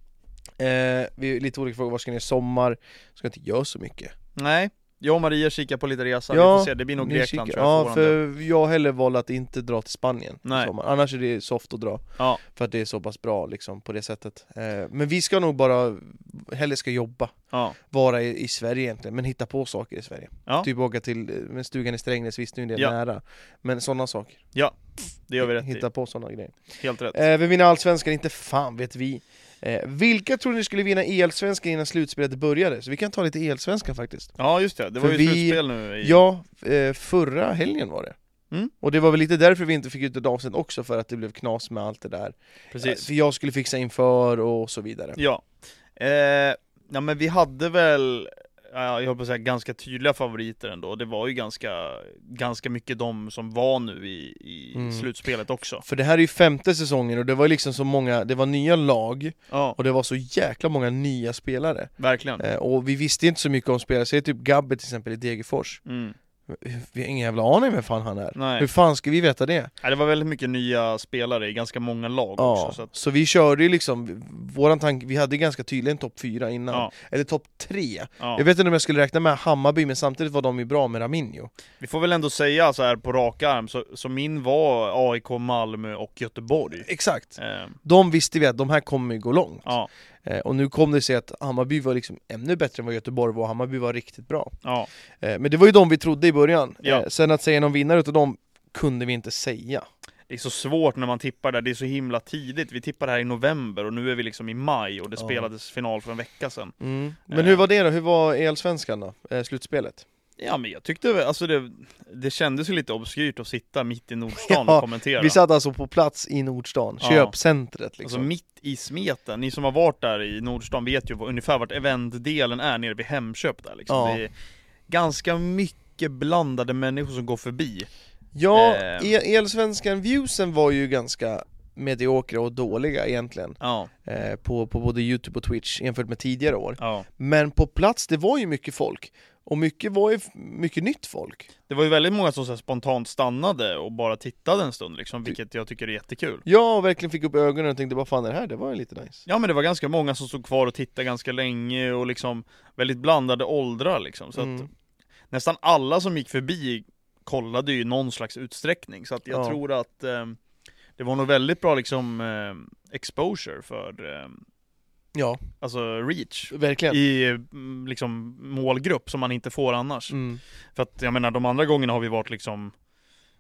Eh, vi är lite olika frågor, vad ska ni göra i sommar? Ska inte göra så mycket. Nej, jag och Maria kikar på lite resa. Ja, Vi får se, det blir nog Ni Grekland kikar- tror jag Ja, för våran del. för jag heller valt att inte dra till Spanien i Nej. sommar. Annars är det soft att dra. Ja. För att det är så pass bra liksom på det sättet. Eh, men vi ska nog bara, hellre ska jobba. Ja. Vara i, i Sverige egentligen, men hitta på saker i Sverige. Ja. Typ åka till, men stugan i Strängnäs, visst nu är det Ja. nära. Men sådana saker. Det gör vi rätt Hitta i. på sådana grejer. Helt rätt. Eh, vem vinner Allsvenskan? Inte fan vet vi. Eh, vilka tror ni skulle vinna E-allsvenskan innan slutspelet började? Så vi kan ta lite E-allsvenskan faktiskt. Ja just det, det För var ju vi- slutspel nu i... Ja, eh, förra helgen var det. Mm. Och det var väl lite därför vi inte fick ut ett avsnitt också, för att det blev knas med allt det där. Eh, Precis. för jag skulle fixa inför och så vidare. Ja. Eh, ja men vi hade väl, ja, jag höll på att säga ganska tydliga favoriter ändå. Det var ju ganska, ganska mycket de som var nu i, i Mm. slutspelet också. För det här är ju femte säsongen och det var liksom så många, det var nya lag Ja, och det var så jäkla många nya spelare. verkligen. Eh, och vi visste inte så mycket om spelare, se typ Gabbe till exempel i Degerfors. Mm. Vi har ingen jävla aning vem fan han är. Nej. Hur fan ska vi veta det? Ja, det var väldigt mycket nya spelare i ganska många lag Ja, också. Så att, så vi körde ju liksom, våran tanke, vi hade ganska tydligt en topp fyra innan. ja, Eller topp tre. ja. Jag vet inte om jag skulle räkna med Hammarby, men samtidigt var de ju bra med Raminho. Vi får väl ändå säga så här på rak arm, så, så min var A I K, Malmö och Göteborg. Exakt. Eh, De visste vi att de här kommer ju gå långt. ja, Eh, och nu kom det sig att Hammarby var liksom ännu bättre än vad Göteborg var. Hammarby var riktigt bra. ja, Eh, men det var ju de vi trodde i början. Ja. Eh, sen att säga någon vinnare utav dem kunde vi inte säga. det är så svårt när man tippar där, det är så himla tidigt. Vi tippar här i november och nu är vi liksom i maj och det Ja. spelades final för en vecka sedan. Mm. Men Eh. hur var det då? Hur var E-allsvenskan då? Eh, slutspelet? Ja men jag tyckte väl- alltså det, det kändes ju lite obskyrt att sitta mitt i Nordstan Ja, och kommentera. Vi satt alltså på plats i Nordstan, Ja. köpcentret liksom. Alltså mitt i smeten, ni som har varit där i Nordstan vet ju vad- ungefär vart eventdelen är nere vid Hemköp där liksom. Ja. Det är ganska mycket blandade människor som går förbi. Ja, Eh. E- E-allsvenskan viewsen var ju ganska mediokra och dåliga egentligen. Ja, Eh, på, på både YouTube och Twitch jämfört med tidigare år. ja. Men på plats, det var ju mycket folk. Och mycket var ju f- mycket nytt folk. Det var ju väldigt många som så här spontant stannade och bara tittade en stund liksom, vilket jag tycker är jättekul. Jag verkligen fick upp ögonen och tänkte, vad fan är det här? Det var ju lite nice. Ja men det var ganska många som stod kvar och tittade ganska länge och liksom väldigt blandade åldrar liksom. Så Mm. att nästan alla som gick förbi kollade ju i någon slags utsträckning. Så att jag Ja. tror att eh, det var nog väldigt bra liksom eh, exposure för eh, Ja, alltså reach verkligen. i mm, liksom målgrupp som man inte får annars. Mm. För att jag menar de andra gångerna har vi varit liksom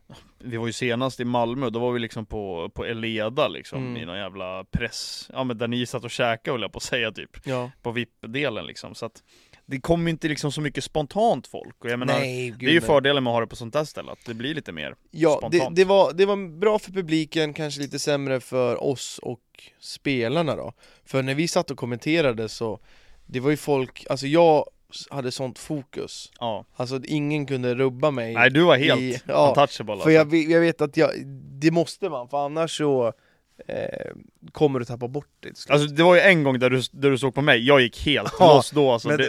vi var ju senast i Malmö, då var vi liksom på, på Eleda liksom, Mm. i någon jävla press, ja men där ni satt och käkade, vill jag på att säga typ, Ja. på V I P-delen liksom, så att det kommer inte liksom så mycket spontant folk, och jag menar, Nej, gud, det är ju nej. fördelen med att ha det på sånt där ställe, att det blir lite mer Ja, det, spontant. det, var, det var bra för publiken, kanske lite sämre för oss och spelarna då. För när vi satt och kommenterade så, det var ju folk, alltså jag hade sånt fokus. Ja. Alltså ingen kunde rubba mig. Nej, du var helt i, ja, untouchable alltså. för jag, vet- jag vet att jag, det måste man, för annars så eh, kommer du tappa bort det till slut. Alltså det var ju en gång där du, där du såg på mig, jag gick helt Ja, loss då alltså. men det,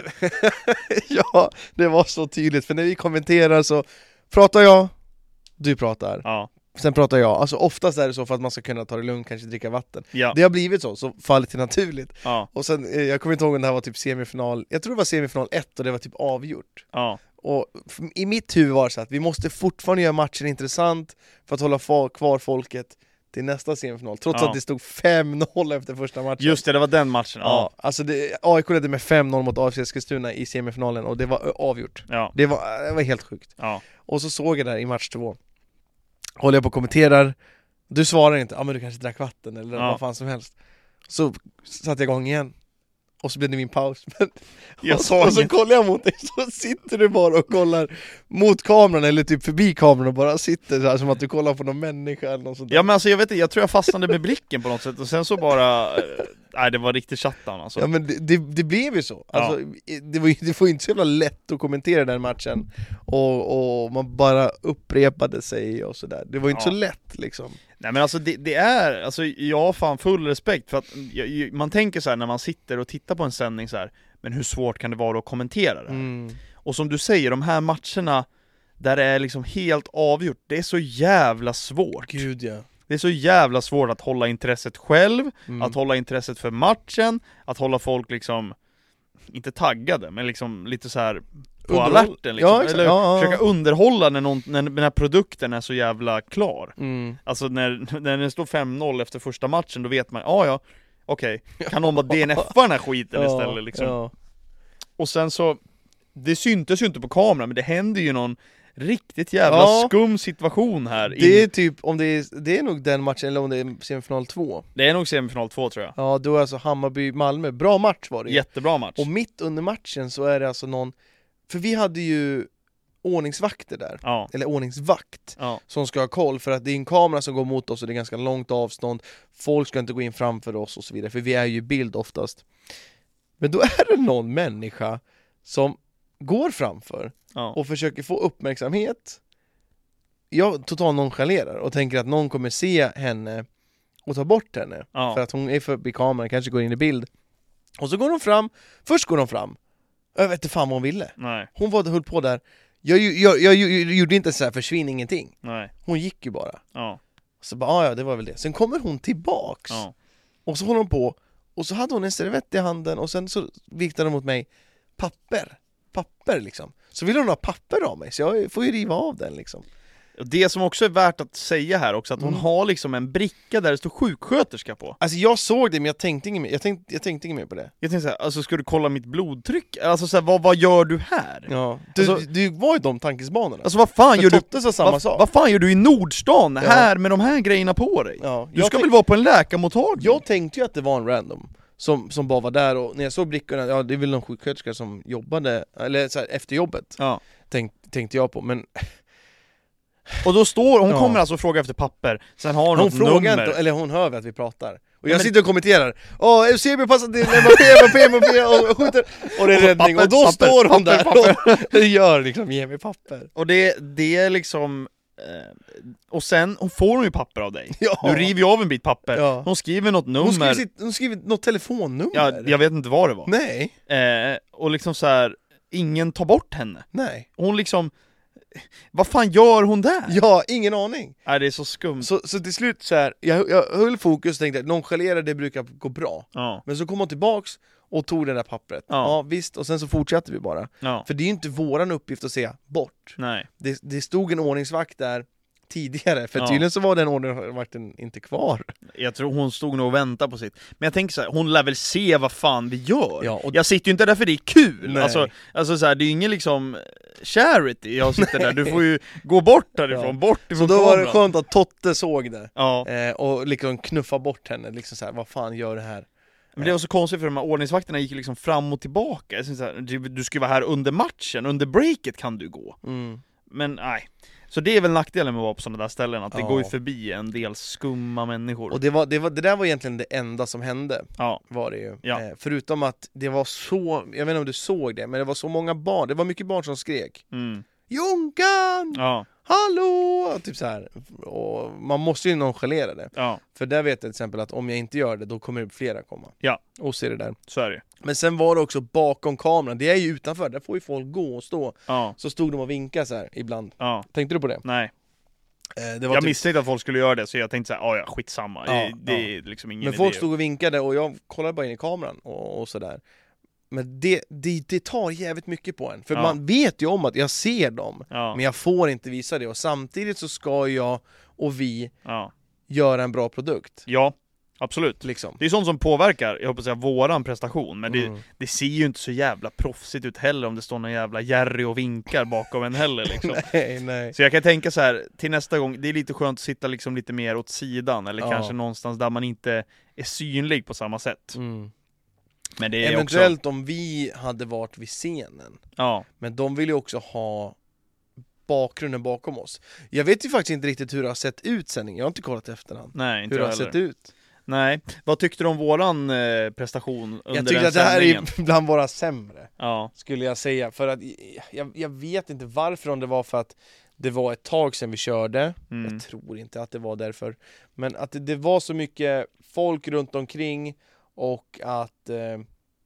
ja, det var så tydligt, för när vi kommenterar så pratar jag, du pratar, ja, sen pratar jag. Alltså oftast är det så för att man ska kunna ta det lugnt, kanske dricka vatten. ja, Det har blivit så, så fallet är naturligt. ja, Och sen, eh, jag kommer inte ihåg om det här var typ semifinal, jag tror det var semifinal ett och det var typ avgjort. ja, Och f- i mitt huvud var det så att vi måste fortfarande göra matchen intressant för att hålla fa- kvar folket till nästa semifinal, trots Ja. att det stod fem noll efter första matchen. just det, det var den matchen, Ja, ja, alltså det, A I K ledde med fem noll mot A F C Eskilstuna i semifinalen och det var ö, avgjort. ja, Det var, det var helt sjukt. ja, Och så såg jag där i match två, håller jag på och kommenterar, du svarar inte, ja ah, men du kanske drack vatten eller Ja. vad fan som helst. Så satte jag igång igen, och så blev det min paus. Men, Jag och, sa så, och så inget. kollar jag mot dig, så sitter du bara och kollar mot kameran eller typ förbi kameran och bara sitter så här, som att du kollar på någon människa eller något sånt där. Ja men alltså jag vet inte, jag tror jag fastnade med blicken på något sätt, och sen så bara, eh, nej det var riktigt shutdown alltså. Ja men det, det, det blev ju så, alltså, det, var ju, det var ju inte så jävla lätt att kommentera den matchen, och, och man bara upprepade sig och sådär, det var ju inte Ja. så lätt liksom. Nej men alltså det, det är, alltså jag har fan full respekt för att jag, man tänker så här när man sitter och tittar på en sändning så här, men hur svårt kan det vara att kommentera det här? Mm. Och som du säger, de här matcherna där det är liksom helt avgjort, det är så jävla svårt. Gud ja. Det är så jävla svårt att hålla intresset själv, Mm. att hålla intresset för matchen, att hålla folk liksom, inte taggade, men liksom lite så här på Underhåll- alerten liksom. Ja, exakt. Eller Ja, ja, ja. försöka underhålla när, någon, när den här produkten är så jävla klar. Mm. Alltså när, när det står fem noll efter första matchen, då vet man, ja ja, okej, kan någon bara D N F-a den här skiten istället liksom. Ja. Och sen så, det syntes ju inte på kameran, men det händer ju någon riktigt jävla Ja. skum situation här. Det är In, typ, om det är, det är nog den matchen, eller om det är semifinal två. det är nog semifinal två tror jag. Ja, då är alltså Hammarby-Malmö, bra match var det ju. Jättebra match. Och mitt under matchen så är det alltså någon, för vi hade ju ordningsvakter där, Ja, eller ordningsvakt, ja, som ska ha koll, för att det är en kamera som går mot oss och det är ganska långt avstånd, folk ska inte gå in framför oss och så vidare, för vi är ju i bild oftast. Men då är det någon människa som går framför ja. och försöker få uppmärksamhet. Jag totalt nonchalerar och tänker att någon kommer se henne och ta bort henne, Ja. för att hon är förbi kameran, kanske går in i bild. Och så går hon fram, först går hon fram, jag vet inte fan vad hon ville. Nej, Hon var höll på där, jag, jag, jag, jag, jag gjorde inte så här försvinn ingenting. nej, Hon gick ju bara. ja, Så bara, ah, ja det var väl det. Sen kommer hon tillbaks, ja. och så håller hon på, och så hade hon en servett i handen, och sen så viktade hon mot mig, papper, papper liksom. Så vill hon ha papper av mig, så jag får ju riva av den liksom. Det som också är värt att säga här också, att hon Mm. har liksom en bricka där det står sjuksköterska på. Alltså jag såg det, men jag tänkte inget mer, jag tänkte, jag tänkte inget mer på det. Jag tänkte såhär, alltså ska du kolla mitt blodtryck? Alltså såhär, vad, vad gör du här? Ja. Du, Alltså- du var ju de tankesbanorna. Alltså vad fan För gör du? Totte sa samma vad, sak. vad fan gör du i Nordstan Ja. här med de här grejerna på dig? Ja. Du jag ska tänk- väl vara på en läkarmottagning? Jag tänkte ju att det var en random som, som bara var där, och när jag såg brickorna, ja det är väl någon sjuksköterska som jobbade, eller så här, efter jobbet, Ja. tänk, tänkte jag på, men Och då står, hon Ja. kommer alltså och frågar efter papper, sen har hon hon något frågar nummer. inte, eller hon hör väl att vi pratar. Och Ja, jag men- sitter och kommenterar, åh Eusebio passar till Mbappé, Mbappé, Mbappé, och skjuter, och det är Och så räddning, papper, och då papper, står hon papper, där och gör liksom, ge mig papper. Och det, det är liksom... Eh, och sen hon får hon ju papper av dig. Ja. Du river ju av en bit papper. Ja. Hon skriver något nummer. Hon skriver, sitt, hon skriver något telefonnummer. Ja, jag vet inte vad det var. Nej, Eh, och liksom så här, ingen tar bort henne. nej. Hon liksom... Vad fan gör hon där? Ja, ingen aning. Nej, det är så skumt. Så, så till slut så här, jag, jag höll fokus och tänkte att nonchalera, det brukar gå bra. Ja, Men så kom hon tillbaks och tog det där pappret. Ja. Ja, visst, och sen så fortsatte vi bara. ja, För det är ju inte våran uppgift att säga bort. nej. Det, det stod en ordningsvakt där tidigare, för Ja. tydligen så var den ordningsvakten inte kvar. Jag tror hon stod nog och väntade på sitt. Men jag tänker så här, hon lär väl se vad fan vi gör. Ja, och- Jag sitter ju inte där för det är kul. Nej. Alltså, alltså så här, det är ju ingen liksom... charity jag sitter där, du får ju gå bort därifrån, ja. bort ifrån Så då kameran. var det skönt att Totte såg det, ja. eh, och liksom knuffa bort henne, liksom så här, vad fan gör det här? Men det var så konstigt för de här ordningsvakterna gick liksom fram och tillbaka. Jag så här, du, du ska vara här under matchen, under breaket kan du gå. Mm. Men nej. Så det är väl nackdelen med att vara på sådana där ställen, att det ja. går ju förbi en del skumma människor. Och det, var, det, var, det där var egentligen det enda som hände, ja. var det ju. Ja. Eh, förutom att det var så, jag vet inte om du såg det, men det var så många barn, det var mycket barn som skrek Mm. Jonkan! Ja. Hallå! Typ så här. Och man måste ju nonchalera det. Ja. För där vet jag till exempel att om jag inte gör det, då kommer det flera komma. Ja. Och se det där. Så är det. Men sen var det också bakom kameran, det är ju utanför, där får ju folk gå och stå. Ja. Så stod de och vinkade så här ibland. Ja. Tänkte du på det? Nej. Eh, det var jag typ... misstänkte att folk skulle göra det, så jag tänkte så här, ja skitsamma. Ja, det det ja. är liksom ingen Men idé. folk stod och vinkade och jag kollade bara in i kameran och, och sådär. Men det, det, det tar jävligt mycket på en. För Ja. man vet ju om att jag ser dem, Ja. men jag får inte visa det. Och samtidigt så ska jag och vi Ja. göra en bra produkt. Ja, absolut. Liksom. Det är sånt som påverkar, jag hoppas säga, våran prestation. Men det, Mm. det ser ju inte så jävla proffsigt ut heller om det står någon jävla Jerry och vinkar bakom en heller liksom. nej, nej. Så jag kan tänka så här, till nästa gång, det är lite skönt att sitta liksom lite mer åt sidan. Eller Ja. kanske någonstans där man inte är synlig på samma sätt. Mm. Men det är Eventuellt också... om vi hade varit vid scenen. Ja. Men de vill ju också ha bakgrunden bakom oss. Jag vet ju faktiskt inte riktigt hur det har sett ut sändningen. Jag har inte kollat efterhand. Nej, inte Hur det jag har heller. sett ut. Nej. Vad tyckte du om våran eh, prestation under Jag tyckte den att det här sändningen? är bland våra sämre. Ja. Skulle jag säga. För att jag, jag vet inte varför, om det var för att det var ett tag sedan vi körde. Mm. Jag tror inte att det var därför. Men att det, det var så mycket folk runt omkring. Och att eh,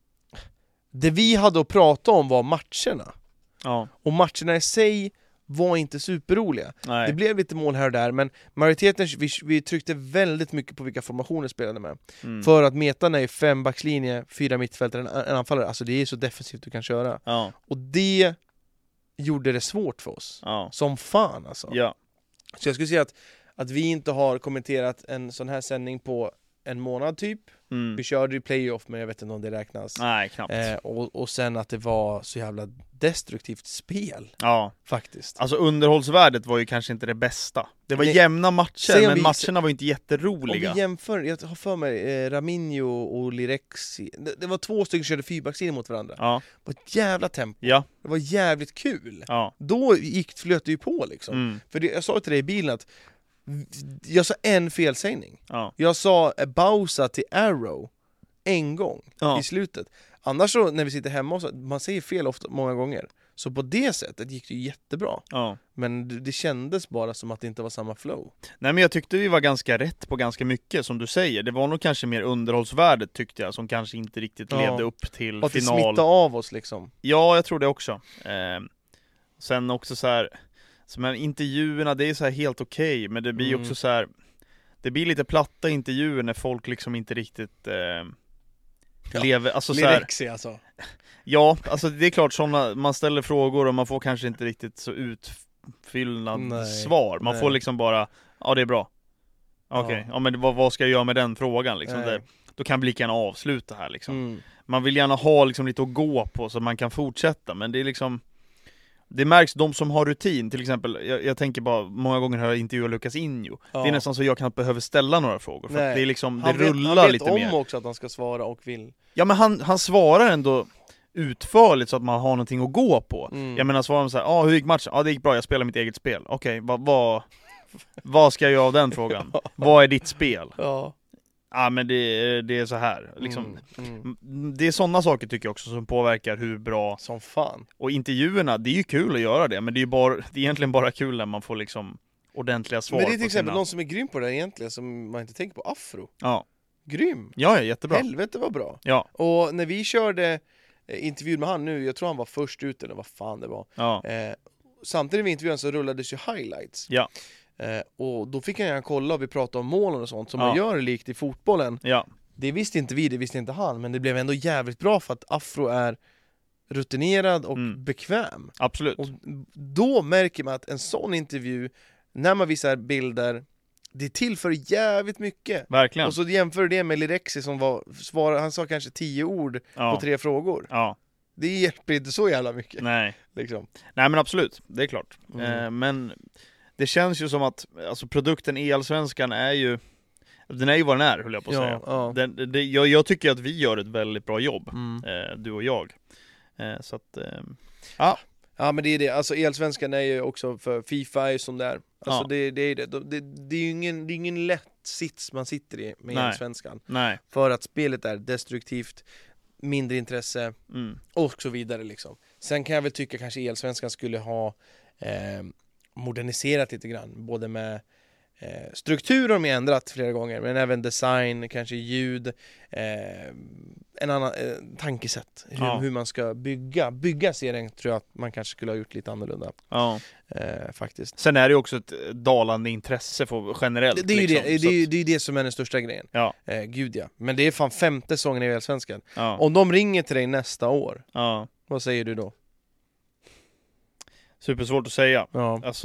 det vi hade att prata om var matcherna. Ja. Och matcherna i sig var inte superroliga. Nej. Det blev lite mål här och där, men majoriteten, vi, vi tryckte väldigt mycket på vilka formationer spelade med. Mm. För att metan är fem backslinje, fyra mittfältare, en, en anfallare. Alltså det är så defensivt du kan köra. Ja. Och det gjorde det svårt för oss. Ja. Som fan alltså. Ja. Så jag skulle säga att, att vi inte har kommenterat en sån här sändning på en månad typ. Mm. Vi körde ju playoff, men jag vet inte om det räknas. Nej, knappt. Eh, och, och sen att det var så jävla destruktivt spel Ja. faktiskt. Alltså underhållsvärdet var ju kanske inte det bästa. Det var Nej. jämna matcher, Säg om men vi- matcherna var ju inte Om jätteroliga. vi jämför, jag har för mig eh, Raminho och Lirexi, det, det var två stycken som körde fyrbackslinje mot varandra. Ja. Det var ett jävla tempo, Ja. det var jävligt kul. Ja. Då gick, flöt det ju på liksom. Mm. För det, jag sa till dig i bilen att jag sa en felsägning. Ja. Jag sa eh, Bausa till Arrow en gång Ja. i slutet. Annars så när vi sitter hemma, så, man säger fel ofta, många gånger. Så på det sättet gick det ju jättebra. Ja. Men det, det kändes bara som att det inte var samma flow. Nej, men jag tyckte vi var ganska rätt på ganska mycket, som du säger. Det var nog kanske mer underhållsvärdet, tyckte jag, som kanske inte riktigt Ja. levde upp till Och att det final. smittade av oss liksom. Ja, jag tror det också. Eh, sen också så här, som här intervjuerna, det är så här helt okej, men det blir Mm. också så här, det blir lite platta intervjuer när folk liksom inte riktigt eh, Ja. lever, alltså så här, Lirexi alltså. ja, alltså det är klart, såna, man ställer frågor och man får kanske inte riktigt så utfyllnad Nej, svar. Man nej. får liksom bara, ja det är bra. Okej, Ja. ja men vad, vad ska jag göra med den frågan liksom? Nej. Det, då kan vi lika gärna avsluta här liksom. Mm. Man vill gärna ha liksom lite att gå på så man kan fortsätta, men det är liksom, det märks, de som har rutin, till exempel, jag, jag tänker bara, många gånger har jag intervjuat Lucas Injo. Ja. Det är nästan så jag knappt behöver ställa några frågor, för Nej. att det är liksom, det Han vet, rullar han vet lite om mer. också att han ska svara och vill. Ja, men han, han svarar ändå utförligt så att man har någonting att gå på. Mm. Jag menar, svarar man så här, ah, hur gick matchen? Ja, ah, det gick bra, jag spelar mitt eget spel. Okej, vad, vad, vad ska jag göra av den frågan? Vad är ditt spel? Ja. Ja, ah, men det, är- det är så här. Liksom, Mm. Mm. det är sådana saker tycker jag också som påverkar hur bra. Som fan. Och intervjuerna, det är ju kul att göra det, men det är ju bara, det är egentligen bara kul när man får liksom ordentliga svar. Men det är till på exempel sina... någon som är grym på det här egentligen, som man inte tänker på, Afro. Ja, Grym. ja, ja, jättebra. Helvete vad bra. Ja, Och när vi körde eh, intervjun med han nu, jag tror han var först ut eller vad fan det var. ja, Eh, samtidigt med intervjun så rullades ju highlights. ja, Eh, och då fick han gärna kolla och vi pratade om målen och sånt som Ja. man gör likt i fotbollen. ja, Det visste inte vi, det visste inte han, men det blev ändå jävligt bra för att Afro är rutinerad och Mm. bekväm. absolut. Och då märker man att en sån intervju, när man visar bilder, det tillför jävligt mycket. Verkligen. Och så jämför det med Lirexi som var, svarade, han sa kanske tio ord Ja. på tre frågor. Ja, det hjälper inte så jävla mycket. Nej. Liksom. Nej men absolut, det är klart. Mm. Eh, men det känns ju som att alltså, produkten E-allsvenskan är ju, den är ju vad den är, höll jag på att Ja, säga. ja. Den, det, jag, jag tycker att vi gör ett väldigt bra jobb, Mm. eh, du och jag. Eh, så att, eh, ja. Ja men det är det, alltså E-allsvenskan är ju också för FIFA är ju sån där. Alltså Ja. det, det är det. Det, det är ju ingen, det är ingen lätt sits man sitter i med Nej. E-allsvenskan. Nej. För att spelet är destruktivt, mindre intresse Mm. och så vidare liksom. Sen kan jag väl tycka kanske E-allsvenskan skulle ha eh, moderniserat lite grann, både med eh, struktur har de ändrat flera gånger, men även design, kanske ljud, eh, en annan eh, tankesätt, hur, Ja. hur man ska bygga bygga serien tror jag att man kanske skulle ha gjort lite annorlunda Ja. eh, faktiskt. Sen är det ju också ett dalande intresse för, generellt. Det, det är ju liksom, det, så det, är, ju- att- det är ju det som är den största grejen. Ja. Eh, gud ja. Men det är fan femte säsongen i E-allsvenskan. Ja. Om de ringer till dig nästa år, Ja. vad säger du då? Supersvårt att säga. Ja. Alltså,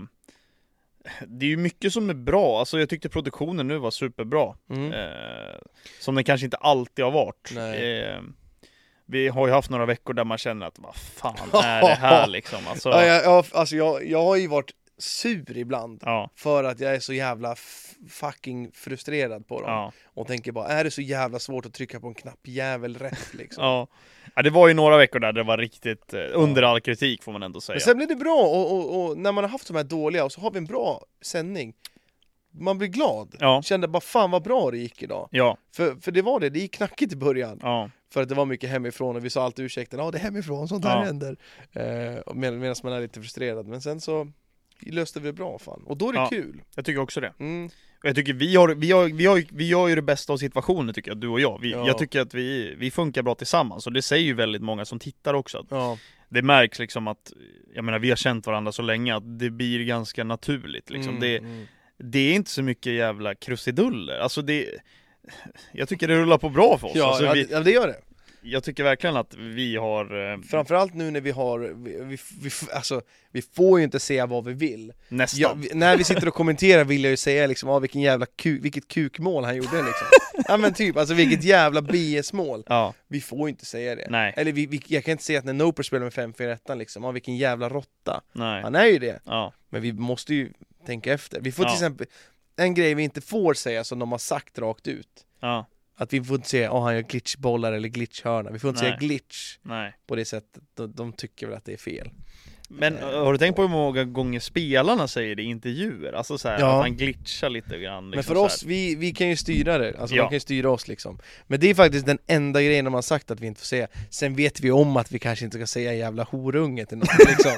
det är ju mycket som är bra. Alltså jag tyckte produktionen nu var superbra. Mm. Eh, som den kanske inte alltid har varit. Nej. Eh, vi har ju haft några veckor där man känner att vad fan är det här liksom? Alltså, Ja, jag, jag, alltså jag, jag har ju varit sur ibland ja, för att jag är så jävla f- fucking frustrerad på dem. ja, Och tänker bara, är det så jävla svårt att trycka på en knapp jävel rätt liksom? ja. Ja, det var ju några veckor där det var riktigt eh, under all kritik får man ändå säga. Men sen blir det bra, och, och, och när man har haft de här dåliga och så har vi en bra sändning, man blir glad. Ja, Kände bara fan vad bra det gick idag. ja, För, för det var det, det gick knackigt i början. ja, För att det var mycket hemifrån och vi sa alltid ursäkten, ja det är hemifrån, sånt här Ja. händer. Eh, med, medan man är lite frustrerad. Men sen så löste vi det bra fan. Och då är det Ja. kul. jag tycker också det. Mm. Och jag tycker vi har, vi har, vi har, vi gör ju det bästa av situationen tycker jag, du och jag. Vi, Ja. Jag tycker att vi, vi funkar bra tillsammans och det säger ju väldigt många som tittar också. Att Ja. det märks liksom att, jag menar vi har känt varandra så länge att det blir ganska naturligt liksom. Mm, det, mm. det är inte så mycket jävla krusiduller. Alltså det, jag tycker det rullar på bra för oss. Ja, alltså ja, vi, det- ja, det gör det. jag tycker verkligen att vi har eh, Framförallt nu när vi har, vi, vi, vi, alltså, vi får ju inte säga vad vi vill. nästan. Ja, vi, när vi sitter och kommenterar vill jag ju säga liksom, ah, vilken jävla ku, vilket kukmål han gjorde liksom. Ja men typ, alltså vilket jävla B S-mål. Ja, Vi får ju inte säga det. nej, Eller vi, vi, jag kan inte säga att när Noper spelar med fem fyra ett liksom, ah, vilken jävla råtta. nej. Han är ju det. Ja, Men vi måste ju tänka efter. Vi får till Ja. exempel, en grej vi inte får säga som de har sagt rakt ut. ja, Att vi får inte säga, oh, han gör glitchbollar eller glitchhörna. Vi får inte Nej. säga glitch nej. på det sättet. De, de tycker väl att det är fel. Men Eh, har du tänkt på hur många gånger spelarna säger det i intervjuer? Alltså så här, Ja. att han glitchar lite grann liksom Men för så här. oss, vi, vi kan ju styra det. Alltså Ja. de kan ju styra oss liksom. Men det är faktiskt den enda grejen de har sagt att vi inte får säga. Sen vet vi om att vi kanske inte ska säga jävla horunge till någon liksom.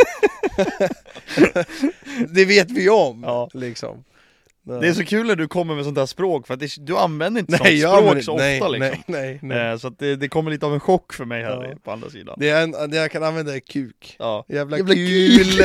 Det vet vi om Ja. liksom. Det är så kul när du kommer med sånt här språk, för att det, du använder inte sånt Nej, jag språk använder- så nej, ofta liksom. Nej, nej, nej. Eh, Så att det, det kommer lite av en chock för mig här Ja. i- på andra sidan. Det, är en, det jag kan använda är kuk. Ja, Jävla, Jävla kul!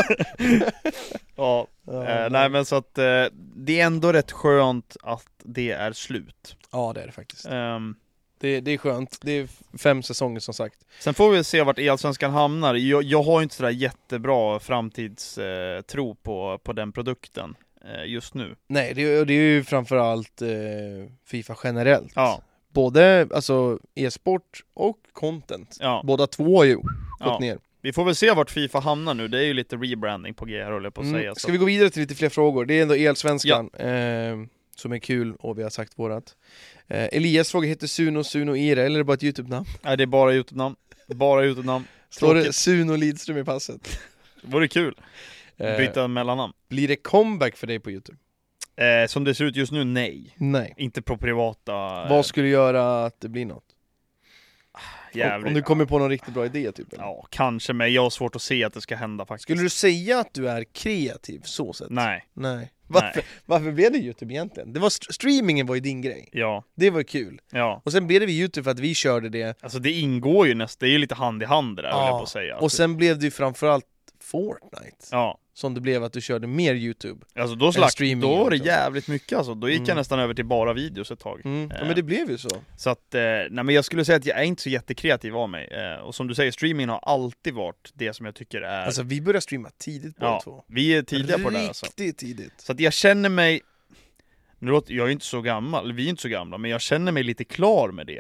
ja. Ja, Eh, nej men så att eh, det är ändå rätt skönt att det är slut. ja det är det faktiskt. Ehm, Det, det är skönt. Det är fem säsonger som sagt. Sen får vi se vart E-allsvenskan hamnar. Jag, jag har ju inte sådär jättebra framtidstro eh, tro på, på den produkten eh, just nu. Nej, det, det är ju framförallt eh, FIFA generellt. Ja, Både alltså, e-sport och content. ja, Båda två har ju gått ja. ner. Vi får väl se vart FIFA hamnar nu. Det är ju lite rebranding på G här, håller jag på att säga. Mm. Så. Ska vi gå vidare till lite fler frågor? Det är ändå E-allsvenskan eh, som är kul och vi har sagt vårat. Eh, Elias fråga heter Suno Suno Ire eller är det bara ett YouTube-namn? Nej, det är bara YouTube-namn. Bara YouTube-namn. Står det Tråkigt. Suno Lidström i passet? Det vore kul. Eh, Byta mellannamn. blir det comeback för dig på YouTube? Eh, som det ser ut just nu, nej. Nej. Inte på privata... eh, Vad skulle göra att det blir något? jävligt. Om du kommer på någon riktigt bra idé typ? eller? Ja, kanske, men jag har svårt att se att det ska hända faktiskt. Skulle du säga att du är kreativ så sett? Nej. Nej. Varför, Nej. varför blev det YouTube egentligen? Det var st- streamingen var ju din grej. Ja, Det var ju kul. ja. Och sen blev det YouTube för att vi körde det. Alltså det ingår ju nästan, det är ju lite hand i hand det där, höll jag på att säga. Och sen blev det ju framförallt Fortnite. Ja, Som det blev att du körde mer YouTube. alltså då slack, streaming då var det liksom. jävligt mycket alltså. Då gick jag Mm. nästan över till bara videos ett tag. Mm. Ja Eh. men det blev ju så. Så att, eh, nej men jag skulle säga att jag är inte så jättekreativ av mig. Eh, och som du säger, streaming har alltid varit det som jag tycker är... Alltså vi började streama tidigt båda ja, två. vi är tidiga på det här alltså. Riktigt tidigt. Så att jag känner mig, nu låter, jag är inte så gammal, vi är inte så gamla, men jag känner mig lite klar med det.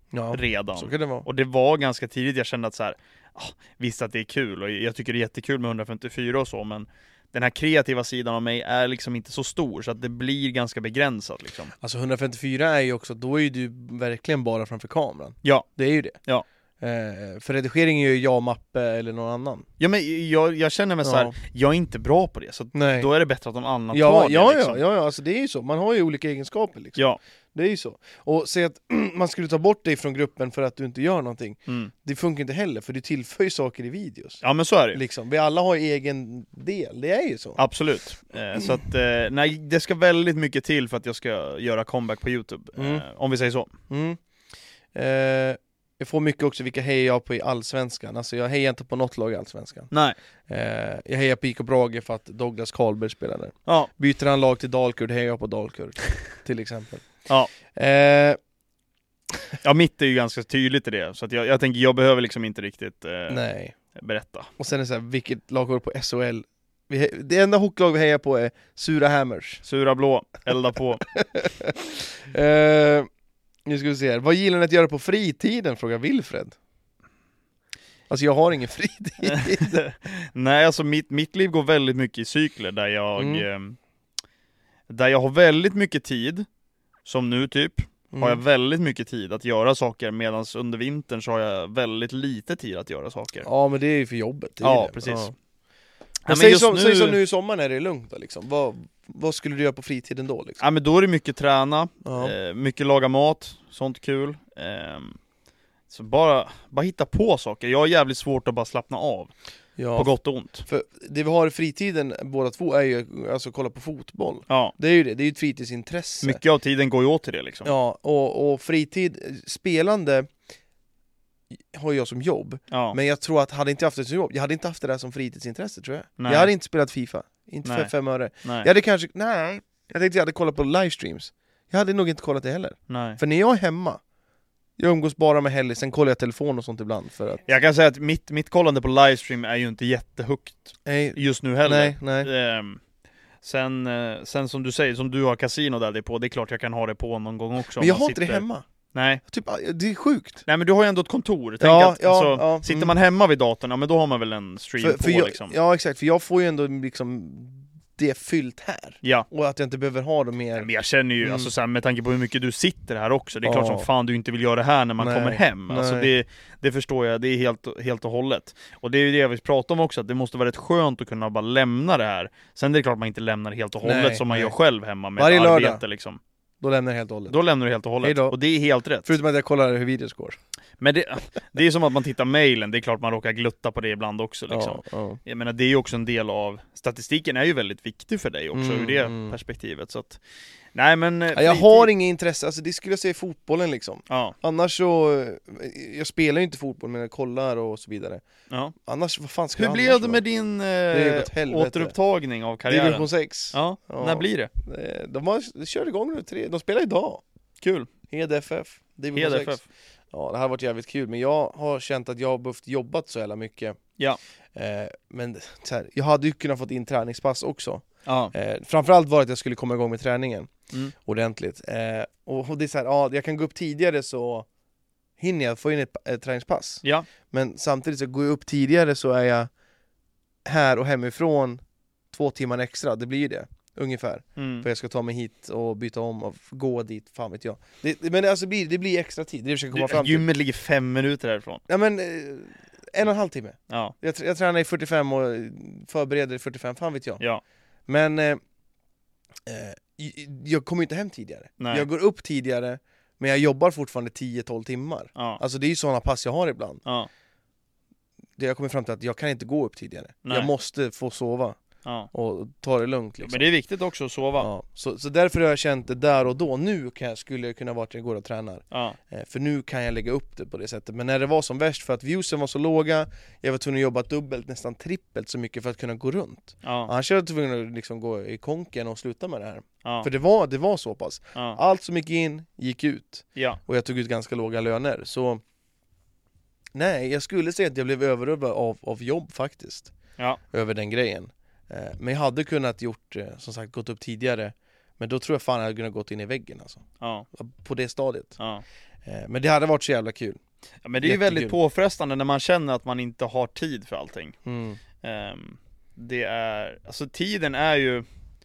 Ja, redan. så kan det vara. Och det var ganska tidigt jag kände att så här, ah, visst att det är kul och jag tycker det är jättekul med hundrafemtiofyra och så, men den här kreativa sidan av mig är liksom inte så stor, så att det blir ganska begränsat liksom. Alltså hundrafemtiofyra är ju också, då är ju du verkligen bara framför kameran. Ja. Det är ju det. Ja. Eh, för redigering är ju jag, Mappe eller någon annan. Ja, men jag, jag känner mig Ja. så här, jag är inte bra på det, så Nej. då är det bättre att någon annan Ja, tar det ja, liksom. ja, ja, alltså det är ju så. Man har ju olika egenskaper liksom. Ja. Det är ju så. Och säg att man skulle ta bort dig från gruppen för att du inte gör någonting. Mm. Det funkar inte heller, för du tillför ju saker i videos. Ja, men så är det. Liksom. Vi alla har egen del, det är ju så. Absolut. Eh, så att, eh, nej, det ska väldigt mycket till för att jag ska göra comeback på YouTube. Mm. Eh, om vi säger så. Mm. Eh, jag får mycket också vilka hejar jag på i Allsvenskan. Alltså jag hejar inte på något lag i Allsvenskan. Nej. Eh, jag hejar på I K Brage för att Douglas Karlberg spelar där. Ja. Byter han lag till Dalkurd hejar jag på Dalkurd. Till exempel. Ja. Eh, Ja, mitt är ju ganska tydligt i det. Så att jag, jag tänker, jag behöver liksom inte riktigt eh, nej. berätta. Och sen är det så här, vilket lag går på S H L? Vi, he- det enda hockeylag vi hejar på är Sura Hammers. Sura blå, elda på. eh, nu ska vi se här. Vad gillar ni att göra på fritiden? Frågar Wilfred. Alltså jag har ingen fritid. Nej, alltså mitt, mitt liv går väldigt mycket i cykler där jag Mm. eh, där jag har väldigt mycket tid, som nu typ, Mm. har jag väldigt mycket tid att göra saker, medan under vintern så har jag väldigt lite tid att göra saker. Ja, men det är ju för jobbet. Det är Ja, det. precis. Ja. Ja, Men men säg, just som, nu- säg som nu i sommar när det är lugnt då, liksom. vad, vad skulle du göra på fritiden då? Liksom? Ja, men då är det mycket träna, Ja. eh, mycket laga mat, sånt kul. Ehm, så bara, bara hitta på saker. Jag har jävligt svårt att bara slappna av, Ja, på gott och ont. för det vi har i fritiden båda två är ju alltså kolla på fotboll. Ja, Det är ju det, det är ju ett fritidsintresse. mycket av tiden går ju åt till det liksom. Ja, och, och fritid, spelande har jag som jobb. Ja. Men jag tror att hade inte jag haft det som jobb, jag hade inte haft det där som fritidsintresse tror jag. Nej. Jag hade inte spelat FIFA, inte för Nej. fem öre. Nej. Jag hade kanske, nej, jag tänkte jag hade kollat på livestreams. Jag hade nog inte kollat det heller. Nej. För när jag är hemma, jag umgås bara med Helly, sen kollar jag telefon och sånt ibland för att... Jag kan säga att mitt, mitt kollande på livestream är ju inte jättehögt Nej, just nu heller. nej, nej. Ehm, sen, eh, sen som du säger, som du har kasino där det på, det är klart jag kan ha det på någon gång också. Men om jag man har inte det sitter- hemma. Nej. Typ, det är sjukt. Nej, men du har ju ändå ett kontor. Tänk Ja, att, ja, alltså, ja, sitter mm. man hemma vid datorn, ja, men då har man väl en stream För, på för jag, liksom. Ja, exakt, för jag får ju ändå liksom det fyllt här. Ja. Och att jag inte behöver ha det mer... Men jag känner ju, Mm. alltså, så här, med tanke på hur mycket du sitter här också, det är Ja. klart som fan du inte vill göra det här när man Nej, kommer hem. Alltså, nej. det, det förstår jag, det är helt, helt och hållet. Och det är ju det jag vill prata om också, att det måste vara rätt skönt att kunna bara lämna det här. Sen är det klart man inte lämnar helt och hållet Nej, som man nej. gör själv hemma med Varje ett lördag. arbete liksom. Då lämnar jag helt och hållet. Då lämnar du helt och hållet. Hejdå. Och det är helt rätt. Förutom att jag kollar hur videos går. Men det, det är som att man tittar mailen, det är klart man råkar glutta på det ibland också liksom. Ja, ja. Jag menar, det är ju också en del av, statistiken är ju väldigt viktig för dig också Mm, ur det mm. perspektivet, så att, nej men... Ja, jag har inget intresse, alltså det skulle jag säga i fotbollen liksom. Ja, Annars så, jag spelar ju inte fotboll men jag kollar och så vidare. ja. Annars, vad fan ska Hur jag blev annars det vara? med din är ju eh, åt helvete. återupptagning av karriären? Division sex? Ja, Ja. när blir det? Eh, De, har, de kör igång nu, tre. De spelar idag. Kul. Hed F F, Division Hed F F. sex. Ja, det här har varit jävligt kul, men jag har känt att jag har behövt jobbat så jävla mycket. Ja. Eh, men så här, jag hade ju kunnat fått in träningspass också. Ja. Eh, framförallt var det att jag skulle komma igång med träningen Mm. ordentligt. Eh, och, och det är så här, ja, jag kan gå upp tidigare så hinner jag få in ett, ett träningspass. Ja. Men samtidigt så går jag upp tidigare så är jag här och hemifrån två timmar extra, det blir ju det. Ungefär. Mm. För jag ska ta mig hit och byta om och gå dit, fan vet jag. Det, det, men det, alltså, blir, det blir extra tid, det försöker komma Du, fram till. gymmet ligger fem minuter härifrån. Ja men, eh, en och en halv timme. Ja. Jag, tr- jag tränar i fyrtiofem och förbereder i fyrtiofem, fan vet jag. Ja. Men eh, eh, j- jag kommer ju inte hem tidigare. Nej. Jag går upp tidigare, men jag jobbar fortfarande tio tolv timmar. Ja. Alltså det är ju sådana pass jag har ibland. Ja. Det jag kommer fram till att jag kan inte gå upp tidigare. Nej. Jag måste få sova Ja. och ta det lugnt liksom. Men det är viktigt också att sova. Ja, så, så därför har jag känt det där och då. Nu kan jag, skulle jag kunna vara att jag går och tränar. Ja. Eh, för nu kan jag lägga upp det på det sättet. Men när det var som värst, för att viewsen var så låga, jag var tvungen att jobba dubbelt, nästan trippelt så mycket för att kunna gå runt. Ja. Annars var jag tvungen att liksom gå i konken och sluta med det här. Ja. För det var, det var så pass. Ja. Allt som gick in, gick ut. Ja. Och jag tog ut ganska låga löner. Så nej, jag skulle säga att jag blev överrövad av, av jobb faktiskt. Ja. Över den grejen. Eh, men jag hade kunnat gjort, eh, som sagt, gått upp tidigare. Men då tror jag fan jag hade kunnat gått in i väggen alltså. Ja. På det stadiet. Ja. Eh, men det hade varit så jävla kul. Ja, men det är ju Jättekul. väldigt påfrestande när man känner att man inte har tid för allting. Mm. Um, det är, alltså tiden är ju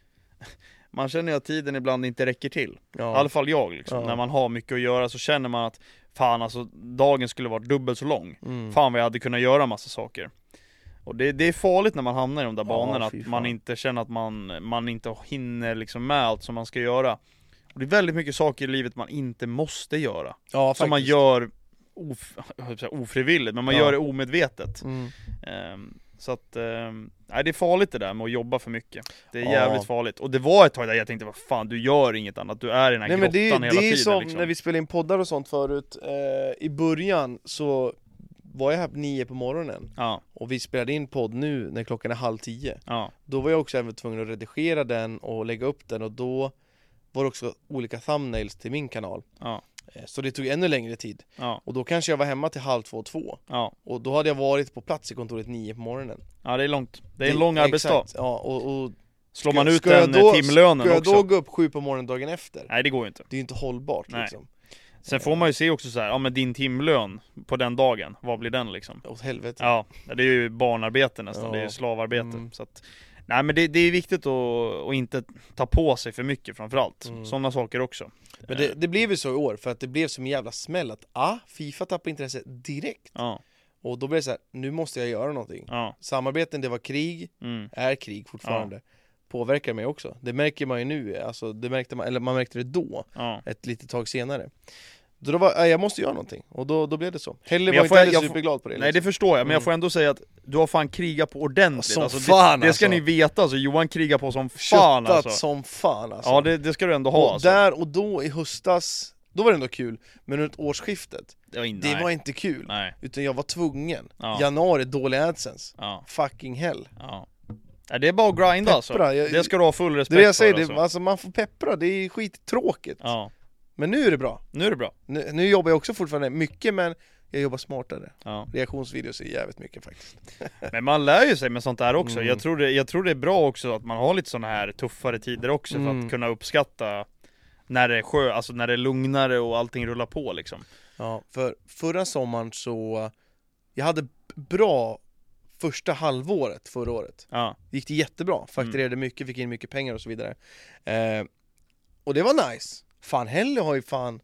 man känner ju att tiden ibland inte räcker till. Ja. I alla fall jag liksom. Ja. När man har mycket att göra så känner man att fan alltså, dagen skulle vara dubbelt så lång. Mm. Fan vad jag hade kunnat göra massa saker. Och det, det är farligt när man hamnar i de där Ja, banorna, fy att fan. man inte känner att man, man inte hinner liksom med allt som man ska göra. Och det är väldigt mycket saker i livet man inte måste göra. Ja, som man faktiskt. gör of, jag höll på att säga ofrivilligt, men man Ja. gör det omedvetet. Mm. Um, så att, um, nej, det är farligt det där med att jobba för mycket. Det är Ja. jävligt farligt. Och det var ett tag där jag tänkte, vad fan, du gör inget annat. Du är i den här Nej, men det, grottan är- hela det är tiden som liksom. när vi spelade in poddar och sånt förut. eh, I början så var jag här på nio på morgonen Ja, och vi spelade in podd nu när klockan är halv tio. ja, Då var jag också även tvungen att redigera den och lägga upp den, och då var det också olika thumbnails till min kanal. ja, Eh, Så det tog ännu längre tid. ja, Och då kanske jag var hemma till halv två, två. ja. Och då hade jag varit på plats i kontoret nio på morgonen. Ja, det är långt. Det är en lång arbetsdag. Exakt, ja, och, och Slår ska- man ut ska jag den då- timlönen ska jag också? då gå upp sju på morgonen dagen efter? Nej, det går ju inte. Det är ju inte hållbart. Nej. Liksom. Sen får man ju se också så här, ja men din timlön på den dagen, vad blir den liksom? Åt helvete. Ja, det är ju barnarbete nästan, Ja. det är ju slavarbete. Mm. Så att, nej men det, det är viktigt att, att inte ta på sig för mycket framförallt. Mm. Sådana saker också. Men det, det blev ju så i år, för att det blev som en jävla smäll att ah, FIFA tappade intresse direkt. Ja, Och då blev det så här, nu måste jag göra någonting. ja, Samarbeten, det var krig, mm, är krig fortfarande. Påverkar mig också. Det märker man ju nu, alltså det märkte man, eller man märkte det då, ja. ett litet tag senare. Då då var, äh, jag måste göra någonting, och då, då blev det så. Helle Men var jag inte får- heller jag får- superglad på det. Nej det liksom. förstår jag, men jag Mm. får ändå säga att du har fan krigat på ordentligt. Som alltså, fan, det, det ska alltså. ni veta, alltså, Johan krigar på som fan Köttat alltså. som fan alltså. Ja det, det ska du ändå ha och alltså. där och då i höstas, då var det ändå kul. Men runt årsskiftet, Det var, in, det nej. var inte kul. Nej, Utan jag var tvungen. Ja. Januari, dålig AdSense. ja, Fucking hell. ja. Ja, det är bara att grinda alltså. Peppra, jag- Det ska du ha full Det respekt är det jag säger, för det, alltså. alltså man får peppra, det är skittråkigt. Ja, Men nu är det bra. nu är det bra. Nu, nu jobbar jag också fortfarande mycket, men jag jobbar smartare. Ja. Reaktionsvideos är jävligt mycket faktiskt. Men man lär ju sig med sånt där också. Mm. Jag, tror det, jag tror det är bra också att man har lite såna här tuffare tider också för Mm. att kunna uppskatta när det är sjö, alltså när det är lugnare och allting rullar på liksom. Ja, för förra sommaren så, jag hade b- bra första halvåret förra året. Ja, Gick det jättebra, fakturerade mycket, fick in mycket pengar och så vidare. Eh, och det var nice. Fan, Helle har ju fan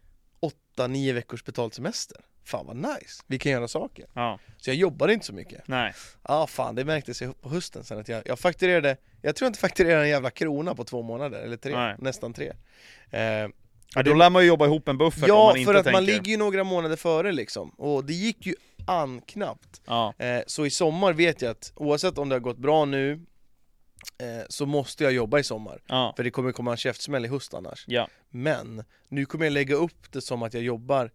åtta nio veckors betalt semester. Fan vad nice, vi kan göra saker. ja, Så jag jobbade inte så mycket. nej, Ja ah, fan, det märktes ju på hösten sen att jag, jag fakturerade, jag tror inte fakturerade en jävla krona på två månader, eller tre, Nej. nästan tre. Eh, ja, då lär man ju jobba ihop en buffert om ja, man inte för att tänker. man ligger ju några månader före liksom, och det gick ju an knappt. Ja, Eh, så i sommar vet jag att oavsett om det har gått bra nu, eh, så måste jag jobba i sommar. ja, För det kommer komma en käftsmäll i höst annars. ja, Men nu kommer jag lägga upp det som att jag jobbar,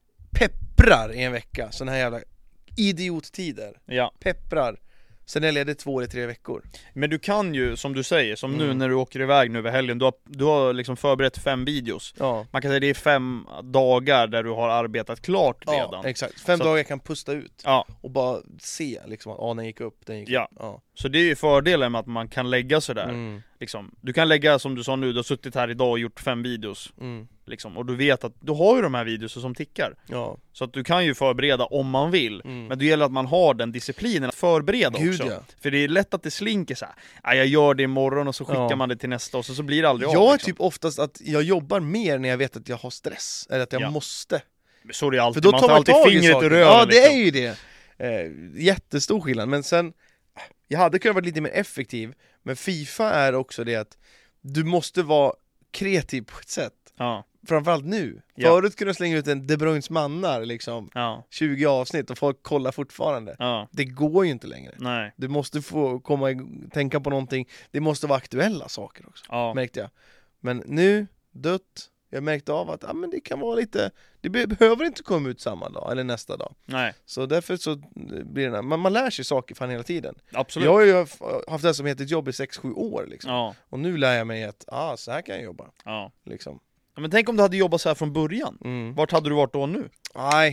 pepprar i en vecka, såna här jävla idiottider. ja. Pepprar. Sen är jag ledig två eller tre veckor. Men du kan ju, som du säger, som nu Mm. när du åker iväg nu över helgen, du har, du har liksom förberett fem videos. Ja, Man kan säga det är fem dagar där du har arbetat klart ja redan. exakt. Fem Så- dagar jag kan pusta ut Ja, och bara se liksom att ah, den gick upp, den gick Ja. upp. Ja. så det är ju fördelen med att man kan lägga sådär. Mm. Liksom. Du kan lägga, som du sa nu, du har suttit här idag och gjort fem videos. Mm. Liksom. Och du vet att du har ju de här videos som tickar. Ja. Så att du kan ju förbereda om man vill. Mm. Men det gäller att man har den disciplinen att förbereda Gud, också. ja. För det är lätt att det slinker så här. "Ah, jag gör det imorgon" och så skickar Ja. man det till nästa och så, så blir det aldrig Jag av är liksom. typ oftast att jag jobbar mer när jag vet att jag har stress, eller att jag Ja. måste. Men så är det ju För alltid, då man tar tar man alltid tag i fingret saker. ur röven Ja, det liksom. är ju det. Eh, jättestor skillnad, men sen jag hade kunnat vara lite mer effektiv, men FIFA är också det att du måste vara kreativ på ett sätt. Ja, Framförallt nu. Ja. Förut kunde du slänga ut en De Bruynes mannar liksom, ja, tjugo avsnitt och folk kollar fortfarande. ja, Det går ju inte längre. nej, Du måste få komma ig- tänka på någonting. Det måste vara aktuella saker också, ja, märkte jag. Men nu, dött, jag märkte av att ah, men det kan vara lite, det be- behöver inte komma ut samma dag eller nästa dag. nej, Så därför så blir det, man, man lär sig saker fan hela tiden. absolut. Jag har ju haft haft det som heter ett jobb i sex sju år liksom. Ja, Och nu lär jag mig att, ah, så här kan jag jobba ja. liksom. Ja, men tänk om du hade jobbat så här från början. Mm. Vart hade du varit då nu? Nej.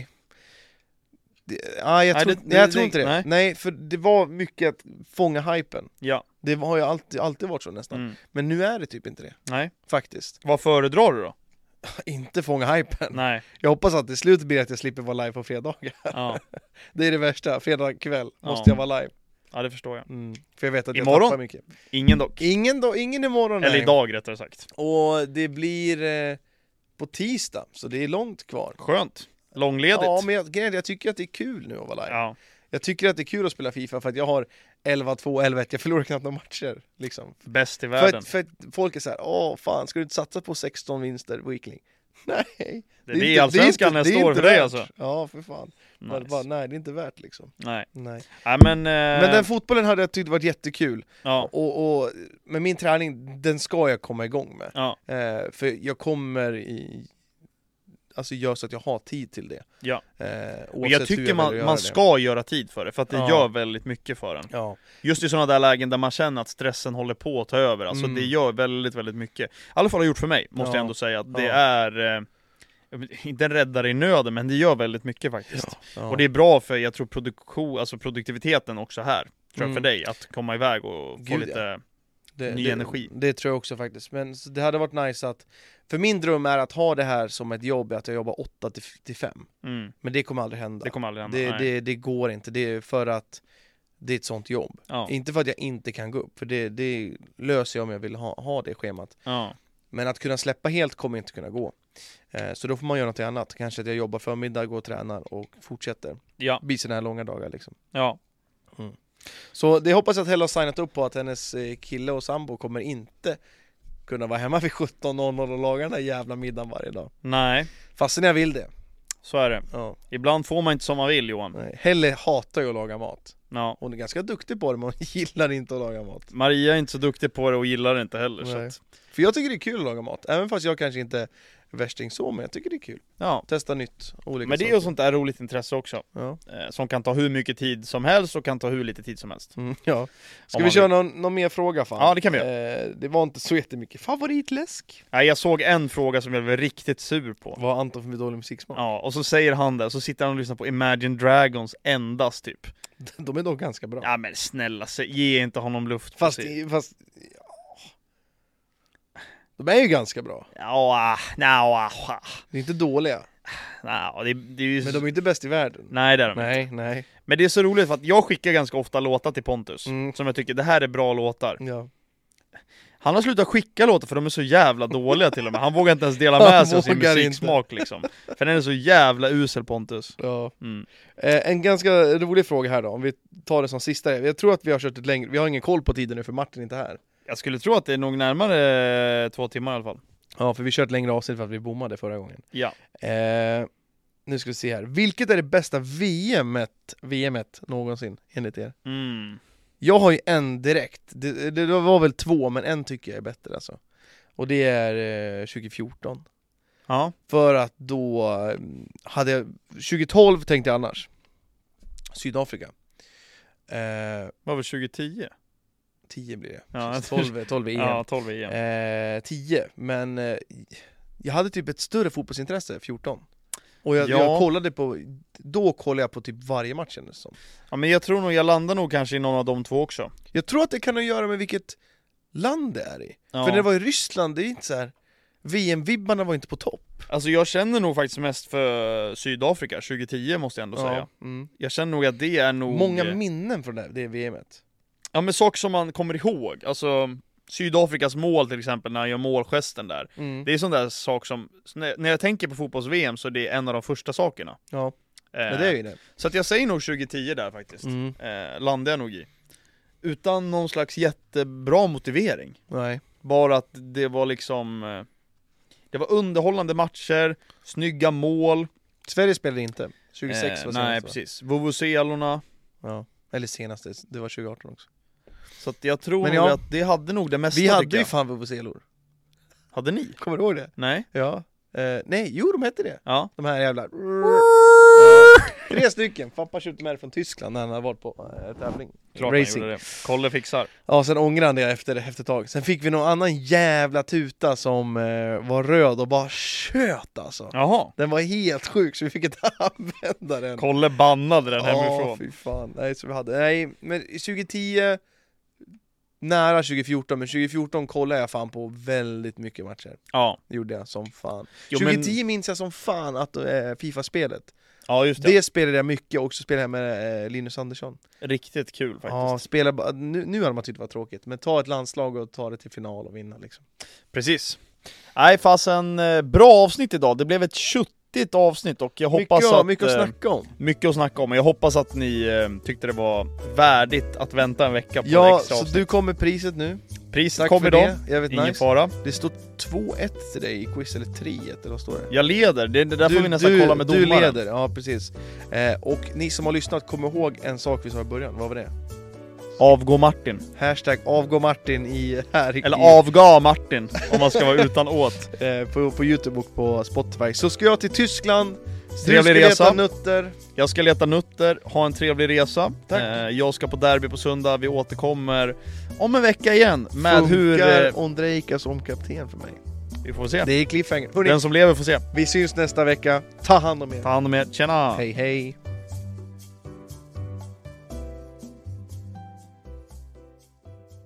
Det, nej, jag Nej, tror, det- nej, jag det- tror inte det. nej. Nej. för det var mycket att fånga hypen. Ja, Det har ju alltid, alltid varit så nästan. mm. Men nu är det typ inte det, nej. faktiskt. Vad föredrar du då? inte fånga hypen. Nej. Jag hoppas att det slut blir att jag slipper vara live på fredagar. Ja. Det är det värsta. Fredag kväll måste Ja. jag vara live. Ja, det förstår jag. Mm. För jag vet att jag Imorgon? tappar mycket. Ingen dock. Ingen, då, ingen imorgon. Eller nej. idag rättare sagt. Och det blir eh, på tisdag, så det är långt kvar. Skönt. Långledigt. Ja, men jag, grejen är, jag tycker att det är kul nu att vara live. Ja. Jag tycker att det är kul att spela FIFA för att jag har elva två, elva ett, jag förlorar knappt några matcher liksom. Bäst i För världen. att, för att folk är så här: åh fan, ska du inte satsa på sexton vinster weekly? Nej, Det är det allsvenskan det är nästa år inte för dig värt. alltså. Ja, för fan. Bara, Nice. bara, nej, det är inte värt liksom. Nej. Nej. Ja, men, eh, Men den fotbollen hade jag tyckt varit jättekul. ja. Och, och med min träning, den ska jag komma igång med. Ja. Eh, för jag kommer i, alltså gör så att jag har tid till det. Ja. Eh, Och oavsett jag hur tycker väljer att man, göra man det. ska göra tid för det, för att det Ja. gör väldigt mycket för en. Ja. Just i sådana där lägen där man känner att stressen håller på att ta över, alltså Mm. det gör väldigt, väldigt mycket. I alla fall har det gjort för mig, måste Ja. jag ändå säga, att det Ja. är eh, inte en räddare i nöden, men det gör väldigt mycket faktiskt. Ja. Och det är bra för, jag tror produktion, alltså produktiviteten också här, tror jag Mm. för dig, att komma iväg och få Gud, lite det, ny det, energi. Det tror jag också faktiskt. Men så det hade varit nice att, för min dröm är att ha det här som ett jobb, att jag jobbar åtta till fem. mm. Men det kommer aldrig hända. Det kommer aldrig hända. det, nej. det, det går inte, det är för att det är ett sånt jobb. Ja. Inte för att jag inte kan gå upp, för det, det löser jag om jag vill ha, ha det schemat. Ja. Men att kunna släppa helt kommer inte kunna gå. Eh, så då får man göra något annat. Kanske att jag jobbar förmiddag, går och tränar och fortsätter. Ja. Blir såna här långa dagar liksom. Ja. Så det hoppas jag att Hella har signat upp på, att hennes eh, kille och sambo kommer inte kunna vara hemma vid sjutton noll noll och laga den där jävla middagen varje dag. Nej, Fastän jag vill det. så är det. Ja. Ibland får man inte som man vill, Johan. Nej. Helle hatar ju att laga mat. Ja. Hon är ganska duktig på det, men hon gillar inte att laga mat. Maria är inte så duktig på det och gillar det inte heller. Så Nej. att, För jag tycker det är kul att laga mat. Även fast jag kanske inte är värsting så, men jag tycker det är kul. ja. Testa nytt, olika Men det är ju saker. sånt där roligt intresse också. Ja. Eh, som kan ta hur mycket tid som helst och kan ta hur lite tid som helst. Mm, ja. Ska Om vi man köra vill. någon, någon mer fråga fan? Ja, det kan vi eh, Det var inte så jättemycket. Favoritläsk? Nej, jag såg en fråga som jag blev riktigt sur på. Vad Anton för dålig musiksmak? Ja, och så säger han det, så sitter han och lyssnar på Imagine Dragons endast typ. De är dock ganska bra. Ja men snälla, se- ge inte honom luft. Fast, precis. fast ja. De är ju ganska bra. Ja, nja, De är inte dåliga. nja, det, det är ju... Men de är inte bäst i världen. Nej, det är de inte. Nej, nej. Men det är så roligt för att jag skickar ganska ofta låtar till Pontus, Mm. som jag tycker, det här är bra låtar. Ja. Han har slutat skicka låtar för de är så jävla dåliga till och med. Han vågar inte ens dela med sig av sin vågar musiksmak liksom. För den är så jävla usel, Pontus. Ja. Mm. Eh, en ganska rolig fråga här då, om vi tar det som sista. Jag tror att vi har kört ett längre, vi har ingen koll på tiden nu för Martin är inte här. Jag skulle tro att det är nog närmare två timmar i alla fall. Ja, för vi kört längre avsnitt för att vi bommade förra gången. Ja. Eh, nu ska vi se här. Vilket är det bästa V M-et, V M-et någonsin enligt er? Mm. Jag har ju en direkt. Det, det var väl två, men en tycker jag är bättre alltså. Och det är eh, tjugo fjorton. Ja. För att då eh, hade jag, tjugo tolv tänkte jag annars. Sydafrika. Eh, Var väl tjugo tio? tio blir det. Ja. tolv, tolv E M. Ja, tolv E M. Eh, tio, men eh, jag hade typ ett större fotbollsintresse, fjorton. Och jag, Ja. jag kollade på, då kollade jag på typ varje match kändes det som. Ja, men jag tror nog jag landar nog kanske i någon av de två också. Jag tror att det kan ha att göra med vilket land det är i. Ja. För när det var i Ryssland, det är inte så här. V M-vibbarna var inte på topp. Alltså jag känner nog faktiskt mest för Sydafrika, tjugo tio måste jag ändå säga. Mm. Jag känner nog att det är nog... Många minnen från det, det V M-et. Ja, men saker som man kommer ihåg. Alltså Sydafrikas mål till exempel, när han gör målgesten där. Mm. Det är sån där sak som, när när jag tänker på fotbolls-V M så är det en av de första sakerna. Ja, Eh, men det är ju det. Så att jag säger nog tjugo tio där faktiskt. Mm. Eh, landar jag nog i. Utan någon slags jättebra motivering. Nej. Bara att det var liksom... Eh, det var underhållande matcher, snygga mål. Sverige spelade inte. tjugosex Eh, var nej, senast, va? precis. Vuvuzelorna. Ja. Eller senaste, det var tjugo arton också. Så att jag tror Men nog ja, att det hade nog det mesta. Vi hade tycker ju jag. fan vuvuzelor. Hade ni? Kommer du ihåg det? Nej? Ja. Eh, nej, jo de hette det. Ja. De här jävla... Ja. Tre stycken. Pappa köpte med det från Tyskland när han hade varit på äh, tävling. Klart Racing. han gjorde det. Kolle fixar. Ja, sen ångrade han det efter, efter ett tag. Sen fick vi någon annan jävla tuta som eh, var röd och bara tjöt alltså. Jaha. Den var helt sjuk så vi fick inte använda den. Kolle bannade den Ja, hemifrån. fy fan. Nej, så vi hade. Nej, men tjugo tio nära tjugo fjorton, men tjugo fjorton kollade jag fan på väldigt mycket matcher. Ja. Det gjorde jag som fan. Jo, tjugo tio men... minns jag som fan att äh, FIFA-spelet. Ja, just det. Det spelade jag mycket, och också spelade jag med äh, Linus Andersson. Riktigt kul faktiskt. Ja, spela, nu, nu hade man tyckt det var tråkigt, men ta ett landslag och ta det till final och vinna liksom. Precis. Nej, fasen, bra avsnitt idag. Det blev ett tjuttigt avsnitt och jag hoppas mycket, att... Mycket att snacka om. Mycket att snacka om, och jag hoppas att ni eh, tyckte det var värdigt att vänta en vecka på Ja, extra så avsnitt. du kommer priset nu. Priset Tack kom för idag, det. Jag vet, ingen nice. fara. Det står två ett till dig i quiz, eller tre ett, eller vad står det? Jag leder, det, det där du, får vi nästan du, kolla med domaren. Du leder, ja precis. eh, Och ni som har lyssnat, kommer ihåg en sak vi sa i början, vad var det? Avgå Martin. Hashtag avgå Martin i här i, Eller avga Martin, om man ska vara utan åt. eh, på, på YouTube och på Spotify. Så ska jag till Tyskland. Trevlig du ska resa. leta nötter. Jag ska leta nutter, ha en trevlig resa. Tack. Eh, jag ska på derby på söndag, vi återkommer om en vecka igen med Funkar hur... Eh, Ondrejka som kapten för mig. vi får se. Det är cliffhanger. Hörrni, Den som lever får se. vi syns nästa vecka. Ta hand om er. Ta hand om er, tjena! Hej hej.